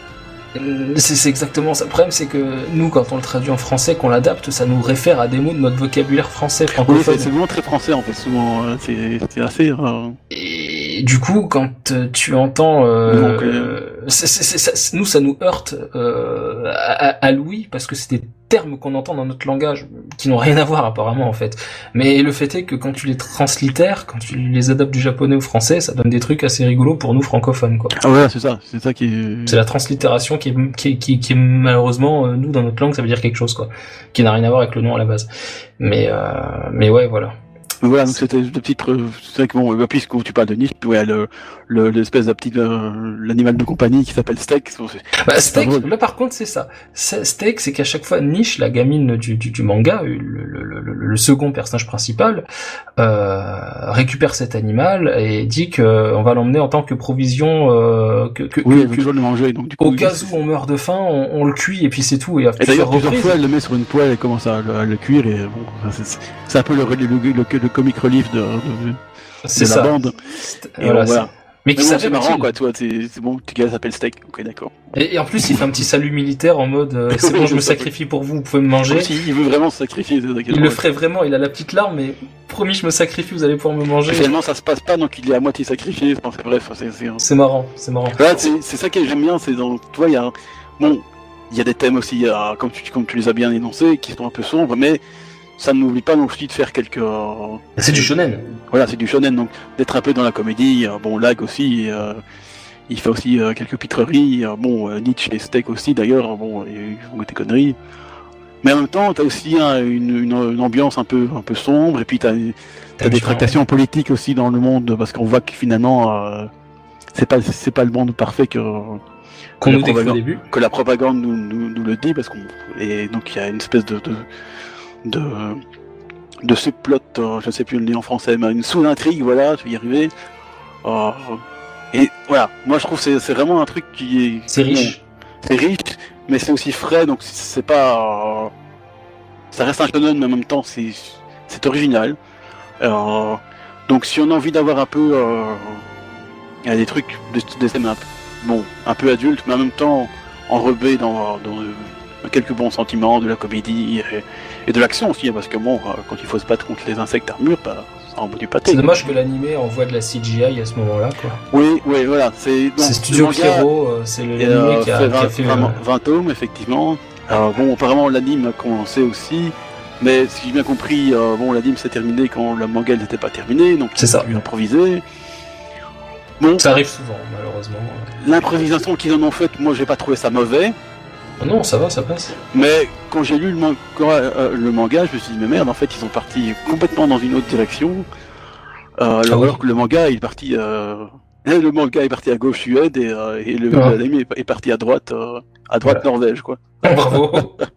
S4: C'est, c'est exactement ça. Le problème, c'est que nous, quand on le traduit en français, qu'on l'adapte, ça nous réfère à des mots de notre vocabulaire français, francophone.
S3: Oui, c'est, c'est vraiment très français, en fait, souvent. C'est, c'est assez... Euh...
S4: Et du coup, quand tu entends... Euh,
S3: Donc, euh...
S4: c'est, c'est, c'est, ça, nous, ça nous heurte euh, à, à l'ouïe, parce que c'est des termes qu'on entend dans notre langage, qui n'ont rien à voir, apparemment, en fait. Mais le fait est que quand tu les translittères, quand tu les adaptes du japonais au français, ça donne des trucs assez rigolos pour nous, francophones, quoi.
S3: Ah ouais, c'est ça. C'est ça qui est...
S4: C'est la translittération qui est, qui est, qui est, qui est malheureusement, nous, dans notre langue, ça veut dire quelque chose, quoi. Qui n'a rien à voir avec le nom à la base. Mais, euh, mais ouais, voilà.
S3: Voilà, donc c'était de petites, c'est vrai que bon, puisque tu parles de niche, ouais, le, le, l'espèce de petit, euh, l'animal de compagnie qui s'appelle Steak. C'est,
S4: bah, Steak, là par contre c'est ça. C'est, Steak, c'est qu'à chaque fois Niche, la gamine du, du, du manga, le, le, le, le second personnage principal, euh, récupère cet animal et dit qu'on va l'emmener en tant que provision, euh, que, que,
S3: oui,
S4: que,
S3: que, le manger, donc, du coup,
S4: au
S3: oui,
S4: cas
S3: c'est...
S4: où on meurt de faim, on, on le cuit et puis c'est tout. Et,
S3: et d'ailleurs plusieurs fois, elle le met sur une poêle et commence à le, à le cuire et bon, c'est, c'est un peu le, le, le, le, le comic relief de, de,
S4: c'est
S3: de
S4: ça.
S3: la bande. Et
S4: voilà,
S3: voilà.
S4: Mais, mais qui
S3: bon, c'est marrant, quoi, toi, c'est, c'est bon, le gars s'appelle Steak, ok, d'accord.
S4: Et, et en plus, il fait un petit salut militaire en mode, euh, c'est bon, je me sacrifie pour vous, vous pouvez me manger.
S3: Si, il veut vraiment se sacrifier, c'est ça.
S4: Il le ferait vraiment, il a la petite larme, mais promis, je me sacrifie, vous allez pouvoir me manger.
S3: Et finalement, ça se passe pas, donc il est à moitié sacrifié, enfin, c'est bref, c'est, c'est,
S4: c'est marrant, c'est marrant.
S3: Voilà, c'est, c'est ça que j'aime bien, c'est dans, tu vois, il y a, bon, il y a des thèmes aussi, il y a, comme tu, comme tu les as bien énoncés, qui sont un peu sombres, mais ça ne n'oublie pas non plus de faire quelques...
S4: C'est du shonen.
S3: Voilà, c'est du shonen, donc d'être un peu dans la comédie. Bon, Lag aussi, euh, il fait aussi euh, quelques pitreries. Euh, bon, euh, Nietzsche et Steak aussi, d'ailleurs, bon, ils font des conneries. Mais en même temps, t'as aussi hein, une, une, une ambiance un peu, un peu sombre, et puis t'as, t'as des tractations politiques aussi dans le monde, parce qu'on voit que finalement, euh, c'est pas, c'est pas le monde parfait que...
S4: Qu'on nous décrit au début.
S3: Que la propagande nous, nous, nous le dit, parce qu'on... Et donc il y a une espèce de... de de de subplot, euh, je sais plus le dire en français, mais une sous-intrigue, voilà, je vais y arriver. Euh, et voilà, moi je trouve que c'est, c'est vraiment un truc qui est...
S4: C'est riche.
S3: Bon, c'est riche, mais c'est aussi frais, donc c'est pas... Euh, ça reste un shonen, mais en même temps c'est, c'est original. Euh, donc si on a envie d'avoir un peu euh, il y a des trucs des, des thèmes un peu, bon un peu adultes mais en même temps enrobés dans, dans, dans quelques bons sentiments, de la comédie et, et de l'action aussi, parce que bon quand il faut se battre contre les insectes armures, bah, ça en bout du pâté.
S4: C'est dommage que l'animé envoie de la C G I à ce moment-là, quoi.
S3: Oui, oui, voilà. C'est,
S4: c'est Studio Pierrot, euh, c'est l'animé euh, qui, a,
S3: fait vingt,
S4: qui a fait
S3: vingt, vingt tomes, effectivement. Alors bon, apparemment l'anime a commencé aussi, mais si j'ai bien compris, euh, bon, l'anime s'est terminé quand le manga n'était pas terminé, donc
S4: c'est ça.
S3: Il a pu improviser. Bon,
S4: ça arrive souvent, malheureusement.
S3: L'improvisation qu'ils en ont faite, moi j'ai pas trouvé ça mauvais.
S4: Oh non, ça va, ça passe.
S3: Mais quand j'ai lu le, man- euh, le manga, je me suis dit, mais merde, en fait, ils sont partis complètement dans une autre direction. Euh, alors, ah oui. alors que le manga il est parti, euh... le manga est parti à gauche Suède et, euh, et le ah. l'anime est parti à droite, euh, à droite voilà. Norvège, quoi.
S4: Bravo.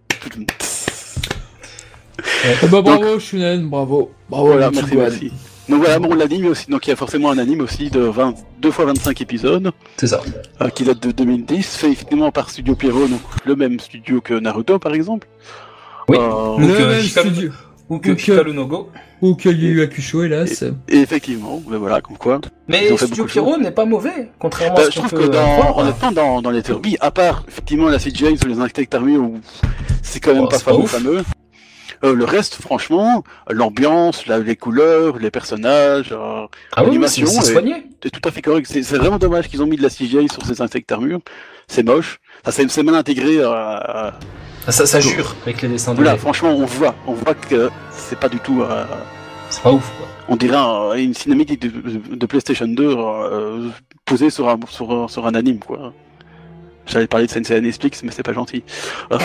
S1: Eh ben, bravo Shunen, bravo. Bravo,
S3: voilà, merci, merci. Donc voilà, bon, l'anime aussi, donc il y a forcément un anime aussi de vingt, deux fois vingt-cinq épisodes.
S4: C'est ça.
S3: Euh, qui date de deux mille dix, fait effectivement par Studio Pierrot, donc le même studio que Naruto par exemple.
S4: Oui,
S3: euh,
S4: ou que euh, Hikaru, ou que Hikaru no Go.
S1: Ou que Yu Yu Hakusho, hélas.
S3: Et, et effectivement, ben voilà, comme quoi.
S4: Mais Studio Pierrot n'est pas mauvais, contrairement
S3: bah,
S4: à ce
S3: je
S4: qu'on
S3: trouve
S4: peut
S3: que dans,
S4: voir.
S3: honnêtement, dans, dans les Turby, à part effectivement la C G I sur les insectes armures, où c'est quand même
S4: oh,
S3: pas fameux, fameux. Euh, le reste, franchement, l'ambiance, la, les couleurs, les personnages, euh,
S4: ah
S3: l'animation,
S4: oui, c'est, c'est soigné.
S3: C'est tout à fait correct. C'est, c'est vraiment dommage qu'ils ont mis de la C G I sur ces insectes armures. C'est moche. Ça, c'est, c'est mal intégré. Euh,
S4: ah, ça, ça jure avec les dessins de
S3: Voilà,
S4: lait.
S3: franchement, on voit, on voit que c'est pas du tout. Euh,
S4: c'est pas ouf, quoi.
S3: On dirait un, une cinématique de, de, de PlayStation deux euh, posée sur un, sur, sur un anime, quoi. J'allais parler de Sensei Anespix, mais c'est pas gentil. Euh,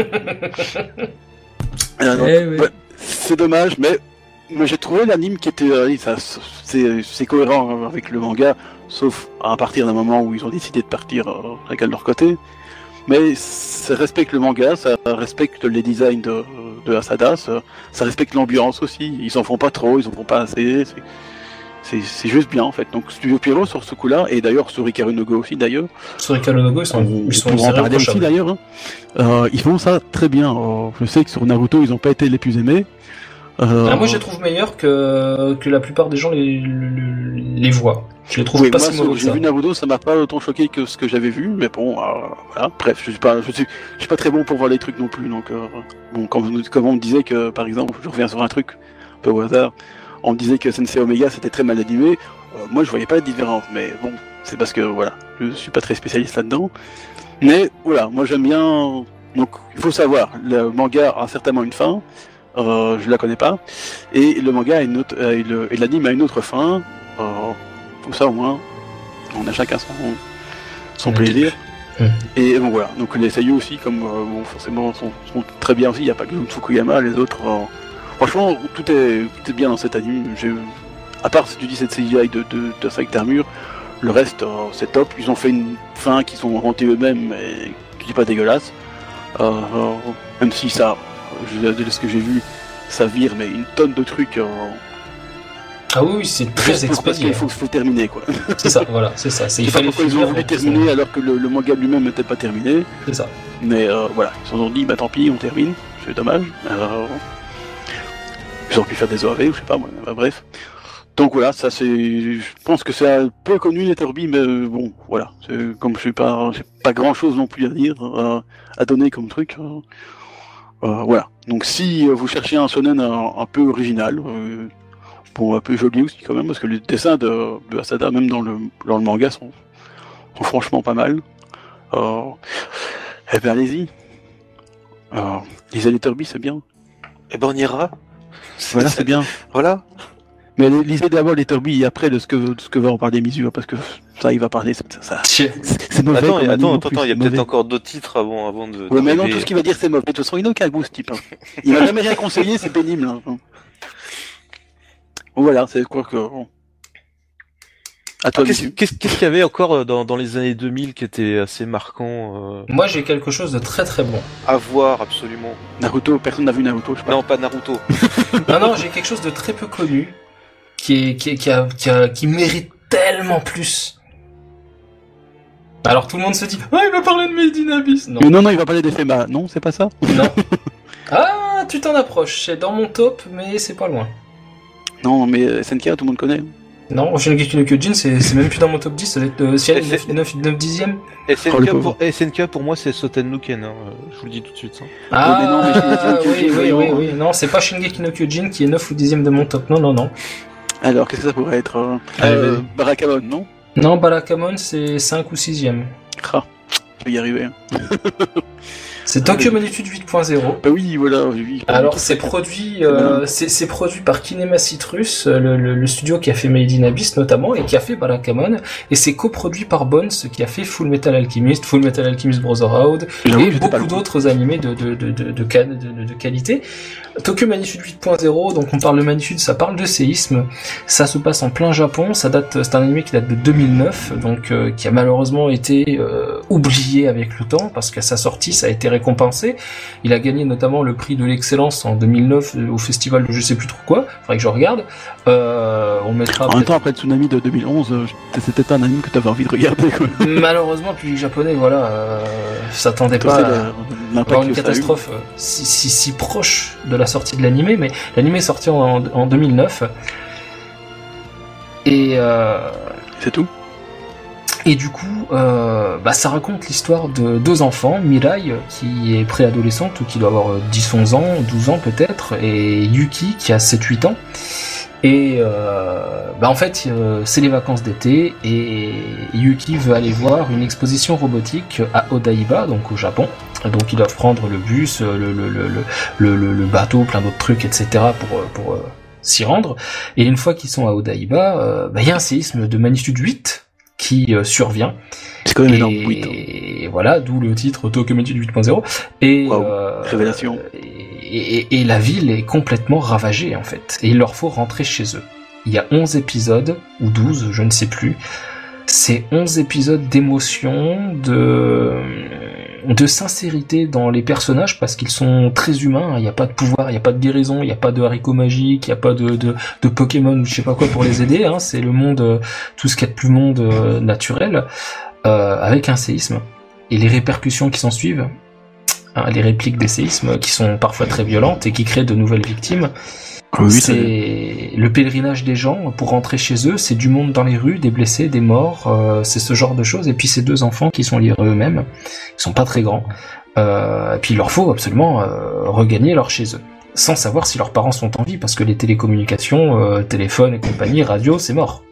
S3: Euh, donc,
S1: eh oui.
S3: ouais, c'est dommage, mais, mais j'ai trouvé l'anime qui était, euh, ça, c'est, c'est cohérent avec le manga, sauf à partir d'un moment où ils ont décidé de partir euh, chacun de leur côté. Mais ça respecte le manga, ça respecte les designs de, de Asada, ça, ça respecte l'ambiance aussi. Ils en font pas trop, ils en font pas assez. C'est, c'est, c'est juste bien en fait. Donc Studio Pierrot sur ce coup-là, et d'ailleurs sur Hikaru no Go aussi d'ailleurs.
S4: Sur Hikaru no Go, ils sont,
S3: on,
S4: ils sont
S3: en parler aussi d'ailleurs. Hein. Euh, ils font ça très bien. Euh, je sais que sur Naruto, ils ont pas été les plus aimés.
S4: Euh... Ah, moi, je les trouve meilleurs que que la plupart des gens les les voient. Je les trouve oui, pas
S3: moi,
S4: si mauvais que
S3: j'ai
S4: ça.
S3: vu Naruto, ça m'a pas autant choqué que ce que j'avais vu, mais bon, euh, voilà. Bref, je suis pas, je suis, je suis pas très bon pour voir les trucs non plus. Donc, euh, bon, comme, comme on me disait que, par exemple, je reviens sur un truc un peu au hasard, on me disait que Sensei Omega c'était très mal animé. Euh, moi, je voyais pas la différence, mais bon, c'est parce que voilà, je suis pas très spécialiste là-dedans. Mais voilà, moi j'aime bien. Donc, il faut savoir, le manga a certainement une fin. Euh, je la connais pas, et le manga a une autre, euh, et, le, et l'anime a une autre fin. Euh, comme ça au moins, on a chacun son, son mmh. plaisir. Mmh. Et bon voilà, donc les seiyuu aussi, comme euh, bon, forcément sont, sont très bien aussi. Il n'y a pas que Jun Fukuyama, les autres. Euh, franchement, tout est tout est bien dans cet anime. J'ai, à part si tu dis cette C G I de de, de Insect Armure, le reste euh, c'est top. Ils ont fait une fin qu'ils ont inventée eux-mêmes et qui n'est pas dégueulasse. Euh, euh, même si ça. Je, de ce que j'ai vu, ça vire, mais une tonne de trucs. Euh...
S4: Ah oui, c'est très expédié.
S3: Parce qu'il faut, faut terminer, quoi.
S4: C'est ça, voilà, c'est ça. C'est,
S3: il fallait pourquoi ils ont voulu terminer alors que le, le manga lui-même n'était pas terminé.
S4: C'est ça.
S3: Mais euh, voilà, ils se sont dit, bah tant pis, on termine. C'est dommage. Euh... Ils auraient pu faire des O A V, ou je sais pas, moi. Bah, bref. Donc voilà, ça c'est. Je pense que c'est un peu connu les Turby, mais euh, bon, voilà. C'est... Comme je sais pas, j'ai pas grand-chose non plus à dire, euh, à donner comme truc. Euh... Euh, voilà. Donc si euh, vous cherchez un shonen un, un peu original, euh, bon un peu joli aussi quand même, parce que les dessins de, de Asada, même dans le dans le manga, sont, sont franchement pas mal. Euh, eh ben allez-y. Euh, lisez les Turby, c'est bien.
S2: Eh ben on ira.
S3: C'est, voilà, c'est, c'est bien.
S2: Voilà.
S3: Mais lisez d'abord les Turby et après de ce que de ce que va en parler Mizu, parce que ça il va parler ça. ça c'est,
S2: c'est mauvais. Attends, attends, attends, attends, il y a peut-être encore d'autres titres avant avant de.
S3: Ouais, mais non, tout ce qu'il va dire c'est mauvais. De toute façon, il n'a aucun goût ce type. Hein. Il va jamais rien conseiller, c'est pénible. Hein. Voilà, c'est quoi que.
S2: À toi, ah, qu'est-ce, qu'est-ce, qu'est-ce qu'il y avait encore dans dans les années deux mille qui était assez marquant euh...
S4: Moi, j'ai quelque chose de très très bon.
S2: À voir absolument.
S3: Naruto, personne n'a vu Naruto, je sais pas.
S2: Non, pas Naruto.
S4: non, non, j'ai quelque chose de très peu connu. Qui, est, qui, est, qui, a, qui, a, qui mérite tellement plus. Alors tout le monde se dit « Ah, il va parler de Made in Abyss !» Non,
S3: mais non, non, il va parler des Fema. Non, c'est pas ça.
S4: Non. Ah, tu t'en approches. C'est dans mon top, mais c'est pas loin.
S3: Non, mais S N K, tout le monde connaît.
S4: Non, Shingeki no Kyojin, c'est, c'est même plus dans mon top dix, ça doit être euh, si elle est neuf dixième.
S2: S N K,
S3: Oh, le
S2: pour,
S3: pauvre.
S2: S N K pour moi c'est Soten Nuken, hein. Je vous le dis tout de suite. Hein.
S4: Ah,
S3: mais non, mais Shingeki no
S4: oui,
S3: Kyojin,
S4: oui, oui,
S3: voyons.
S4: oui, non, c'est pas Shingeki no Kyojin qui est neuf ou dixième de mon top, non, non, non.
S3: Alors, qu'est-ce que ça pourrait être euh,
S1: Allez,
S3: euh,
S1: vas-y.
S3: Barakamon, non?
S4: Non, Barakamon, c'est cinq ou sixième.
S3: Ah, je vais y arriver.
S4: C'est Tokyo Magnitude huit point zéro.
S3: Bah oui, voilà. Oui,
S4: Alors c'est produit, euh, c'est, c'est produit par Kinema Citrus, le, le, le studio qui a fait Made in Abyss notamment et qui a fait Barakamon, et c'est coproduit par Bones qui a fait Full Metal Alchemist, Full Metal Alchemist Brotherhood
S3: J'avoue,
S4: et
S3: j'étais pas
S4: beaucoup
S3: loin.
S4: d'autres animés de de de de, de, ca- de, de- de qualité. Tokyo Magnitude huit point zéro, donc on parle de magnitude, ça parle de séisme, ça se passe en plein Japon, ça date, c'est un animé qui date de deux mille neuf, donc euh, qui a malheureusement été euh, oublié avec le temps parce qu'à sa sortie ça a été récompensé. Il a gagné notamment le prix de l'excellence en deux mille neuf au festival de je sais plus trop quoi, faudrait que je regarde. Euh, on mettra
S3: En même
S4: peut-être-
S3: temps, après le tsunami de deux mille onze, euh, c'était un anime que t'avais envie de regarder, quoi.
S4: malheureusement le public japonais, voilà, euh, s'attendait
S3: Toi,
S4: pas
S3: c'est
S4: à
S3: le-
S4: avoir
S3: l'impact
S4: une
S3: que ça a eu.
S4: catastrophe euh, si, si, si proche de la sortie de l'animé, mais l'animé est sorti en, en deux mille neuf. Et, euh,
S3: C'est tout.
S4: et du coup, euh, bah, ça raconte l'histoire de deux enfants, Mirai, qui est préadolescente, qui doit avoir dix onze ans, douze ans peut-être, et Yuki, qui a sept huit ans. Et euh, bah en fait, euh, c'est les vacances d'été, et Yuki veut aller voir une exposition robotique à Odaiba, donc au Japon. Donc ils doivent prendre le bus, le, le, le, le, le, le, le bateau, plein d'autres trucs, et cetera pour, pour euh, s'y rendre. Et une fois qu'ils sont à Odaiba, euh, bah, il y a un séisme de magnitude huit qui euh, survient.
S3: C'est quand même énorme.
S4: Et
S3: Oui,
S4: voilà, d'où le titre Tokyo Magnitude huit point zéro. Et,
S3: Wow,
S4: euh,
S3: révélation.
S4: Et, et, et la ville est complètement ravagée en fait. Et il leur faut rentrer chez eux. Il y a onze épisodes, ou douze, je ne sais plus. C'est onze épisodes d'émotion, de, de sincérité dans les personnages parce qu'ils sont très humains. Il n'y a pas de pouvoir, il n'y a pas de guérison, il n'y a pas de haricots magiques, il n'y a pas de, de, de Pokémon ou je sais pas quoi pour les aider. Hein. C'est le monde, euh, tout ce qu'il y a de plus monde euh, naturel, euh, avec un séisme. Et les répercussions qui s'en suivent, hein, les répliques des séismes qui sont parfois très violentes et qui créent de nouvelles victimes.
S3: Oui,
S4: c'est le pèlerinage des gens pour rentrer chez eux, c'est du monde dans les rues, des blessés, des morts, euh, c'est ce genre de choses. Et puis ces deux enfants qui sont livrés eux-mêmes, ils sont pas très grands. Euh, et puis il leur faut absolument euh, regagner leur chez eux, sans savoir si leurs parents sont en vie, parce que les télécommunications, euh, téléphone et compagnie, radio, c'est mort.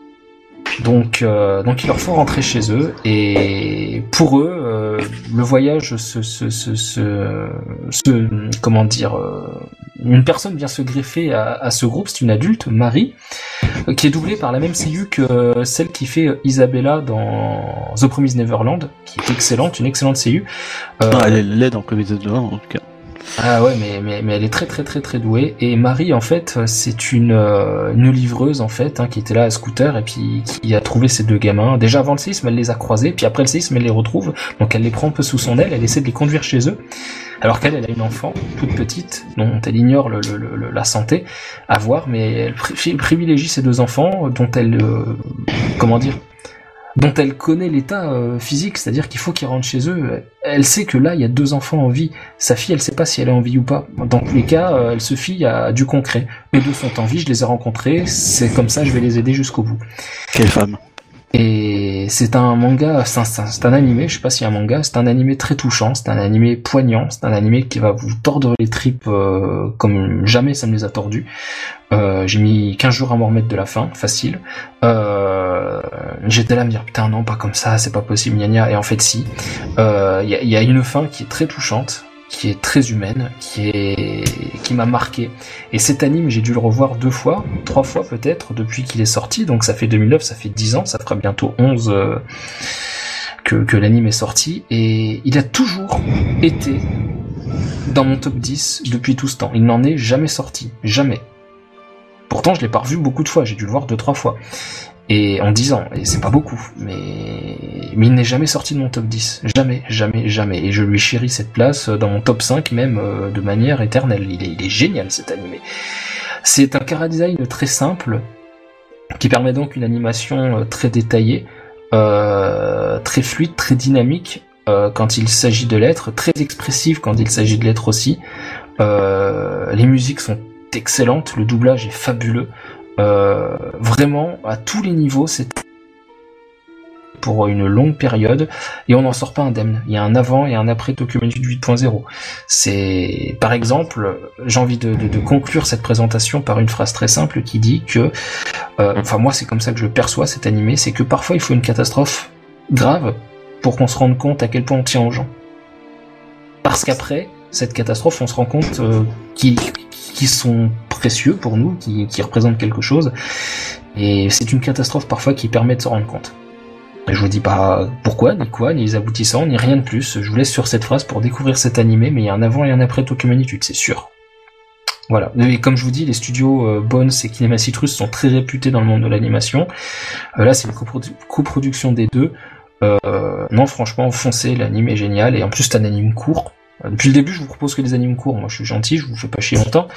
S4: Donc, euh, donc il leur faut rentrer chez eux, et pour eux, euh, le voyage se, se, se, se, se comment dire, euh, une personne vient se greffer à, à ce groupe, c'est une adulte, Marie, euh, qui est doublée par la même seiyuu que euh, celle qui fait Isabella dans The Promised Neverland, qui est excellente, une excellente seiyuu. Euh,
S3: Ah, elle est laide en Promised Neverland, en tout cas.
S4: ah ouais, mais, mais, mais elle est très très très très douée. Et Marie, en fait, c'est une, euh, une livreuse, en fait, hein, qui était là à scooter et puis qui a trouvé ces deux gamins. Déjà avant le séisme, elle les a croisés, puis après le séisme, elle les retrouve. Donc elle les prend un peu sous son aile, elle essaie de les conduire chez eux. Alors qu'elle, elle a une enfant, toute petite, dont elle ignore le, le, le, la santé à voir, mais elle pri- privilégie ces deux enfants, dont elle, euh, comment dire, dont elle connaît l'état euh, physique, c'est-à-dire qu'il faut qu'ils rentrent chez eux. Elle sait que là, il y a deux enfants en vie. Sa fille, elle sait pas si elle est en vie ou pas. Dans tous les cas, euh, elle se fie à du concret. Mes deux sont en vie, je les ai rencontrés, c'est comme ça, je vais les aider jusqu'au bout.
S3: Quelle femme.
S4: Et c'est un manga, c'est un, c'est un animé, je sais pas s'il y a un manga, c'est un animé très touchant, c'est un animé poignant, c'est un animé qui va vous tordre les tripes euh, comme jamais ça me les a tordus. Euh, j'ai mis quinze jours à m'en remettre de la fin, facile. Euh, j'étais là à me dire putain non, pas comme ça, c'est pas possible, gna gna. Et en fait si, il euh, y, a, y a une fin qui est très touchante, qui est très humaine, qui est qui m'a marqué. Et cet anime, j'ai dû le revoir deux fois, trois fois peut-être depuis qu'il est sorti. Donc ça fait deux mille neuf, ça fait dix ans, ça fera bientôt onze euh, que que l'anime est sorti, et il a toujours été dans mon top dix depuis tout ce temps. Il n'en est jamais sorti, jamais. Pourtant, je l'ai pas revu beaucoup de fois, j'ai dû le voir deux trois fois. Et en dix ans, et c'est pas beaucoup, mais, mais il n'est jamais sorti de mon top dix. Jamais, jamais, jamais. Et je lui chéris cette place dans mon top cinq, même euh, de manière éternelle. Il est, il est génial, cet animé. C'est un chara-design très simple, qui permet donc une animation très détaillée, euh, très fluide, très dynamique, euh, quand il s'agit de l'être, très expressive quand il s'agit de l'être aussi. Euh, les musiques sont excellente, le doublage est fabuleux. Euh, vraiment, à tous les niveaux, c'est pour une longue période, et on n'en sort pas indemne. Il y a un avant et un après Tokyo Magnitude huit point zéro. C'est, par exemple, j'ai envie de, de, de conclure cette présentation par une phrase très simple qui dit que, euh, enfin moi c'est comme ça que je perçois cet animé, c'est que parfois il faut une catastrophe grave pour qu'on se rende compte à quel point on tient aux gens. Parce qu'après cette catastrophe, on se rend compte euh, qu'ils qui sont précieux pour nous, qui, qui représentent quelque chose, et c'est une catastrophe parfois qui permet de se rendre compte. Je vous dis pas pourquoi, ni quoi, ni les aboutissants, ni rien de plus. Je vous laisse sur cette phrase pour découvrir cet animé, mais il y a un avant et un après Tokyo Magnitude, c'est sûr. Voilà. Et comme je vous dis, les studios euh, Bones et Kinema Citrus sont très réputés dans le monde de l'animation. Euh, là, c'est une coprodu- coproduction des deux. Euh, non, franchement, foncez, l'anime est génial, et en plus, c'est un anime court. Euh, depuis le début, je vous propose que des animes courts. Moi, je suis gentil, je vous fais pas chier longtemps.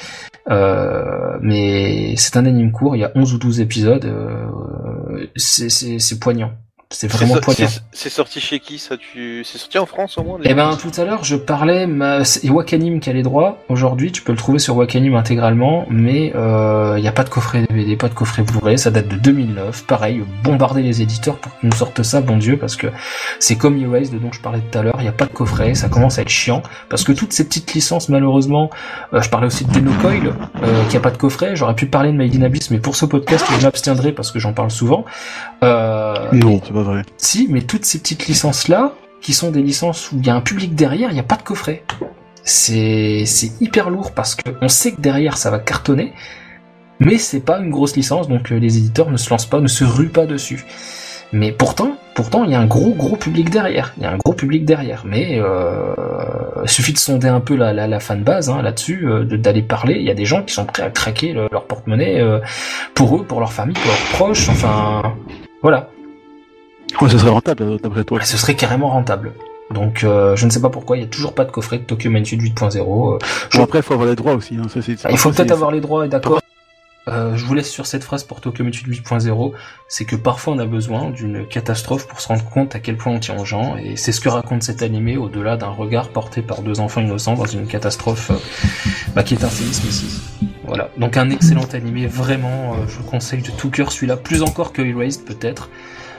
S4: Euh, mais c'est un anime court, il y a onze ou douze épisodes. Euh, c'est, c'est, c'est poignant. C'est vraiment
S2: c'est,
S4: poignant.
S2: C'est, c'est sorti chez qui ça tu... C'est sorti en France au moins?
S4: Eh ben tout à l'heure je parlais, ma... c'est Wakanim qui a les droits. Aujourd'hui tu peux le trouver sur Wakanim intégralement, mais il euh, n'y a pas de coffret D V D, pas de coffret Blu-ray, ça date de deux mille neuf. Pareil, bombarder les éditeurs pour qu'ils nous sortent ça, bon Dieu, parce que c'est comme Erased dont je parlais tout à l'heure, il n'y a pas de coffret, ça commence à être chiant, parce que toutes ces petites licences malheureusement, euh, je parlais aussi de Denocoil, euh, qui a pas de coffret, j'aurais pu parler de Made in Abyss, mais pour ce podcast je m'abstiendrai parce que j'en parle souvent. Euh...
S3: Non, c'est pas vrai.
S4: Si, mais toutes ces petites licences-là, qui sont des licences où il y a un public derrière, il n'y a pas de coffret. C'est, c'est hyper lourd parce qu'on sait que derrière ça va cartonner, mais c'est pas une grosse licence, donc euh, les éditeurs ne se lancent pas, ne se ruent pas dessus. Mais pourtant, pourtant, il y a un gros gros public derrière. Il y a un gros public derrière, mais euh, il suffit de sonder un peu la, la, la fanbase hein, là-dessus, euh, de, d'aller parler. Il y a des gens qui sont prêts à craquer le, leur porte-monnaie euh, pour eux, pour leur famille, pour leurs proches. Enfin, voilà.
S3: Ouais, ce serait rentable, d'après toi.
S4: Ouais, ce serait carrément rentable. Donc, euh, je ne sais pas pourquoi, il n'y a toujours pas de coffret de Tokyo Magnitude huit point zéro. Euh, je...
S3: Bon, après, il faut avoir les droits aussi. Hein. Ça, c'est, c'est
S4: il faut peut-être
S3: c'est...
S4: avoir les droits, d'accord. Euh, je vous laisse sur cette phrase pour Tokyo Magnitude huit point zéro. C'est que parfois, on a besoin d'une catastrophe pour se rendre compte à quel point on tient aux gens. Et c'est ce que raconte cet animé, au-delà d'un regard porté par deux enfants innocents dans une catastrophe euh, bah, qui est un séisme ici. Voilà. Donc, un excellent animé, vraiment, euh, je vous conseille de tout cœur celui-là, plus encore que Erased, peut-être.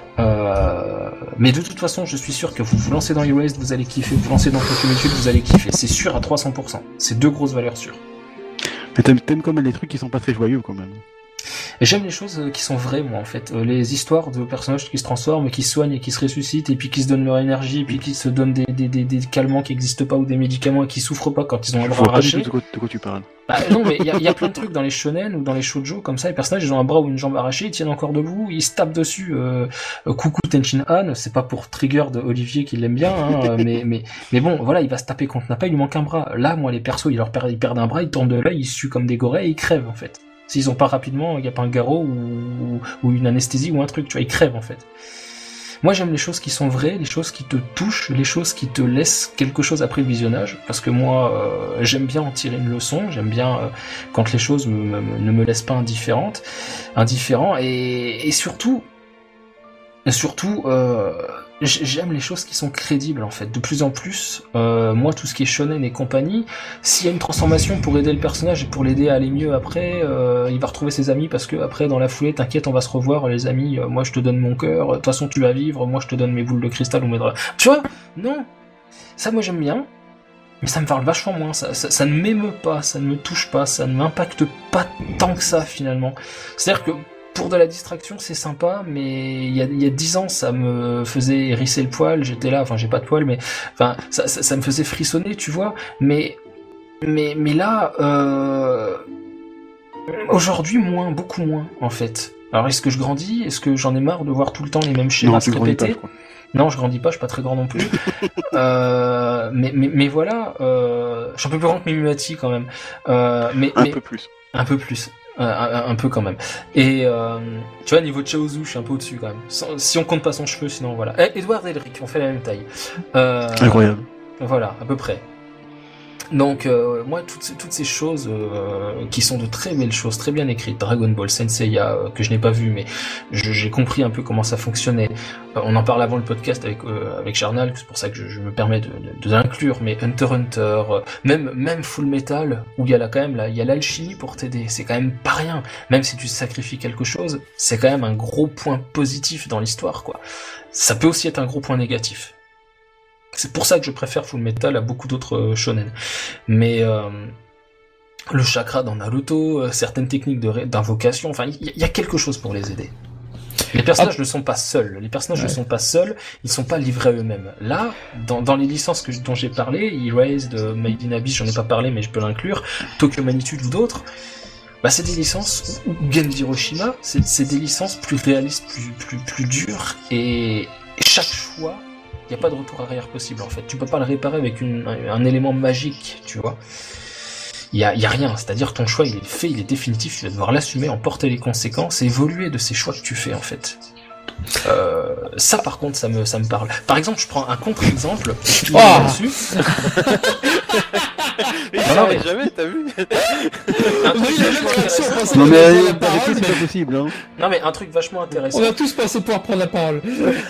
S4: Euh, mais de toute façon, je suis sûr que vous vous lancez dans Erased, vous allez kiffer, vous vous lancez dans Tokyo Magnitude, vous allez kiffer. C'est sûr à trois cents pour cent. C'est deux grosses valeurs sûres.
S3: Mais t'aimes, t'aimes quand même les trucs qui sont pas très joyeux, quand même.
S4: Et j'aime les choses qui sont vraies, moi, en fait. Euh, les histoires de personnages qui se transforment, qui se soignent et qui se ressuscitent, et puis qui se donnent leur énergie, et puis qui se donnent des, des, des, des calmants qui n'existent pas, ou des médicaments et qui souffrent pas quand ils ont un bras arraché.
S3: De quoi, de quoi tu parles.
S4: Bah, non, mais il y a, y a plein de trucs dans les shonen ou dans les shoujo, comme ça, les personnages, ils ont un bras ou une jambe arrachée, ils tiennent encore debout, ils se tapent dessus. Euh, coucou Tenchin Han, c'est pas pour trigger de Olivier qui l'aime bien, hein, mais, mais, mais bon, voilà, il va se taper contre Nappa, il lui manque un bras. Là, moi, les persos, ils leur perdent, ils perdent un bras, ils tournent de là, ils suent comme des gorées et ils crèvent, en fait. S'ils ont pas rapidement, il y a pas un garrot ou, ou une anesthésie ou un truc, tu vois, ils crèvent, en fait. Moi, j'aime les choses qui sont vraies, les choses qui te touchent, les choses qui te laissent quelque chose après le visionnage, parce que moi, euh, j'aime bien en tirer une leçon, j'aime bien euh, quand les choses me, me, ne me laissent pas indifférente, indifférent, et, et surtout, et surtout, euh, j'aime les choses qui sont crédibles en fait. De plus en plus, euh, moi tout ce qui est shonen et compagnie, s'il y a une transformation pour aider le personnage et pour l'aider à aller mieux après, euh, il va retrouver ses amis parce que après dans la foulée, t'inquiète, on va se revoir les amis. Euh, moi je te donne mon cœur, de toute façon tu vas vivre. Moi je te donne mes boules de cristal ou mes draps. Tu vois? Non, ça moi j'aime bien, mais ça me parle vachement moins. Ça, ça, ça ne m'émeut pas, ça ne me touche pas, ça ne m'impacte pas tant que ça finalement. C'est-à-dire que pour de la distraction, c'est sympa, mais il y a, il y a dix ans, ça me faisait hérisser le poil, j'étais là, enfin, j'ai pas de poil, mais, enfin, ça, ça, ça me faisait frissonner, tu vois, mais, mais, mais là, euh, aujourd'hui, moins, beaucoup moins, en fait. Alors, est-ce que je grandis? Est-ce que j'en ai marre de voir tout le temps les mêmes schémas se répéter? Non, je grandis pas, je suis pas très grand non plus. euh, mais, mais, mais voilà, euh, je suis un peu plus grand que Mimimati quand même. Euh, mais,
S3: un
S4: mais,
S3: peu plus.
S4: Un peu plus. Un, un, un peu quand même. Et euh, tu vois, niveau de Chaozu, je suis un peu au-dessus quand même. Sans, si on compte pas son cheveu, sinon voilà. Eh, Edward Elric, on fait la même taille. Euh,
S3: Incroyable.
S4: Voilà, à peu près. Donc euh, moi toutes ces, toutes ces choses euh, qui sont de très belles choses, très bien écrites, Dragon Ball, Saint Seiya, euh, que je n'ai pas vu mais je, j'ai compris un peu comment ça fonctionnait. Euh, on en parle avant le podcast avec euh, avec Charnal, c'est pour ça que je, je me permets de, de, de l'inclure. Mais Hunter x Hunter, euh, même même Full Metal où il y a là quand même là il y a l'alchimie pour t'aider, c'est quand même pas rien. Même si tu sacrifies quelque chose, c'est quand même un gros point positif dans l'histoire quoi. Ça peut aussi être un gros point négatif. C'est pour ça que je préfère Full Metal à beaucoup d'autres euh, shonen. Mais euh, le chakra dans Naruto, euh, certaines techniques de ré- d'invocation, enfin, il y, y a quelque chose pour les aider. Les personnages ah. ne sont pas seuls. Les personnages ouais. ne sont pas seuls. Ils sont pas livrés à eux-mêmes. Là, dans, dans les licences que, dont j'ai parlé, Erased, Made in Abyss, j'en ai pas parlé, mais je peux l'inclure, Tokyo Magnitude ou d'autres, bah, c'est des licences, ou Gen Hiroshima, c'est, c'est des licences plus réalistes, plus, plus, plus dures, et, et chaque choix, il n'y a pas de retour arrière possible en fait. Tu peux pas le réparer avec une, un, un élément magique, tu vois. Il y a, y a rien, c'est-à-dire ton choix il est fait, il est définitif, tu vas devoir l'assumer, en porter les conséquences et évoluer de ces choix que tu fais en fait. Euh, ça par contre ça me, ça me parle. Par exemple je prends un contre-exemple, oh là-dessus.
S2: Ah non, mais jamais, t'as vu?
S3: Non mais avec lui c'est pas possible hein.
S4: Non mais un truc vachement intéressant.
S1: On va tous passer pour prendre la parole.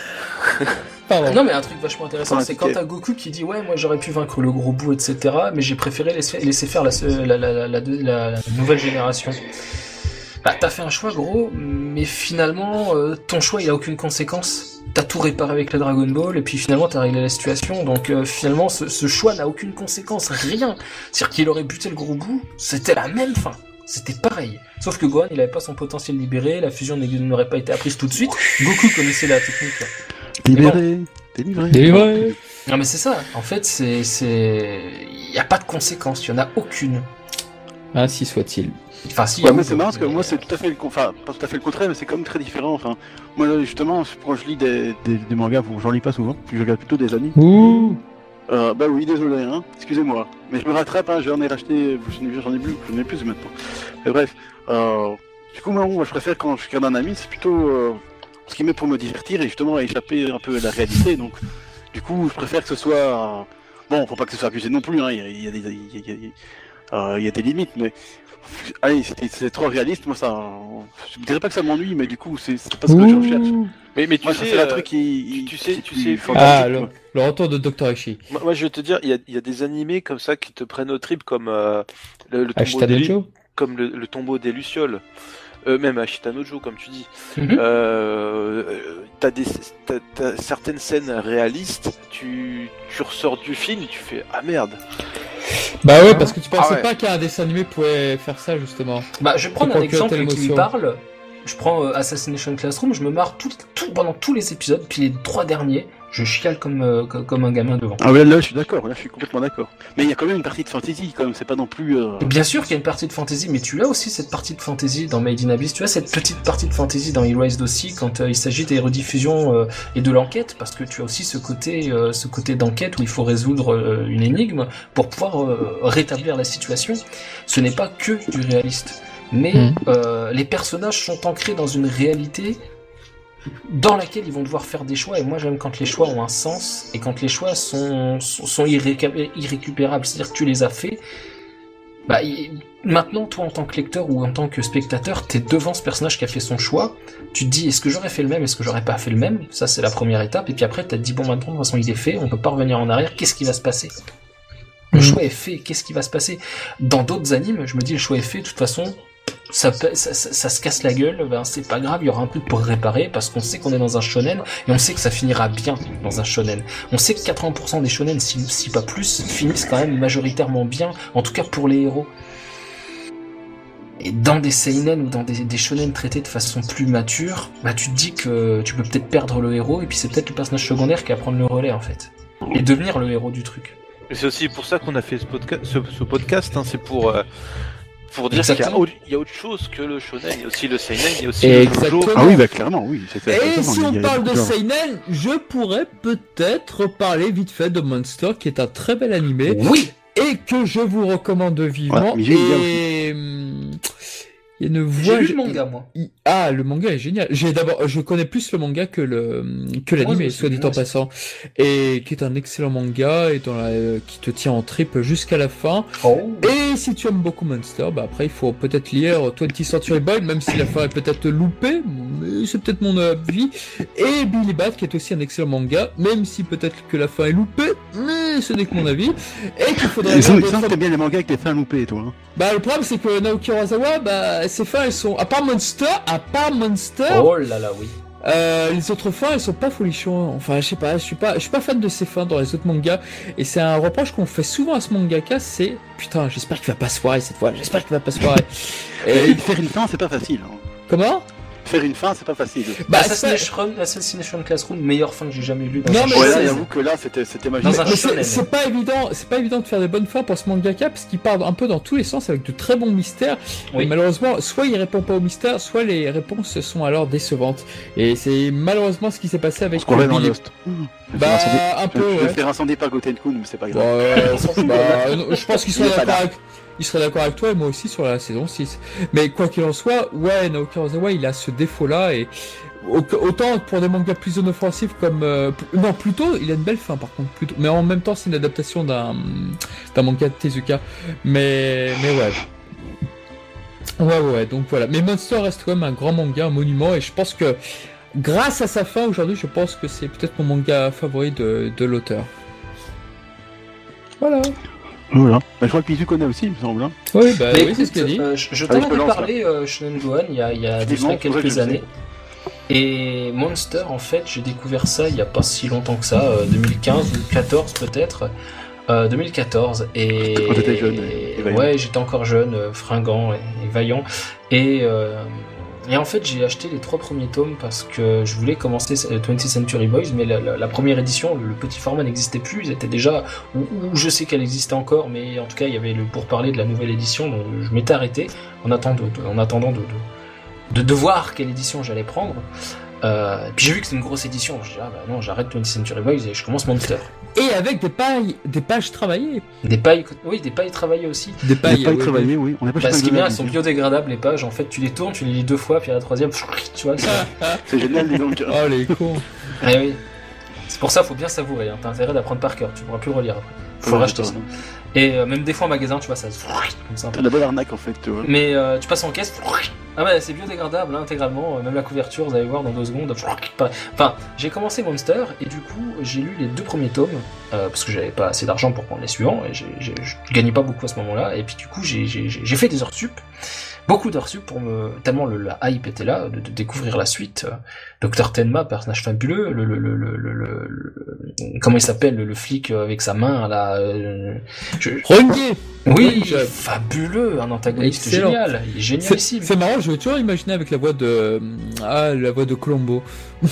S4: Pardon. Non mais un truc vachement intéressant, ah, c'est quand t'as Goku qui dit ouais moi j'aurais pu vaincre le gros bout et cetera, mais j'ai préféré laisser, laisser faire la, la, la, la, la, la nouvelle génération. Bah t'as fait un choix gros, mais finalement euh, ton choix il a aucune conséquence. T'as tout réparé avec le Dragon Ball et puis finalement t'as réglé la situation, donc euh, finalement ce, ce choix n'a aucune conséquence, rien. C'est-à-dire qu'il aurait buté le gros bout, c'était la même fin. C'était pareil. Sauf que Gohan, il avait pas son potentiel libéré, la fusion n'aurait pas été apprise tout de suite. Goku connaissait la technique.
S3: Libéré, bon. Délivré.
S1: Délivré.
S4: Non mais c'est ça. En fait, c'est, c'est, il y a pas de conséquences. Il y en a aucune.
S1: Ainsi soit-il.
S3: Enfin, si. Ouais, mais c'est marrant parce que moi, c'est tout à fait le, enfin, pas tout à fait le contraire, mais c'est quand même très différent. Enfin, moi, là, justement, quand je lis des, des, des mangas, j'en lis pas souvent, puis je regarde plutôt des animes.
S1: Ouh.
S3: Euh, bah oui, désolé, hein. Excusez-moi. Mais je me rattrape, hein. J'en ai racheté, j'en ai plus, j'en ai plus maintenant. Mais bref, euh, du coup, moi, moi, je préfère quand je regarde un anime, c'est plutôt euh, ce qui met pour me divertir et justement échapper un peu à la réalité. Donc, du coup, je préfère que ce soit euh... bon, faut pas que ce soit abusé non plus. Hein. Il y a, il y a des, il y a, il y a, euh, il y a des limites, mais allez, c'est, c'est trop réaliste. Moi, ça, je dirais pas que ça m'ennuie, mais du coup, c'est, c'est pas ce que Ouh. je recherche.
S2: Mais, mais tu
S3: moi,
S2: sais,
S3: c'est
S2: euh,
S3: un truc qui,
S2: tu, tu sais, tu sais,
S1: ah, le, le retour de docteur Ishii.
S2: Moi, moi, je vais te dire, il y a, il y a des animés comme ça qui te prennent au trip, comme euh, le, le
S1: tombeau des Lu-
S2: comme le, le tombeau des Lucioles. Euh, même Ashita no Joe, comme tu dis.
S4: Mm-hmm.
S2: Euh, t'as des, t'as, t'as certaines scènes réalistes, tu, tu ressors du film, tu fais ah merde.
S1: Bah ouais, parce que tu pensais
S2: ah ouais.
S1: pas qu'un dessin animé pouvait faire ça justement.
S4: Bah je vais prendre un exemple qui me parle. Je prends euh, Assassination Classroom, je me marre tout, tout, pendant tous les épisodes, puis les trois derniers, je chiale comme, euh, comme un gamin devant.
S3: Ah ouais, là je suis d'accord, là je suis complètement d'accord. Mais il y a quand même une partie de fantasy, quand même, c'est pas non plus... Euh...
S4: Bien sûr qu'il y a une partie de fantasy, mais tu as aussi cette partie de fantasy dans Made in Abyss, tu as cette petite partie de fantasy dans Erased aussi, quand euh, il s'agit des rediffusions euh, et de l'enquête, parce que tu as aussi ce côté, euh, ce côté d'enquête où il faut résoudre euh, une énigme pour pouvoir euh, rétablir la situation. Ce n'est pas que du réaliste. Mais mmh. euh, les personnages sont ancrés dans une réalité dans laquelle ils vont devoir faire des choix, et moi j'aime quand les choix ont un sens et quand les choix sont, sont, sont irré- irrécupérables, c'est-à-dire que tu les as faits, bah, y, maintenant toi en tant que lecteur ou en tant que spectateur, t'es devant ce personnage qui a fait son choix, tu te dis est-ce que j'aurais fait le même, est-ce que j'aurais pas fait le même, ça c'est la première étape, et puis après t'as te dit bon maintenant de toute façon il est fait, on peut pas revenir en arrière, qu'est-ce qui va se passer ? Le mmh. choix est fait, qu'est-ce qui va se passer ? Dans d'autres animes, je me dis le choix est fait, de toute façon Ça, ça, ça, ça se casse la gueule, ben c'est pas grave, il y aura un truc pour réparer parce qu'on sait qu'on est dans un shonen et on sait que ça finira bien dans un shonen. On sait que quatre-vingts pour cent des shonen, si, si pas plus, finissent quand même majoritairement bien, en tout cas pour les héros. Et dans des seinen ou dans des, des shonen traités de façon plus mature, bah tu te dis que tu peux peut-être perdre le héros et puis c'est peut-être le personnage secondaire qui va prendre le relais en fait et devenir le héros du truc.
S2: Et c'est aussi pour ça qu'on a fait ce podcast, ce, ce podcast hein, c'est pour euh... Pour dire qu'il y a, autre, il y a autre chose que le shonen, il y a aussi le seinen, il y a aussi
S1: Exactement.
S2: le shoujo.
S3: Ah oui, bah clairement, oui. C'est
S1: et si on parle de seinen, je pourrais peut-être parler vite fait de Monster, qui est un très bel animé.
S4: Oui.
S1: Et que je vous recommande vivement.
S3: Ouais,
S1: et Il y a une voix.
S4: J'ai lu le manga, moi.
S1: Il... Ah, le manga est génial. J'ai d'abord, je connais plus le manga que le que l'anime, soit dit en passant, et qui est un excellent manga et dans la... qui te tient en trip jusqu'à la fin.
S4: Oh.
S1: Et si tu aimes beaucoup Monster, bah après il faut peut-être lire twentieth Century Boy, même si la fin est peut-être loupée, mais c'est peut-être mon avis. Et Billy Bat, qui est aussi un excellent manga, même si peut-être que la fin est loupée, mais ce n'est que mon avis. Et qu'il faudrait.
S3: Il semble que t'aimes bien les mangas avec les fins loupées, toi. Hein.
S1: Bah le problème c'est que Naoki Urasawa, bah ses fins elles sont, à part Monster, à part Monster.
S4: Oh là là, oui.
S1: Euh, les autres fins elles sont pas folichons. Enfin je sais pas, je suis pas, je suis pas fan de ces fins dans les autres mangas. Et c'est un reproche qu'on fait souvent à ce mangaka, c'est putain j'espère qu'il va pas se foirer cette fois, j'espère qu'il va pas se foirer.
S3: Et faire une fin c'est pas facile. Hein.
S1: Comment?
S3: Faire une fin, c'est pas facile.
S1: Bah,
S4: Assassination, pas... Assassination Classroom, meilleure fin que j'ai jamais lue dans
S1: non,
S4: un
S1: mais
S3: ouais,
S1: c'est...
S3: j'avoue que là, c'était, c'était magique.
S4: Dans un
S1: mais
S4: shonen.
S1: c'est, c'est pas évident, c'est pas évident de faire des bonnes fins pour ce mangaka parce qu'il part un peu dans tous les sens avec de très bons mystères. Oui. Et malheureusement, soit il répond pas aux mystères, soit les réponses sont alors décevantes. Et c'est malheureusement ce qui s'est passé avec.
S3: On se dans Lost.
S1: Bah, un peu.
S3: Je vais
S1: ouais.
S3: faire incender par Gotenku, mais c'est pas grave.
S1: Bah, bah, je pense qu'ils sont d'accord avec. Il serait d'accord avec toi et moi aussi sur la saison six. Mais quoi qu'il en soit, ouais, Naoki Urasawa, il a ce défaut-là et autant pour des mangas plus inoffensifs comme euh, non plutôt, il a une belle fin par contre plutôt. Mais en même temps, c'est une adaptation d'un d'un manga de Tezuka. Mais mais ouais. Ouais ouais, donc voilà. Mais Monster reste quand même un grand manga, un monument et je pense que grâce à sa fin aujourd'hui, je pense que c'est peut-être mon manga favori de de l'auteur. Voilà.
S3: Voilà. Bah, je crois que Pizu connaît aussi, il me semble. Hein.
S1: Oui, bah, oui,
S4: écoute,
S1: c'est ce qu'il a dit.
S4: Euh, je je t'en avais parlé, euh, Shonen Gohan, il y a, il y a déjà quelques années. Et Monster, en fait, j'ai découvert ça il y a pas si longtemps que ça, euh, deux mille quinze ou deux mille quatorze peut-être. Euh, deux mille quatorze. Et,
S3: quand t'étais jeune et, et
S4: ouais, j'étais encore jeune, euh, fringant et, et vaillant. Et, euh, et en fait, j'ai acheté les trois premiers tomes parce que je voulais commencer twentieth Century Boys, mais la, la, la première édition, le, le petit format n'existait plus. Ils étaient déjà, ou, ou je sais qu'elle existait encore, mais en tout cas, il y avait le pourparler de la nouvelle édition, donc je m'étais arrêté en attendant de, en attendant de, de, de, de voir quelle édition j'allais prendre. Euh, et puis j'ai vu que c'est une grosse édition, je dis ah bah non, j'arrête twentieth Century Boys et je commence Monster.
S1: Et avec des pailles, des pages travaillées.
S4: Des pailles, oui, des pailles travaillées aussi.
S1: Des pailles,
S3: des pailles
S1: oui,
S3: travaillées, oui. On a pas
S4: bah, ce qui est bien, elles sont biodégradables les pages. En fait, tu les tournes, tu les lis deux fois, puis à la troisième, tu vois.
S3: C'est génial, dis donc.
S1: Oh les cons.
S4: Eh oui. C'est pour ça, faut bien savourer. Hein. T'as intérêt d'apprendre par cœur. Tu pourras plus le relire après. Faut
S3: ouais,
S4: racheter ça. Et euh, même des fois en magasin, tu vois, ça se comme ça.
S3: T'as la bonne arnaque en fait, tu vois.
S4: Mais euh, tu passes en caisse. Ah ouais, c'est biodégradable hein, intégralement. Même la couverture, vous allez voir dans deux secondes. Enfin, j'ai commencé Monster et du coup, j'ai lu les deux premiers tomes euh, parce que j'avais pas assez d'argent pour prendre les suivants et j'ai, j'ai, je gagnais pas beaucoup à ce moment-là. Et puis du coup, j'ai, j'ai, j'ai fait des heures sup. Beaucoup d'heures sup pour me... tellement le, la hype était là, de, de découvrir la suite. Docteur Tenma, personnage fabuleux, le... le, le, le, le, le comment il s'appelle, le, le flic avec sa main, là... Euh, je...
S1: Rongué.
S4: Oui, je... fabuleux, un antagoniste excellent. Génial, il est génialissime.
S1: C'est, c'est marrant, je vais toujours imaginer avec la voix de... Ah, la voix de Colombo.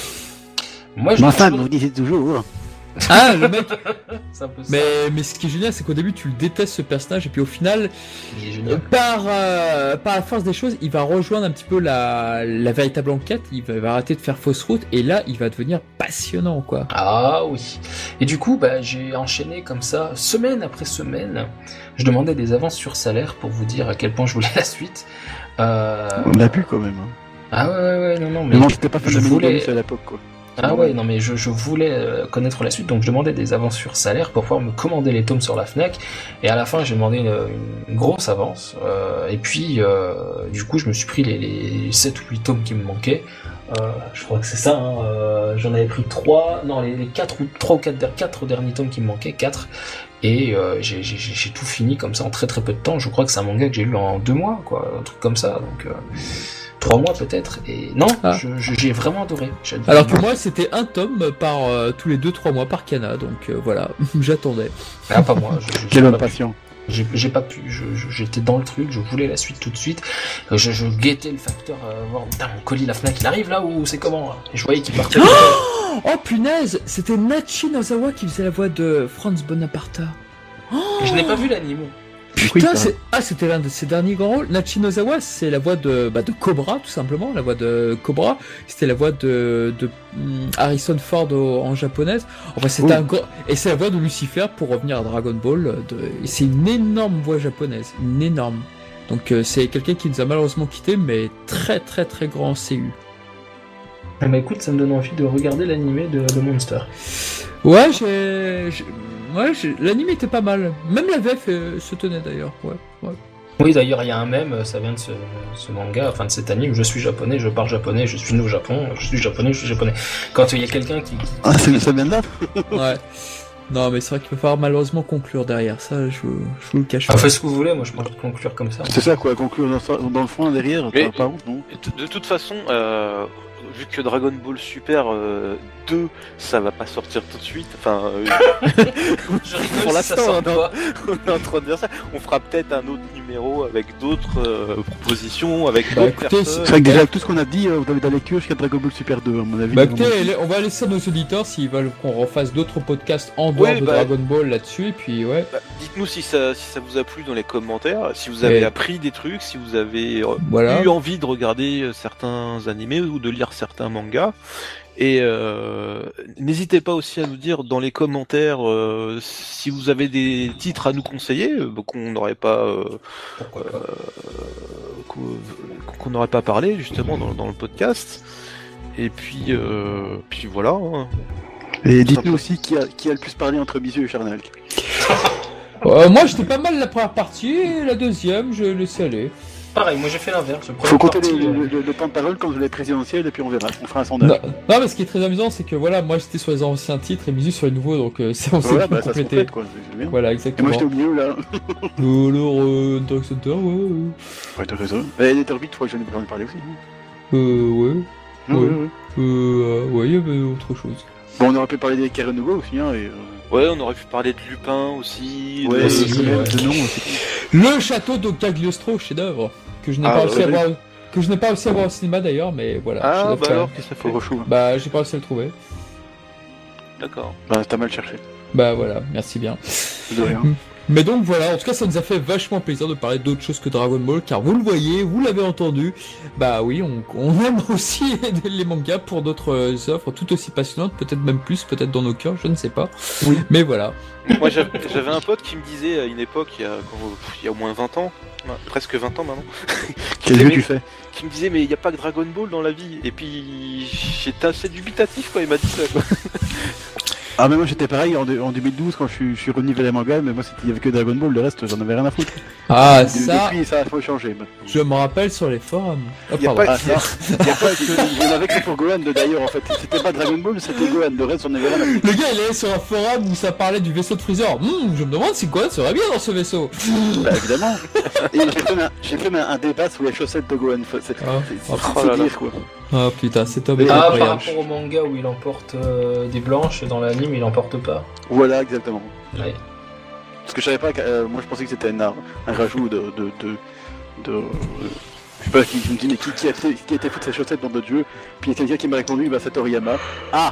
S3: Moi, je... Ma femme, toujours... vous disiez toujours...
S1: Ah, le mec.
S4: C'est un peu ça.
S1: Mais, mais ce qui est génial, c'est qu'au début, tu le détestes ce personnage, et puis au final,
S4: il est génial.
S1: Par, euh, par la force des choses, il va rejoindre un petit peu la, la véritable enquête, il va, il va arrêter de faire fausse route, et là, il va devenir passionnant, quoi.
S4: Ah oui. Et du coup, bah, j'ai enchaîné comme ça, semaine après semaine. Je demandais des avances sur salaire pour vous dire à quel point je voulais la suite. Euh...
S3: On l'a pu quand même. Hein.
S4: Ah ouais, ouais, ouais, non, non, mais.
S3: Mais non, c'était pas fait
S4: je
S3: de
S4: voulais...
S3: à l'époque, quoi.
S4: Ah ouais, non mais je, je voulais euh, connaître la suite, donc je demandais des avances sur salaire pour pouvoir me commander les tomes sur la Fnac, et à la fin j'ai demandé une, une grosse avance, euh, et puis euh, du coup je me suis pris les, les sept ou huit tomes qui me manquaient, euh, je crois que c'est ça, hein, euh, j'en avais pris trois, non les, les quatre ou trois ou quatre, quatre derniers tomes qui me manquaient, quatre, et euh, j'ai, j'ai, j'ai tout fini comme ça en très très peu de temps, je crois que c'est un manga que j'ai lu en deux mois, quoi, un truc comme ça, donc... Euh, Trois mois peut-être, et non, ah. je, je, j'ai vraiment adoré. J'ai
S1: Alors que moi c'était un tome par euh, tous les deux trois mois par Kana, donc euh, voilà, j'attendais.
S4: Ah pas moi, je, je,
S3: quel homme patient.
S4: J'ai, j'ai pas pu, je, je, j'étais dans le truc, je voulais la suite tout de suite, je, je guettais le facteur, euh, voir, putain mon colis la Fnac il arrive là ou c'est comment là. Et je voyais qu'il partait.
S1: Oh, oh punaise, c'était Nachi Nozawa qui faisait la voix de Franz Bonaparte.
S4: Oh je n'ai pas vu l'anime.
S1: Putain, c'est... Ah, c'était l'un de ses derniers grands rôles. Nachi Nozawa, c'est la voix de, bah, de Cobra, tout simplement. La voix de Cobra, c'était la voix de, de um, Harrison Ford au, en japonaise. Enfin, c'était oui. un gros... Et c'est la voix de Lucifer pour revenir à Dragon Ball. De... Et c'est une énorme voix japonaise. Une énorme. Donc euh, c'est quelqu'un qui nous a malheureusement quitté, mais très très très grand C U.
S4: Ah bah écoute, ça me donne envie de regarder l'animé de, de Monster.
S1: Ouais, j'ai, j'ai... ouais, j'ai... l'anime était pas mal. Même la V F euh, se tenait d'ailleurs. Ouais, ouais.
S4: Oui, d'ailleurs, il y a un mème, ça vient de ce, ce manga, enfin de cet anime. Je suis japonais, je parle japonais, je suis né au Japon, je suis japonais, je suis japonais. Quand il y a quelqu'un qui. qui...
S3: Ah, c'est ça vient de là.
S1: Ouais. Non, mais c'est vrai qu'il va falloir malheureusement conclure derrière ça. Je, vous- je vous le cache pas.
S4: Ah, faites ce que vous voulez, moi je pense conclure comme ça.
S3: C'est ça quoi, conclure dans, dans le fond derrière.
S2: Mais-
S3: t'as pas honte, non
S2: Et t- de toute façon, euh, vu que Dragon Ball Super euh, deux, ça va pas sortir tout de suite. Enfin, euh,
S4: Je rigole
S2: pour
S4: si ça
S2: l'instant,
S4: sort
S2: on est
S4: pas.
S2: on est en train de dire ça. On fera peut-être un autre numéro avec d'autres euh, propositions, avec
S1: Bah,
S2: d'autres
S1: écoutez,
S2: personnes.
S3: C'est vrai que déjà avec tout ce qu'on a dit, euh, vous avez de la lecture jusqu'à Dragon Ball Super deux à mon avis.
S1: Bah écoutez, on va laisser à nos auditeurs s'ils veulent qu'on refasse d'autres podcasts en dehors
S2: Oui,
S1: de
S2: bah-
S1: Dragon Ball là-dessus, et puis ouais.
S2: Bah, dites-nous si ça, si ça vous a plu dans les commentaires, si vous avez
S1: Et-
S2: appris des trucs, si vous avez euh,
S1: Voilà.
S2: eu envie de regarder euh, certains animés ou de lire certains mangas. Et euh, n'hésitez pas aussi à nous dire dans les commentaires euh, si vous avez des titres à nous conseiller euh, qu'on n'aurait pas euh,
S4: Pourquoi pas.
S2: qu'on qu'on n'aurait pas parlé justement dans, dans le podcast. Et puis euh, puis voilà. hein.
S3: Et dites-nous aussi qui a, qui a le plus parlé entre Bisou et Charnel.
S1: Euh, moi j'étais pas mal la première partie, et la deuxième je laissais aller.
S4: Pareil, moi j'ai fait l'inverse. La
S3: Faut
S4: première
S3: compter
S4: partie,
S3: le,
S4: euh,
S3: le, le- le temps de parole quand vous les présidentielles et puis on verra. On fera un sondage.
S1: Non, non, mais ce qui est très amusant, c'est que voilà, moi j'étais sur les anciens titres et Mizu sur les nouveaux, donc euh, c'est on s'est
S3: Voilà,
S1: pu
S3: bah, ça se
S1: compléter.
S3: complète quoi, c'est bien.
S1: Voilà,
S3: Et
S1: exactement.
S3: moi j'étais au milieu là.
S1: Alors, euh, Dark Center, ouais.
S3: Ouais, t'as raison. Et les Turbites, je crois que j'en ai j'en ai parlé aussi.
S1: Euh, ouais.
S3: Ouais,
S1: Ouais.
S3: ouais, ouais.
S1: Euh, euh, ouais, il y avait autre chose.
S3: Bon, on aurait pu parler des Karenuga aussi, hein. Et, euh...
S2: Ouais, on aurait pu parler de Lupin aussi.
S3: Ouais,
S2: de-
S1: aussi,
S3: quand même,
S1: ouais.
S3: de nom aussi.
S1: Le château de Cagliostro, chef-d'œuvre, que je n'ai
S2: Ah,
S1: pas réussi
S2: ouais,
S1: à
S2: ouais.
S1: voir, que je n'ai pas réussi à voir au cinéma d'ailleurs, mais voilà.
S2: Ah
S1: chef-d'œuvre
S2: bah
S1: quand
S2: alors,
S1: même.
S2: qu'est-ce que ça
S3: Faut
S2: fait
S3: rechou.
S1: Bah, j'ai pas réussi à le trouver.
S2: D'accord.
S3: Bah, t'as mal cherché.
S1: Bah voilà, merci bien.
S3: De rien.
S1: Mais donc voilà, en tout cas ça nous a fait vachement plaisir de parler d'autre chose que Dragon Ball, car vous le voyez, vous l'avez entendu, bah oui, on, on aime aussi les mangas pour d'autres euh, offres tout aussi passionnantes, peut-être même plus, peut-être dans nos cœurs, je ne sais pas. Oui. Mais voilà.
S2: Moi j'avais j'avais un pote qui me disait à une époque, il y a, quand- il y a au moins vingt ans, ouais, presque vingt ans maintenant, qui,
S3: Quel jeu
S2: disait,
S3: tu fais
S2: qui me disait mais il n'y a pas que Dragon Ball dans la vie. Et puis j'étais assez dubitatif quand il m'a dit ça. Quoi.
S3: Ah, mais moi j'étais pareil en, deux- en deux mille douze quand je suis, je suis revenu vers les mangas, mais moi c'était- il y avait que Dragon Ball, le reste j'en avais rien à foutre.
S1: Ah
S3: De-
S1: ça,
S3: Depuis ça a faut changer. bah.
S1: je me rappelle sur les forums. Oh,
S2: Y a
S1: pardon.
S2: pas-
S3: Ah, ça, il y a pas que. Il y en avait que pour Gohan de- d'ailleurs en fait. C'était pas Dragon Ball, c'était Gohan, le reste j'en avais rien à foutre.
S1: Le gars il est sur un forum où ça parlait du vaisseau de Freezer. Hum, je me demande si Gohan serait bien dans ce vaisseau.
S3: Bah évidemment. Et j'ai fait, un, j'ai fait un, un débat sur les chaussettes de Gohan. Faut- C'est
S1: Ah,
S3: c'est-
S1: ah,
S3: c'est
S2: oh là là.
S3: dire quoi.
S1: ah, putain, cet homme est
S3: Mais-
S4: Ah, par
S1: incroyable.
S4: rapport au manga où il emporte euh, des blanches et dans l'anime il emporte pas.
S3: Voilà, exactement.
S4: Ouais.
S3: Parce que je savais pas que. euh, moi je pensais que c'était un, un rajout de. de, de, de euh, je sais pas qui je me dis mais qui, qui a fait qui a été foutre ses chaussettes dans d'autres jeux. Puis il y a quelqu'un qui m'a répondu bah c'est Toriyama. Ah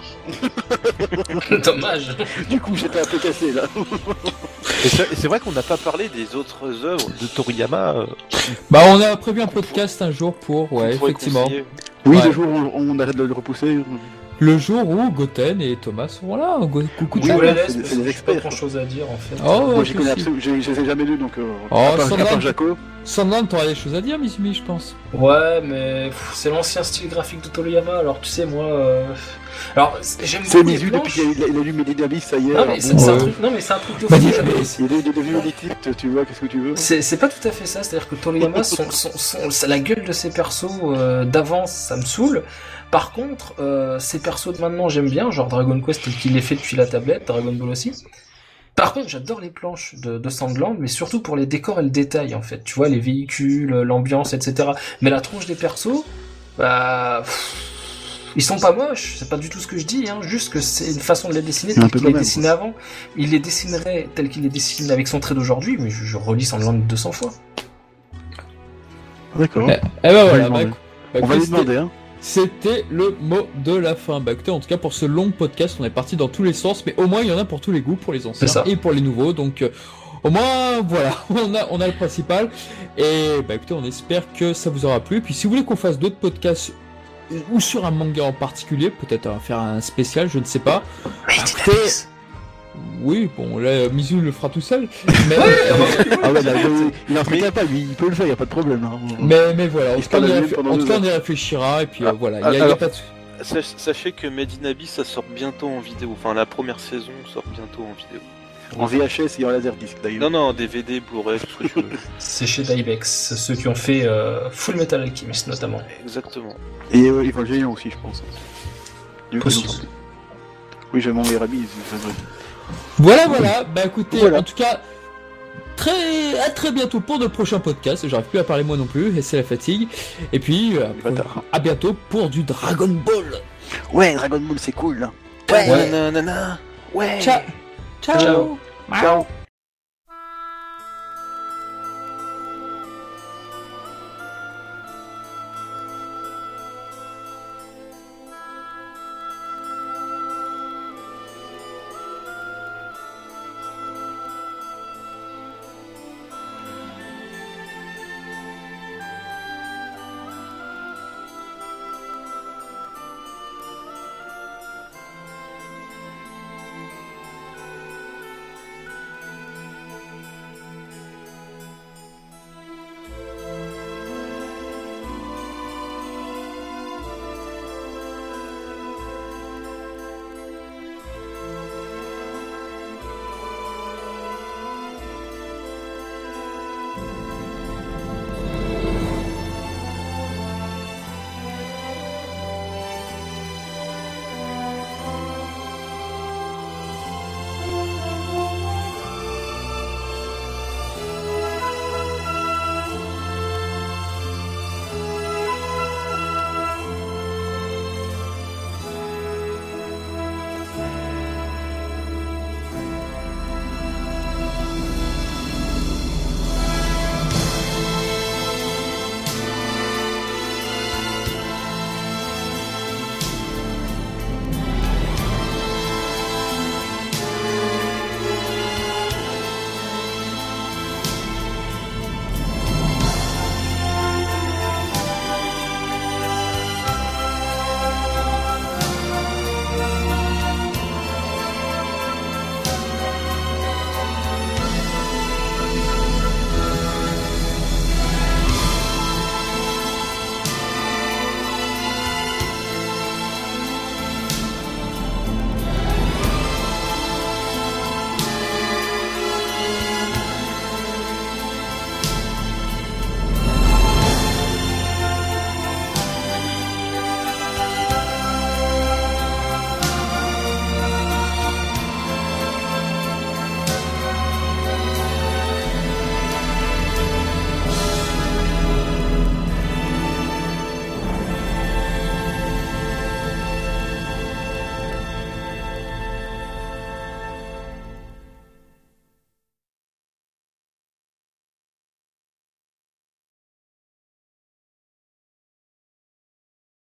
S4: Dommage.
S3: du coup j'étais un peu cassé là.
S2: Et c'est et c'est vrai qu'on n'a pas parlé des autres œuvres de Toriyama. euh,
S1: Bah on a prévu un podcast un jour pour, ouais,
S2: qu'on pourrait
S1: effectivement.
S2: conseiller.
S3: Oui,
S1: Ouais.
S3: le jour où on, on arrête de le repousser.
S1: Le jour où Goten et Thomas seront là. Go- Coucou
S3: Oui,
S4: Je vous
S3: voilà,
S4: la laisse
S3: c'est-
S4: parce
S3: c'est
S4: que
S3: des
S4: j'ai pas
S3: experts,
S4: grand chose à dire en fait.
S1: Oh,
S3: Moi j'y
S1: que
S3: connais
S1: si.
S3: absolument, je, je les ai jamais lus donc euh,
S1: Oh,
S3: à, part,
S1: ça
S3: à
S1: va.
S3: part Jaco.
S1: Sandland, t'auras des choses à dire, Mizumi, je pense.
S4: Ouais, mais pff, c'est l'ancien style graphique de Toriyama, alors tu sais, moi. euh, Alors, c'est- j'aime
S3: C'est
S4: beaucoup les
S3: Mizu depuis
S4: planches.
S3: qu'il a, il a lu Mehdi Dabi, ça y est.
S4: Non,
S3: alors
S4: mais c'est
S3: bon,
S4: c'est un
S1: ouais.
S4: truc, non, mais c'est un truc de
S1: Bah,
S4: fou.
S1: dis-
S4: j'avais-
S1: mais-
S3: il est il est devenu élitiste, tu vois, qu'est-ce que tu veux.
S4: C'est c'est pas tout à fait ça, c'est-à-dire que Toriyama, son, son, son- son- la gueule de ses persos euh, d'avance, ça me saoule. Par contre, euh, ces persos de maintenant, j'aime bien, genre Dragon Quest tel qu'il est fait depuis la tablette, Dragon Ball aussi. Par contre, j'adore les planches de, de Sandland, mais surtout pour les décors et le détail, en fait. Tu vois, les véhicules, l'ambiance, et cetera. Mais la tronche des persos, bah... pff, ils sont pas moches, c'est pas du tout ce que je dis, hein, juste que c'est une façon de les dessiner
S3: Un
S4: telle
S3: peu
S4: qu'il
S3: quand
S4: les
S3: même,
S4: dessinait avant. Il les dessinerait tel qu'il les dessine avec son trait d'aujourd'hui, mais je, je relis Sandland deux cents fois.
S3: D'accord.
S1: Eh, eh ben voilà,
S3: lui
S1: bah,
S3: demander.
S1: bah,
S3: On va lui
S1: c'était-
S3: demander, hein.
S1: C'était le mot de la fin. Bah écoutez, en tout cas pour ce long podcast, on est parti dans tous les sens, mais au moins il y en a pour tous les goûts, pour les anciens
S4: C'est ça.
S1: et pour les nouveaux. Donc euh, au moins voilà, on a on a le principal. Et bah écoutez, on espère que ça vous aura plu. Puis si vous voulez qu'on fasse d'autres podcasts ou sur un manga en particulier, peut-être euh, faire un spécial, je ne sais pas. Écoutez, Oui, bon, là, Mizu le fera tout seul. Mais,
S3: Ah ouais, là, il- il en fait capable, lui, il peut le faire, y a pas de problème. Hein.
S1: mais, mais voilà, en
S3: Il
S1: tout cas, on y,
S3: parle
S1: réfl-
S3: pendant
S1: en tout
S3: deux
S1: cas,
S3: heures.
S1: on y réfléchira, et puis
S2: Ah,
S1: euh, voilà, il
S2: ah,
S1: y a, y a
S2: alors-
S1: pas de...
S2: Sach- Sachez que Made in Abyss, ça sort bientôt en vidéo. Enfin, la première saison sort bientôt en vidéo.
S3: En V H S et en laserdisc d'ailleurs.
S2: Non, non, D V D, Blu-ray, tout ce que tu veux.
S4: C'est chez Dybex, ceux qui ont fait euh, Full Metal Alchemist notamment.
S2: Exactement.
S3: Et euh, ils vont le géant aussi, je pense. Du coup,
S4: Possible.
S3: ils ont- Oui, j'ai mon meilleur ami. c'est vrai.
S1: Voilà, voilà, bah écoutez,
S3: Voilà.
S1: en tout cas, très, à très bientôt pour de prochains podcasts, j'arrive plus à parler moi non plus, et c'est la fatigue, et puis, euh,
S3: Bâtard.
S1: à bientôt pour du Dragon Ball.
S3: Ouais, Dragon Ball, c'est cool. Là.
S1: Ouais.
S2: Nanana. Ouais.
S1: Ciao. Ciao.
S4: Ciao.
S3: Ciao.